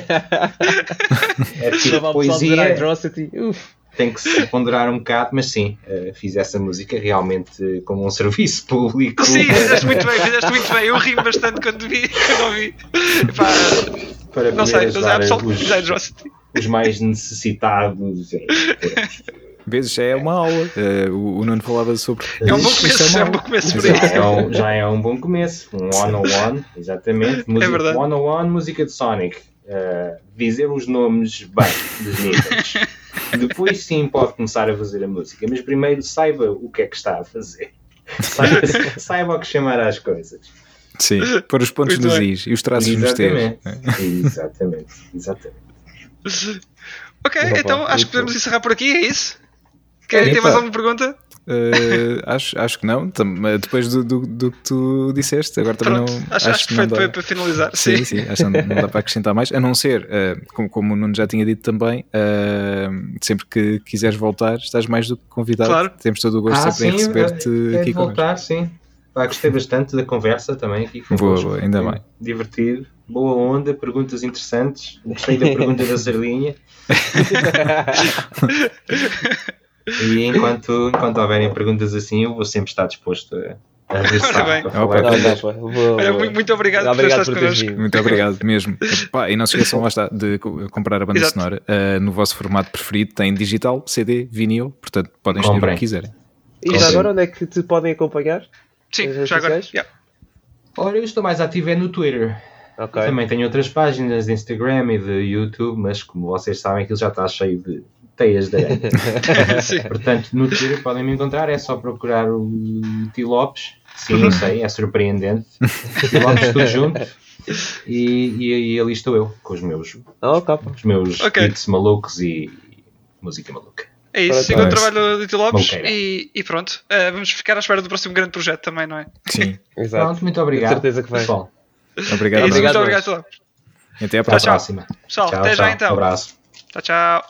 D: É tipo poesia. Tem que se ponderar um bocado, mas sim, fiz essa música realmente como um serviço público.
C: Sim, fizeste muito bem. Eu ri bastante quando ouvi.
D: Para
C: não sei,
D: os mais necessitados.
A: Vezes já é uma aula. O Nuno falava sobre.
C: É um bom começo por isso.
D: Já é um bom começo. Um one-on-one, exatamente.
C: É verdade.
D: One-on-one, música de Sonic. Dizer os nomes bem dos níveis. Depois sim pode começar a fazer a música, mas primeiro saiba o que é que está a fazer. Saiba o que chamar às coisas.
A: Sim, pôr os pontos nos is e os traços nos T's.
D: Exatamente.
C: Ok, então acho que podemos encerrar por aqui, é isso? Tem mais alguma pergunta?
A: Acho que não. Depois do que tu disseste, agora também
C: Pronto,
A: não.
C: Acho que foi para finalizar.
A: Sim, acho que não dá para acrescentar mais, a não ser, como o Nuno já tinha dito também, sempre que quiseres voltar, estás mais do que convidado.
C: Claro.
A: Temos todo o gosto sempre em receber-te aqui connosco.
D: Voltar, sim. Gostei bastante da conversa também aqui com
A: boa, ainda bem.
D: Divertido, boa onda, perguntas interessantes. Gostei da pergunta da sardinha. E enquanto houverem perguntas assim, eu vou sempre estar disposto a regressar.
C: Muito obrigado por estar connosco.
A: Muito obrigado mesmo. E não se esqueçam, lá está, de comprar a banda sonora no vosso formato preferido. Tem digital, CD, vinil, portanto podem escolher o que quiserem.
E: E já agora onde é que te podem acompanhar?
C: Sim, já agora.
D: Olha, eu estou mais ativo no Twitter.
E: Okay.
D: Também tenho outras páginas de Instagram e de YouTube, mas como vocês sabem, aquilo já está cheio de teias de aranha. Portanto, no Twitter podem me encontrar, é só procurar o T. Lopes. Sim, eu sei, é surpreendente. T. Lopes, tudo junto. E ali estou eu, com os meus tweets malucos e música maluca.
C: É isso, siga o trabalho do T. Lopes e pronto. Vamos ficar à espera do próximo grande projeto também, não é?
A: Sim,
E: exato.
D: Pronto, muito obrigado.
E: Com certeza que vai.
D: Pessoal.
A: Obrigado.
C: Muito obrigado, T. Lopes.
A: Até a próxima.
C: Pessoal, até já então.
D: Um abraço.
C: Tchau.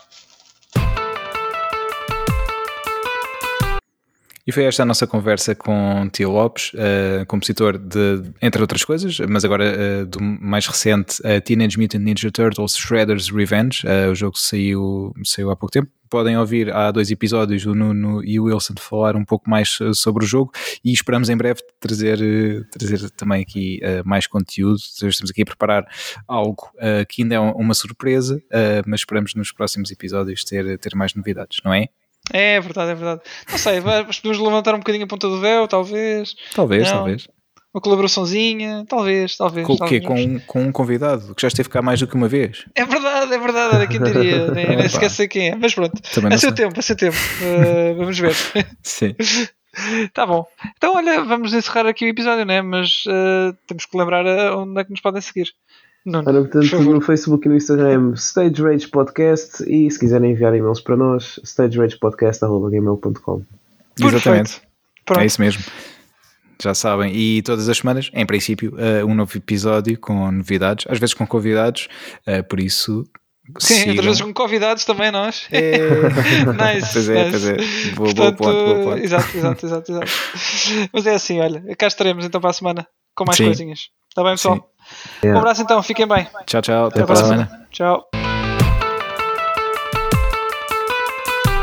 A: E foi esta a nossa conversa com T. Lopes, compositor de, entre outras coisas, mas agora do mais recente, Teenage Mutant Ninja Turtles Shredder's Revenge. O jogo saiu há pouco tempo. Podem ouvir, há 2 episódios, o Nuno e o Wilson falar um pouco mais sobre o jogo e esperamos em breve trazer também aqui mais conteúdo. Estamos aqui a preparar algo que ainda é uma surpresa, mas esperamos nos próximos episódios ter mais novidades, não é?
C: É verdade. Não sei, podemos levantar um bocadinho a ponta do véu, talvez.
A: Talvez.
C: Uma colaborações, talvez.
A: Com o quê? Com um convidado que já esteve cá mais do que uma vez.
C: É verdade, olha, quem diria, nem sequer sei quem é, mas pronto, a seu tempo, vamos ver.
A: Sim.
C: Tá bom, então olha, vamos encerrar aqui o episódio, né? Mas temos que lembrar onde é que nos podem seguir.
E: Portanto, no Facebook e no Instagram, Stage Rage Podcast, e se quiserem enviar e-mails para nós, stageragepodcast@gmail.com.
A: Exatamente, é isso mesmo. Já sabem, e todas as semanas, em princípio, um novo episódio com novidades, às vezes com convidados, por isso.
C: Sim, outras vezes com convidados também, nós. Nice.
A: Pois é. Boa ponto.
C: Exato. Mas é assim, olha, cá estaremos então para a semana com mais coisinhas. Está bem, pessoal? Um abraço então, fiquem bem.
A: Tchau, até para a semana.
C: Tchau.